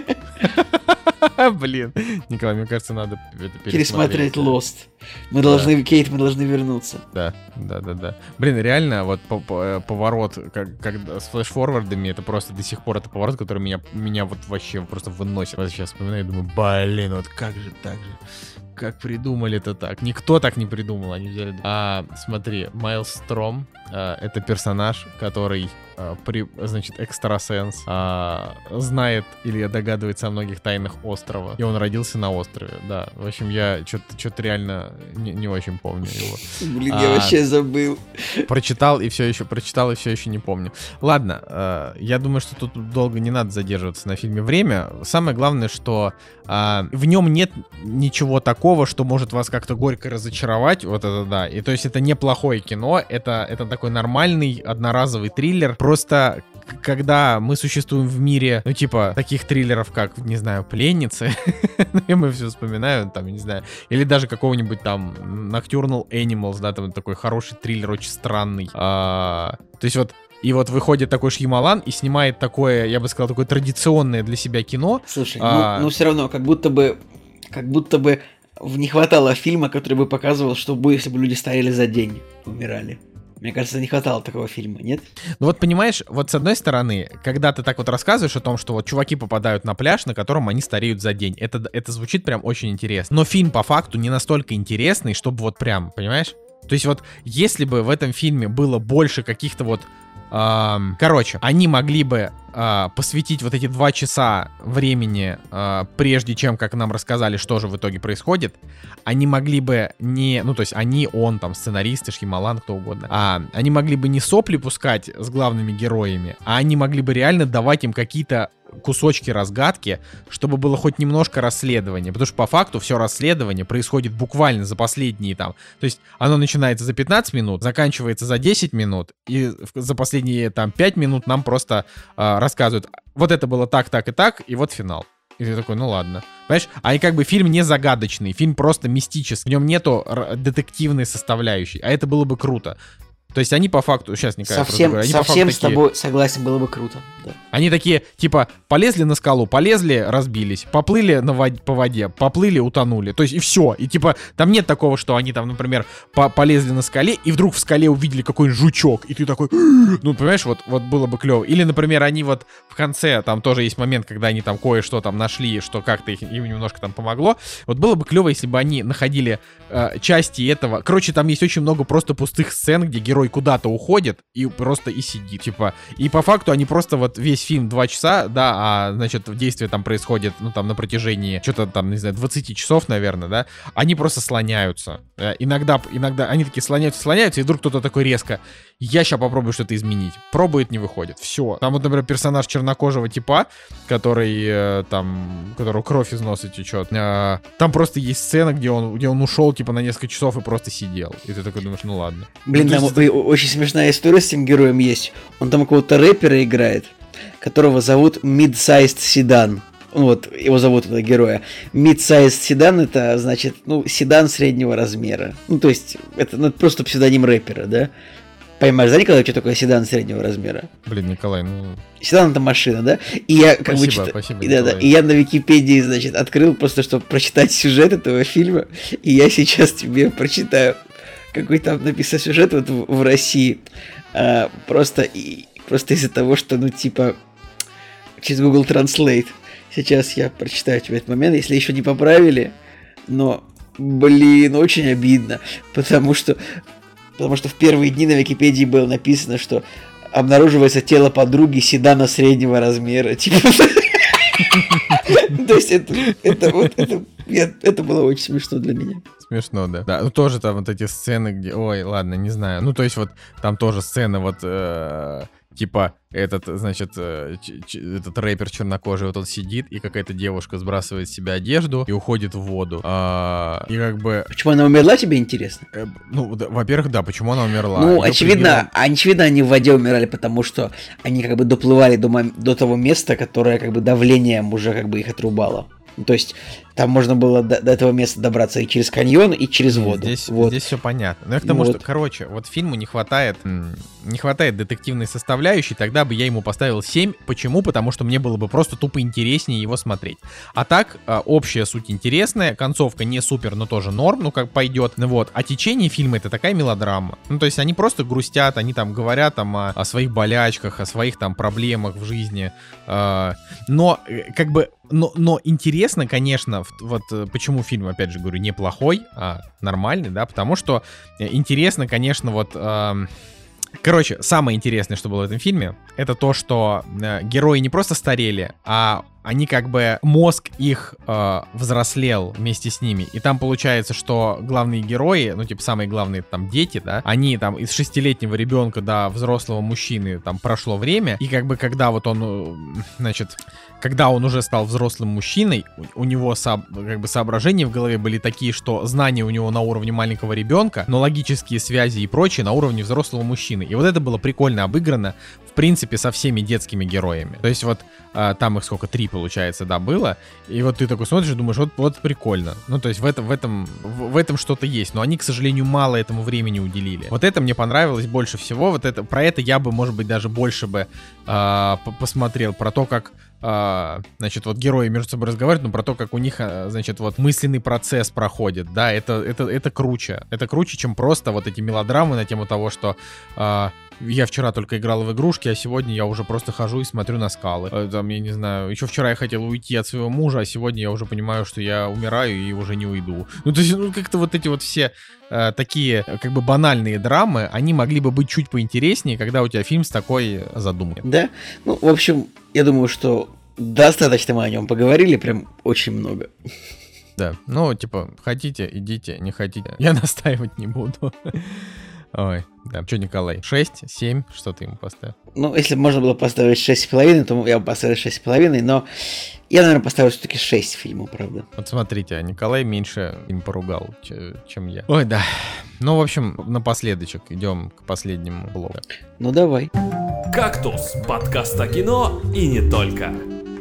Блин, Николай, мне кажется, надо это пересмотреть «Лост». Мы должны, да. Кейт, мы должны вернуться. Да, да, да, да. Блин, реально, вот поворот, как, как с флэш-форвардами, это просто до сих пор это поворот, который меня, меня вот вообще просто выносит. Вот сейчас вспоминаю и думаю, блин, вот как же так же? Как придумали это так? Никто так не придумал, они взяли... А, смотри, Майлз Стром, а, это персонаж, который, а, при, значит, экстрасенс, а, знает или догадывается о многих тайнах острова. И он родился на острове, да. В общем, я что-то что-то реально не, не очень помню его. Блин, я а, вообще забыл. Прочитал и все еще прочитал и все еще не помню. Ладно, э, я думаю, что тут долго не надо задерживаться на фильме «Время». Самое главное, что э, в нем нет ничего такого, что может вас как-то горько разочаровать. Вот это да. И то есть это неплохое кино, это, это такой нормальный одноразовый триллер. Просто когда мы существуем в мире, ну, типа, таких триллеров, как, не знаю, «Пленницы», и мы все вспоминаем, там, не знаю, или даже какого-нибудь там Nocturnal Animals, да, там такой хороший триллер, очень странный. А, то есть вот, и вот выходит такой Шьямалан и снимает такое, я бы сказал, такое традиционное для себя кино. Слушай, а, ну, ну все равно, как будто бы, как будто бы не хватало фильма, который бы показывал, что будет, если бы люди старели за день, умирали. Мне кажется, не хватало такого фильма, нет? Ну вот понимаешь, вот с одной стороны, когда ты так вот рассказываешь о том, что вот чуваки попадают на пляж, на котором они стареют за день, это, это звучит прям очень интересно. Но фильм по факту не настолько интересный, чтобы вот прям, понимаешь? То есть вот если бы в этом фильме было больше каких-то вот... Эм, короче, они могли бы э, посвятить вот эти два часа времени, э, прежде чем, как нам рассказали, что же в итоге происходит, они могли бы не... Ну, то есть они, он, там, сценаристы, Шьямалан, кто угодно. А, они могли бы не сопли пускать с главными героями, а они могли бы реально давать им какие-то кусочки разгадки, чтобы было хоть немножко расследования, потому что по факту все расследование происходит буквально за последние там, то есть оно начинается за пятнадцать минут, заканчивается за десять минут, и за последние там пять минут нам просто э, рассказывают, вот это было так, так и так, и вот финал. И ты такой, ну ладно. Понимаешь? А и как бы фильм не загадочный, фильм просто мистический, в нем нету детективной составляющей, а это было бы круто. То есть они по факту, сейчас Николай, совсем, они совсем по факту с такие, тобой согласен, было бы круто. Да. Они такие, типа, полезли на скалу, полезли, разбились, поплыли на вод- по воде, поплыли, утонули. То есть и все. И типа, там нет такого, что они там, например, по- полезли на скале, и вдруг в скале увидели какой-нибудь жучок, и ты такой, ну, понимаешь, вот, вот было бы клево. Или, например, они вот в конце, там тоже есть момент, когда они там кое-что там нашли, что как-то их, им немножко там помогло. Вот было бы клево, если бы они находили э, части этого. Короче, там есть очень много просто пустых сцен, где герой куда-то уходит, и просто и сидит, типа, и по факту они просто вот весь фильм два часа, да, а, значит, действие там происходит, ну, там, на протяжении, что-то там, не знаю, двадцать часов, наверное, да, они просто слоняются, иногда, иногда они такие слоняются, слоняются, и вдруг кто-то такой резко, я сейчас попробую что-то изменить, пробует, не выходит, все, там вот, например, персонаж чернокожего типа, который, э, там, которого кровь из носа течет, э, там просто есть сцена, где он, где он ушел, типа, на несколько часов и просто сидел, и ты такой думаешь, ну, ладно. Блин, ну, там есть... очень смешная история с этим героем есть. Он там какого-то рэпера играет, которого зовут Mid-Sized Sedan. Вот, его зовут этого героя. Mid-Sized Sedan — это, значит, ну, седан среднего размера. Ну, то есть, это, ну, это просто псевдоним рэпера, да? Понимаешь, да, Николай, что такое седан среднего размера? Блин, Николай, ну... Седан — это машина, да? И я как спасибо, бы читаю... спасибо, и, да, да, и я на Википедии, значит, открыл просто, чтобы прочитать сюжет этого фильма. И я сейчас тебе прочитаю, какой там написан сюжет вот в, в России. А, просто, и, просто из-за того, что, ну, типа, через Google Translate. Сейчас я прочитаю тебе этот момент, если еще не поправили. Но, блин, очень обидно. Потому что, потому что в первые дни на Википедии было написано, что обнаруживается тело подруги седана среднего размера. Типа... То есть это, это, вот, это, я, это было очень смешно для меня. Смешно, да. Да, ну тоже там вот эти сцены, где... Ой, ладно, не знаю. Ну, то есть вот там тоже сцены вот... Э, типа этот, значит, э, ч- ч- этот рэпер чернокожий, вот он сидит, и какая-то девушка сбрасывает с себя одежду и уходит в воду. А, и как бы... Почему она умерла, тебе интересно? Э, ну, да, во-первых, да, почему она умерла? Ну, Её очевидно, примером... очевидно, они в воде умирали, потому что они как бы доплывали до, мом... до того места, которое как бы давлением уже как бы их отрубало. То есть там можно было до, до этого места добраться и через каньон, и через воду. Здесь, вот. здесь все понятно. Но я к тому, вот. что, короче, вот фильму не хватает, не хватает детективной составляющей, тогда бы я ему поставил семь. Почему? Потому что мне было бы просто тупо интереснее его смотреть. А так, общая суть интересная, концовка не супер, но тоже норм, ну как пойдет. Ну вот, а течение фильма — это такая мелодрама. Ну то есть они просто грустят, они там говорят там о, о своих болячках, о своих там проблемах в жизни. Но как бы Но, но интересно, конечно, вот почему фильм, опять же говорю, неплохой, а нормальный, да, потому что интересно, конечно, вот... Э, короче, самое интересное, что было в этом фильме, это то, что э, герои не просто старели, а они как бы, мозг их э, взрослел вместе с ними. И там получается, что главные герои, ну, типа, самые главные там дети, да, они там из шестилетнего ребенка до взрослого мужчины там прошло время. И как бы, когда вот он, значит, когда он уже стал взрослым мужчиной, у, у него со, как бы соображения в голове были такие, что знания у него на уровне маленького ребенка, но логические связи и прочее на уровне взрослого мужчины. И вот это было прикольно обыграно, в принципе, со всеми детскими героями. То есть вот а, там их сколько, три, получается, да, было. И вот ты такой смотришь и думаешь, вот, вот прикольно. Ну, то есть в этом, в этом, в, в этом что-то есть. Но они, к сожалению, мало этому времени уделили. Вот это мне понравилось больше всего. Вот это, про это я бы, может быть, даже больше бы а, посмотрел. Про то, как Uh, значит, вот герои между собой разговаривают, но про то, как у них, значит, вот мысленный процесс проходит, да, это, это, это круче. Это круче, чем просто вот эти мелодрамы на тему того, что uh, я вчера только играл в игрушки, а сегодня я уже просто хожу и смотрю на скалы. Там, я не знаю, еще вчера я хотел уйти от своего мужа, а сегодня я уже понимаю, что я умираю и уже не уйду. Ну, то есть, ну, как-то вот эти вот все uh, такие, как бы, банальные драмы, они могли бы быть чуть поинтереснее, когда у тебя фильм с такой задумкой. Да, ну, в общем, я думаю, что достаточно мы о нем поговорили, прям очень много. Да, ну, типа, хотите, идите, не хотите, я настаивать не буду. Ой, да, что, Николай, шесть, семь, что ты ему поставил? Ну, если бы можно было поставить шесть с половиной, то я бы поставил шесть с половиной, но я, наверное, поставлю все-таки шесть фильму, правда. Вот смотрите, а Николай меньше им поругал, чем я. Ой, да. Ну, в общем, напоследочек идем к последнему блоку. Ну, давай. «Кактус» — подкаст о кино и не только.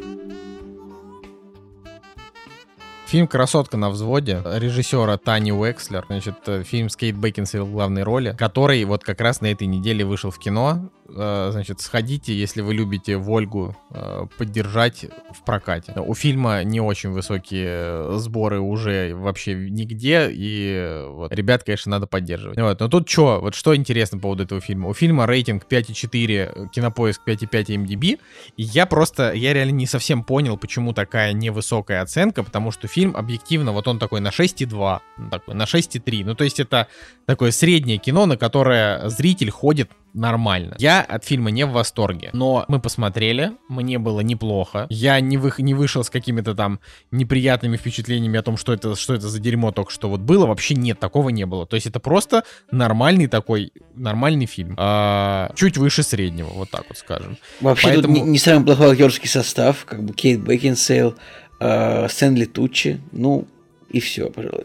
Фильм «Красотка на взводе» режиссера Тани Уэкслер, значит, фильм с Кейт Бекинсейл в главной роли, который вот как раз на этой неделе вышел в кино. Значит, сходите, если вы любите Вольгу, поддержать в прокате. У фильма не очень высокие сборы уже вообще нигде, и вот, ребят, конечно, надо поддерживать. Вот. Но тут что, вот что интересно по поводу этого фильма? У фильма рейтинг пять и четыре, Кинопоиск пять и пять эм ди би, и я просто, я реально не совсем понял, почему такая невысокая оценка, потому что фильм объективно, вот он такой на шесть и два, такой на шесть и три, ну то есть это такое среднее кино, на которое зритель ходит нормально. Я от фильма не в восторге, но мы посмотрели, мне было неплохо. Я не, вы, не вышел с какими-то там неприятными впечатлениями о том, что это, что это за дерьмо только что вот было. Вообще нет, такого не было. То есть это просто нормальный такой, нормальный фильм. А, чуть выше среднего, вот так вот скажем. Вообще Поэтому... тут не, не самый плохой актерский состав, как бы Кейт Бекинсейл, э, Стэнли Туччи, ну и все, пожалуй.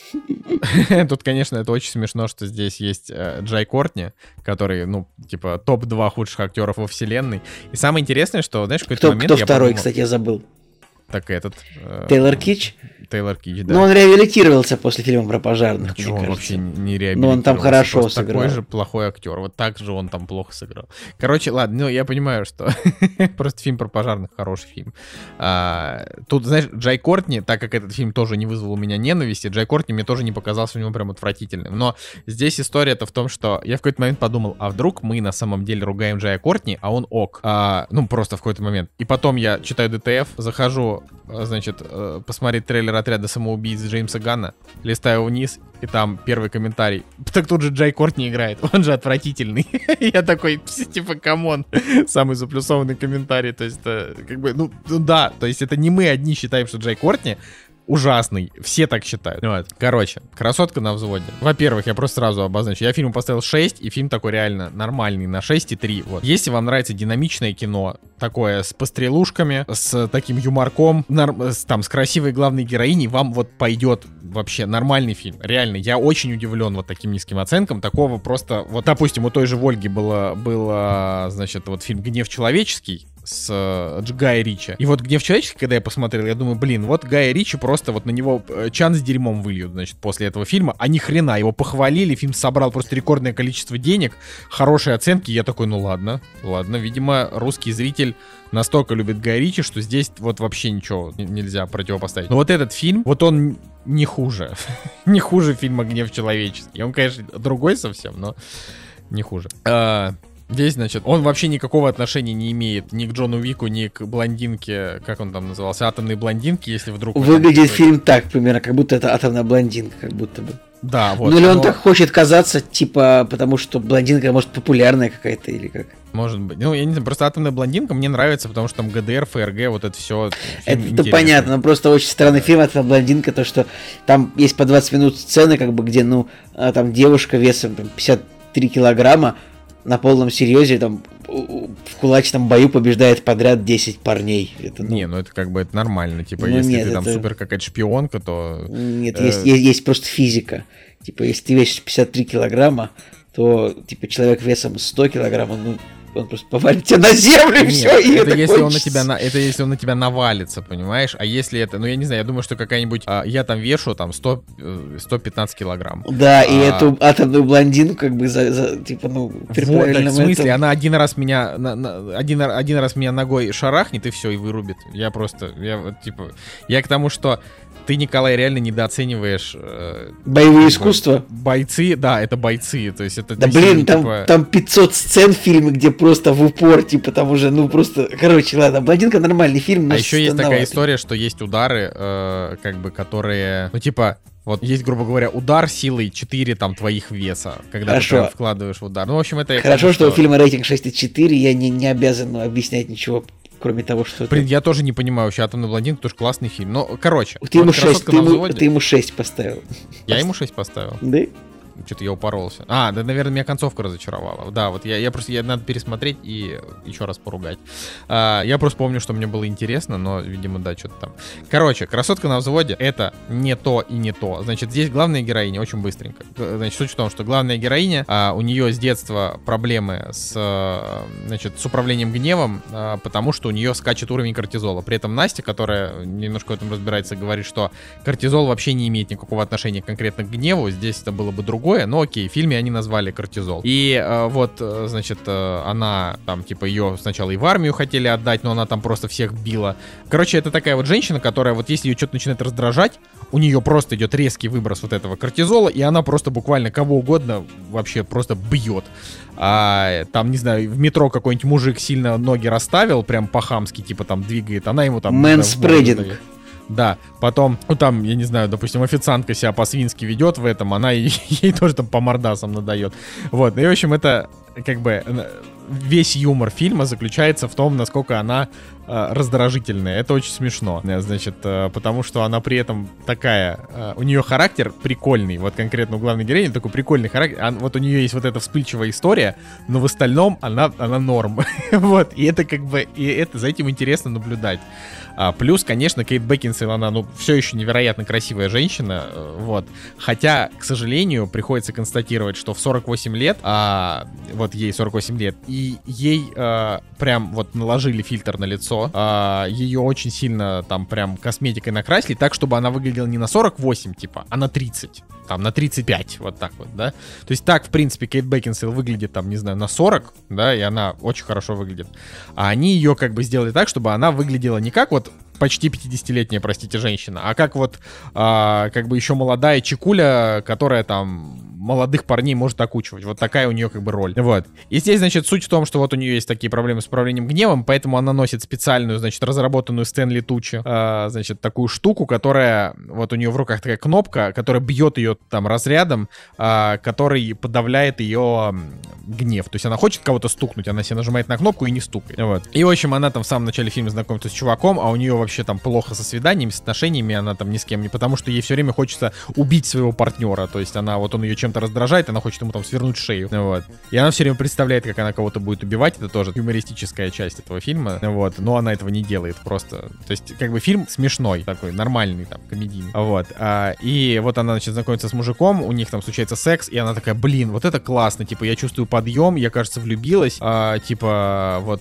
Тут, конечно, это очень смешно, что здесь есть э, Джай Кортни, который, ну, типа, топ два худших актеров во вселенной. И самое интересное, что, знаешь, в какой-то кто, момент кто я второй, подумал... кстати, я забыл. Так этот... Э, Тейлор Китч? Тейлор Китч, да. Ну, он реабилитировался после фильма про пожарных, Ничего, мне он кажется. вообще не реабилитировался. Но он там хорошо просто сыграл. Такой же плохой актер. Вот так же он там плохо сыграл. Короче, ладно, ну, я понимаю, что просто фильм про пожарных хороший фильм. А, тут, знаешь, Джай Кортни, так как этот фильм тоже не вызвал у меня ненависти, Джай Кортни мне тоже не показался у него прям отвратительным. Но здесь история-то в том, что я в какой-то момент подумал, а вдруг мы на самом деле ругаем Джая Кортни, а он ок. А, ну, просто в какой-то момент. И потом я читаю ди ти эф, захожу, значит, посмотреть трейлер «Отряда самоубийц» Джеймса Ганна, листаю вниз, и там первый комментарий. Так тут же Джай Кортни играет, он же отвратительный. Я такой, типа, камон, самый заплюсованный комментарий. То есть, это, как бы, ну, ну да, то есть это не мы одни считаем, что Джай Кортни ужасный. Все так считают. Вот. Короче, «Красотка на взводе». Во-первых, я просто сразу обозначу. Я фильму поставил шесть, и фильм такой реально нормальный, на шесть и три. Вот. Если вам нравится динамичное кино, такое с пострелушками, с таким юморком, нар- с, там, с красивой главной героиней, вам вот пойдет вообще нормальный фильм. Реально, я очень удивлен вот таким низким оценкам. Такого просто... Вот, допустим, у той же Вольги было, было значит, вот фильм «Гнев человеческий», с э, Гая Ричи. И вот «Гнев человеческий», когда я посмотрел, я думаю, блин, вот Гая Ричи просто вот на него э, чан с дерьмом выльют, значит, после этого фильма. А ни хрена, его похвалили, фильм собрал просто рекордное количество денег, хорошие оценки. Я такой, ну ладно, ладно. Видимо, русский зритель настолько любит Гая Ричи, что здесь вот вообще ничего нельзя противопоставить. Но вот этот фильм, вот он не хуже. Не хуже фильма «Гнев человеческий». Он, конечно, другой совсем, но не хуже. Здесь, значит, он вообще никакого отношения не имеет ни к Джону Уику, ни к блондинке, как он там назывался, атомной блондинке, если вдруг... Выглядит фильм так, примерно, как будто это атомная блондинка, как будто бы. Да, вот. Ну или он но... так хочет казаться, типа, потому что блондинка, может, популярная какая-то или как? Может быть. Ну, я не знаю, просто атомная блондинка мне нравится, потому что там ГДР, ФРГ, вот это все. Это понятно, но просто очень странный фильм «Атомная блондинка», то, что там есть по двадцать минут сцены, как бы, где, ну, там девушка весом там, пятьдесят три килограмма на полном серьезе, там, в кулачном бою побеждает подряд десять парней. Это, ну... Не, ну это как бы это нормально. Типа, ну, если нет, ты это... там супер какая-то шпионка, то... Нет, э... есть, есть, есть просто физика. Типа, если ты весишь пятьдесят три килограмма, то, типа, человек весом сто килограммов, ну, он просто повалит тебя на землю, и все, и это, это если он на кончится. тебя на, это если он на тебя навалится, понимаешь? А если это, ну я не знаю, я думаю, что какая-нибудь, а, я там вешу там сто, сто пятнадцать килограмм. Да, а... и эту атомную блондинку как бы за, за типа, ну, при вот, правильном в смысле, этом... она один раз меня, на, на, один, один раз меня ногой шарахнет и все, и вырубит. Я просто, я вот типа, я к тому, что ты, Николай, реально недооцениваешь... Э, боевые искусства? Бойцы, да, это бойцы, то есть это... Да блин, сильно, там, типа... там пятьсот сцен в фильме, где просто в упор, типа, там уже, ну, просто... Короче, ладно, «Блондинка» нормальный фильм, но... А еще есть такая история, что есть удары, э, как бы, которые... Ну, типа... Вот есть, грубо говоря, удар силой четыре там твоих веса, когда Хорошо. ты вкладываешь в удар. Ну, в общем, это... Хорошо, что у фильма рейтинг шесть и четыре, я не, не обязан ну, объяснять ничего, кроме того, что... Блин, это... я тоже не понимаю вообще «Атомный блондинка», потому что классный фильм. Но, короче... Ты, вот ему, шесть, ты, ему, ты ему шесть поставил. Я ему шесть поставил? Да? Что-то я упоролся. А, да, наверное, меня концовка разочаровала. Да, вот я, я просто, я надо пересмотреть и еще раз поругать. А, я просто помню, что мне было интересно, но, видимо, да, что-то там. Короче, «Красотка на взводе» — это не то и не то. Значит, здесь главная героиня, очень быстренько. Значит, суть в том, что главная героиня, а, у нее с детства проблемы с, значит, с управлением гневом, а, потому что у нее скачет уровень кортизола. При этом Настя, которая немножко в этом разбирается, говорит, что кортизол вообще не имеет никакого отношения конкретно к гневу. Здесь это было бы другое. Но окей, в фильме они назвали кортизол. И э, вот, значит, э, она там, типа, ее сначала и в армию хотели отдать, но она там просто всех била. Короче, это такая вот женщина, которая вот если ее что-то начинает раздражать, у нее просто идет резкий выброс вот этого кортизола, и она просто буквально кого угодно вообще просто бьет. А, там, не знаю, в метро какой-нибудь мужик сильно ноги расставил, прям по-хамски, типа, там, двигает, она ему там... Мэнспрединг. Да, потом, ну там, я не знаю, допустим, официантка себя по-свински ведет в этом, она ей, ей тоже там по мордасам надает. Вот, и в общем, это как бы весь юмор фильма заключается в том, насколько она э, раздражительная. Это очень смешно, значит, э, потому что она при этом такая, э, у нее характер прикольный, вот конкретно у главной героини такой прикольный характер, а, вот у нее есть вот эта вспыльчивая история, но в остальном она, она норм. Вот, и это как бы, и это, за этим интересно наблюдать. А, плюс, конечно, Кейт Бекинсейл, она, ну, все еще невероятно красивая женщина, вот. Хотя, к сожалению, приходится констатировать, что в сорок восемь лет, а, вот ей сорок восемь лет, и ей а, прям вот наложили фильтр на лицо, а, ее очень сильно там прям косметикой накрасили, так, чтобы она выглядела не на сорок восемь, типа, а на тридцать. Там на тридцать пять, вот так вот, да. То есть так, в принципе, Кейт Бекинсейл выглядит там, не знаю, на сорок, да, и она очень хорошо выглядит. А они ее как бы сделали так, чтобы она выглядела не как вот почти пятидесятилетняя, простите, женщина, а как вот, а, как бы еще молодая чекуля, которая там молодых парней может окучивать. Вот такая у нее как бы роль. Вот. И здесь, значит, суть в том, что вот у нее есть такие проблемы с управлением гневом, поэтому она носит специальную, значит, разработанную Стэнли Тучи, э, значит, такую штуку, которая, вот у нее в руках такая кнопка, которая бьет ее там разрядом, э, который подавляет ее гнев. То есть она хочет кого-то стукнуть, она себе нажимает на кнопку и не стукает. Вот. И, в общем, она там в самом начале фильма знакомится с чуваком, а у нее вообще там плохо со свиданиями, с отношениями, она там ни с кем не, потому что ей все время хочется убить своего партнера. То есть она, вот он ее чем-то раздражает, она хочет ему там свернуть шею. Вот. И она все время представляет, как она кого-то будет убивать. Это тоже юмористическая часть этого фильма. Вот. Но она этого не делает просто. То есть, как бы фильм смешной, такой, нормальный, там, комедийный. Вот. А, и вот она, значит, знакомится с мужиком, у них там случается секс, и она такая, блин, вот это классно, типа, я чувствую подъем, я, кажется, влюбилась, а, типа, вот,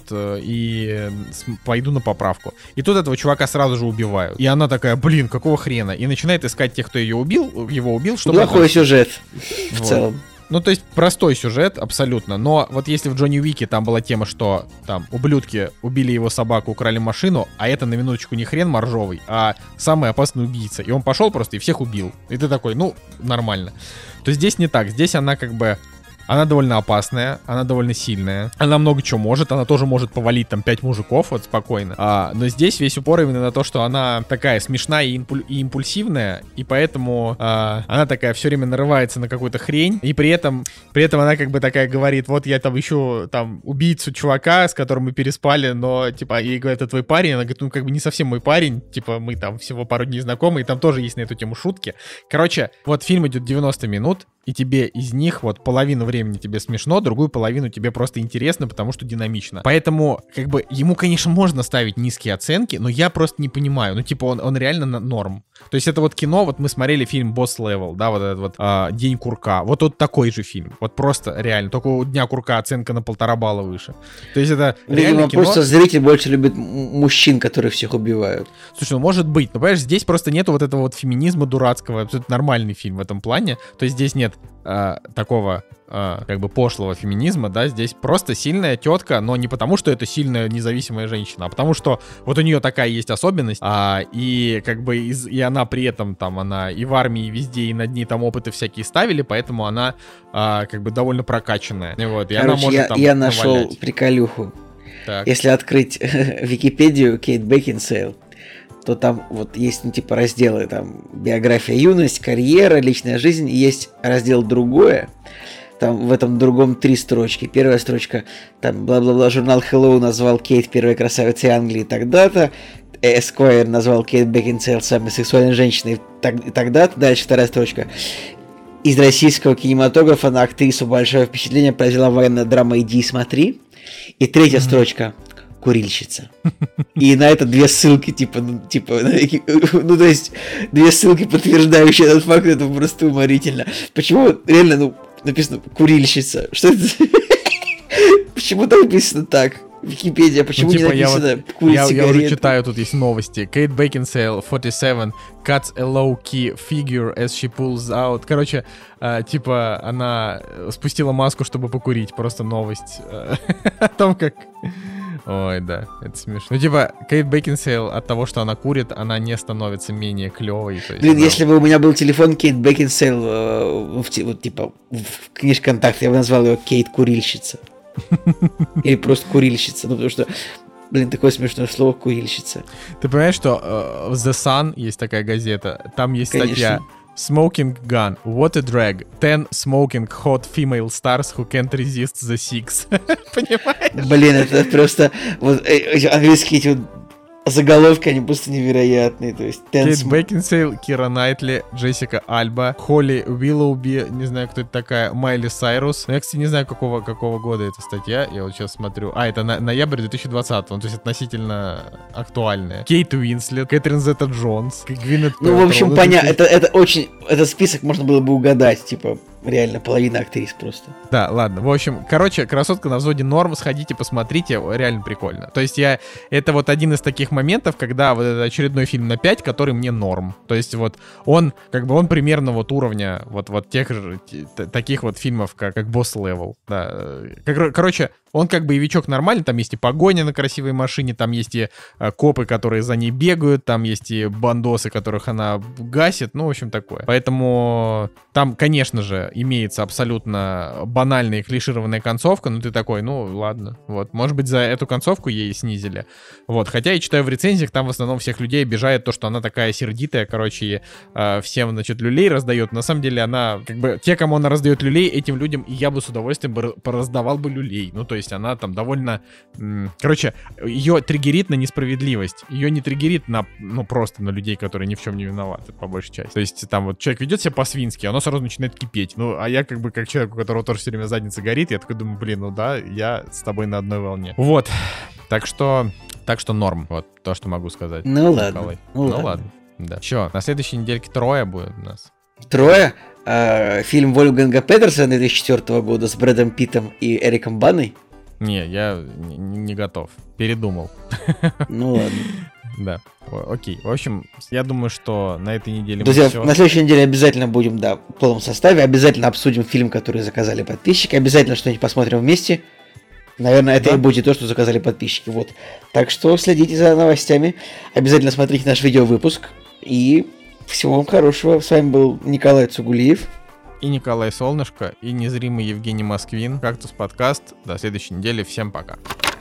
и пойду на поправку. И тут этого чувака сразу же убивают. И она такая, блин, какого хрена? И начинает искать тех, кто ее убил, его убил, чтобы... Плохой сюжет. В Вот. целом. Ну, то есть, простой сюжет, абсолютно. Но вот если в Джонни Уике там была тема, что там ублюдки убили его собаку, украли машину, а это на минуточку не хрен моржовый, а самый опасный убийца. И он пошел просто и всех убил. И ты такой, ну, нормально. То здесь не так. Здесь она как бы она довольно опасная, она довольно сильная, она много чего может, она тоже может повалить там пять мужиков вот спокойно. А, но здесь весь упор именно на то, что она такая смешная и, импуль- и импульсивная, и поэтому а, она такая все время нарывается на какую-то хрень, и при этом, при этом она как бы такая говорит, вот я там ищу там убийцу чувака, с которым мы переспали, но типа ей говорят, это твой парень, она говорит, ну как бы не совсем мой парень, типа мы там всего пару дней знакомы, и там тоже есть на эту тему шутки. Короче, вот фильм идет девяносто минут, и тебе из них вот половину времени тебе смешно, другую половину тебе просто интересно, потому что динамично. Поэтому, как бы, ему, конечно, можно ставить низкие оценки, но я просто не понимаю. Ну, типа, он, он реально на норм. То есть это вот кино, вот мы смотрели фильм «Boss Level», да, вот этот вот а, «День курка». Вот вот такой же фильм. Вот просто реально. Только у «Дня курка» оценка на полтора балла выше. То есть это реально Видимо, кино... просто зритель больше любит м- мужчин, которые всех убивают. Слушай, ну может быть, но понимаешь, здесь просто нету вот этого вот феминизма дурацкого, абсолютно нормальный фильм в этом плане. То есть здесь нет э, такого э, как бы пошлого феминизма, да, здесь просто сильная тетка, но не потому, что это сильная независимая женщина, а потому что вот у нее такая есть особенность, а, и как бы из, и она при этом там, она и в армии, и везде, и над ней там опыты всякие ставили, поэтому она а, как бы довольно прокачанная. Вот, и Короче, она может я, там я нашел навалять. приколюху. Так. Если открыть Википедию Кейт Бекинсейл, то там вот есть, ну, типа, разделы, там, биография, юность, карьера, личная жизнь, и есть раздел «Другое». Там в этом другом три строчки. Первая строчка, там, бла-бла-бла, журнал Hello назвал Кейт первой красавицей Англии тогда-то, Esquire назвал Кейт Бекинсейл самой сексуальной женщиной так- тогда-то. Дальше вторая строчка. Из российского кинематографа на актрису большое впечатление произвела военная драма «Иди и смотри». И третья mm-hmm. строчка — курильщица. И на это две ссылки, типа, ну, типа, ну, то есть, две ссылки, подтверждающие этот факт, это просто уморительно. Почему реально, ну, написано «курильщица»? Что это? Почему там написано так? Википедия, почему ну, типа, не написано вот, «курить я, сигареты»? Я уже читаю, тут есть новости. Кейт Бекинсейл, forty-seven, cuts a low-key figure as she pulls out. Короче, э, типа, она спустила маску, чтобы покурить. Просто новость э, о том, как... Ой, да, это смешно. Ну, типа, Кейт Бекинсейл от того, что она курит, она не становится менее клевой. То есть, Блин, она... если бы у меня был телефон Кейт Бекинсейл, э, в, вот, типа, в книжке контакта, я бы назвал его Кейт Курильщица. Или просто курильщица. Ну, потому что, блин, такое смешное слово курильщица. Ты понимаешь, что uh, The Sun, есть такая газета, там есть Конечно. статья Smoking Gun, What a Drag, ten smoking hot female stars who can't resist the six. Понимаешь? Блин, это просто вот э, английские эти вот заголовки, они просто невероятные. То есть, Кейт Бекинсейл, Кира Найтли, Джессика Альба, Холли Уиллоуби, не знаю, кто это такая, Майли Сайрус. Я, кстати, не знаю, какого, какого года эта статья, я вот сейчас смотрю. А, это на, ноябрь две тысячи двадцатого, то есть относительно актуальная. Кейт Уинслет, Кэтрин Зета-Джонс, Гвинет Ну, в общем, понятно, это, это очень, этот список можно было бы угадать, типа, реально, половина актрис просто. Да, ладно. В общем, короче, «Красотка на взводе» норм. Сходите, посмотрите, реально прикольно. То есть я... Это вот один из таких моментов, когда вот это очередной фильм на пять, который мне норм. То есть вот он, как бы он примерно вот уровня вот, вот тех же, т- таких вот фильмов, как, как «Boss Level». Да. Как, короче, он как боевичок нормальный, там есть и погоня на красивой машине, там есть и э, копы, которые за ней бегают, там есть и бандосы, которых она гасит, ну, в общем, такое. Поэтому там, конечно же, имеется абсолютно банальная и клишированная концовка, но ты такой, ну, ладно, вот, может быть, за эту концовку ей снизили. Вот, хотя я читаю в рецензиях, там в основном всех людей обижает то, что она такая сердитая, короче, и э, всем, значит, люлей раздает. На самом деле она, как бы, те, кому она раздает люлей, этим людям и я бы с удовольствием бы раздавал бы люлей. Ну, то есть она там довольно... М- короче, ее триггерит на несправедливость. Ее не триггерит на, ну, просто на людей, которые ни в чем не виноваты, по большей части. То есть там вот человек ведет себя по-свински, оно сразу начинает кипеть. Ну, а я как бы, как человек, у которого тоже все время задница горит, я такой думаю, блин, ну да, я с тобой на одной волне. Вот. Так что... Так что норм. Вот то, что могу сказать. Ну ладно. Ну, ну ладно. ладно. Да. Че, на следующей недельке трое будет у нас. Трое? А, фильм Вольфганга Петерсона две тысячи четвёртого года с Брэдом Питтом и Эриком Баной? Не, я не, не готов. Передумал. Ну ладно. Да, окей. В общем, я думаю, что на этой неделе Друзья, мы все... на следующей неделе обязательно будем, да, в полном составе. Обязательно обсудим фильм, который заказали подписчики. Обязательно что-нибудь посмотрим вместе. Наверное, это да? и будет то, что заказали подписчики. Вот. Так что следите за новостями. Обязательно смотрите наш видеовыпуск. И всего вам хорошего. С вами был Николай Цугулиев. и Николай Солнышко, и незримый Евгений Москвин. «Кактус подкаст». До следующей недели. Всем пока.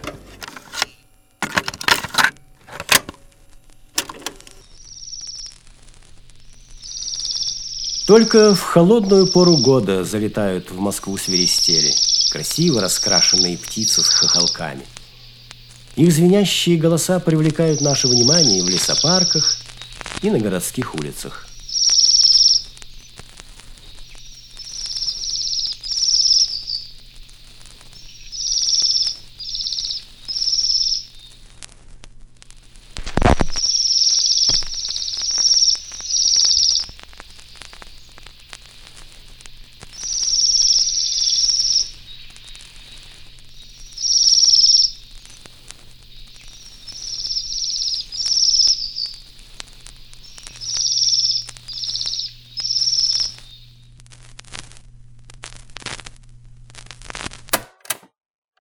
Только в холодную пору года залетают в Москву свиристели, красиво раскрашенные птицы с хохолками. Их звенящие голоса привлекают наше внимание и в лесопарках, и на городских улицах.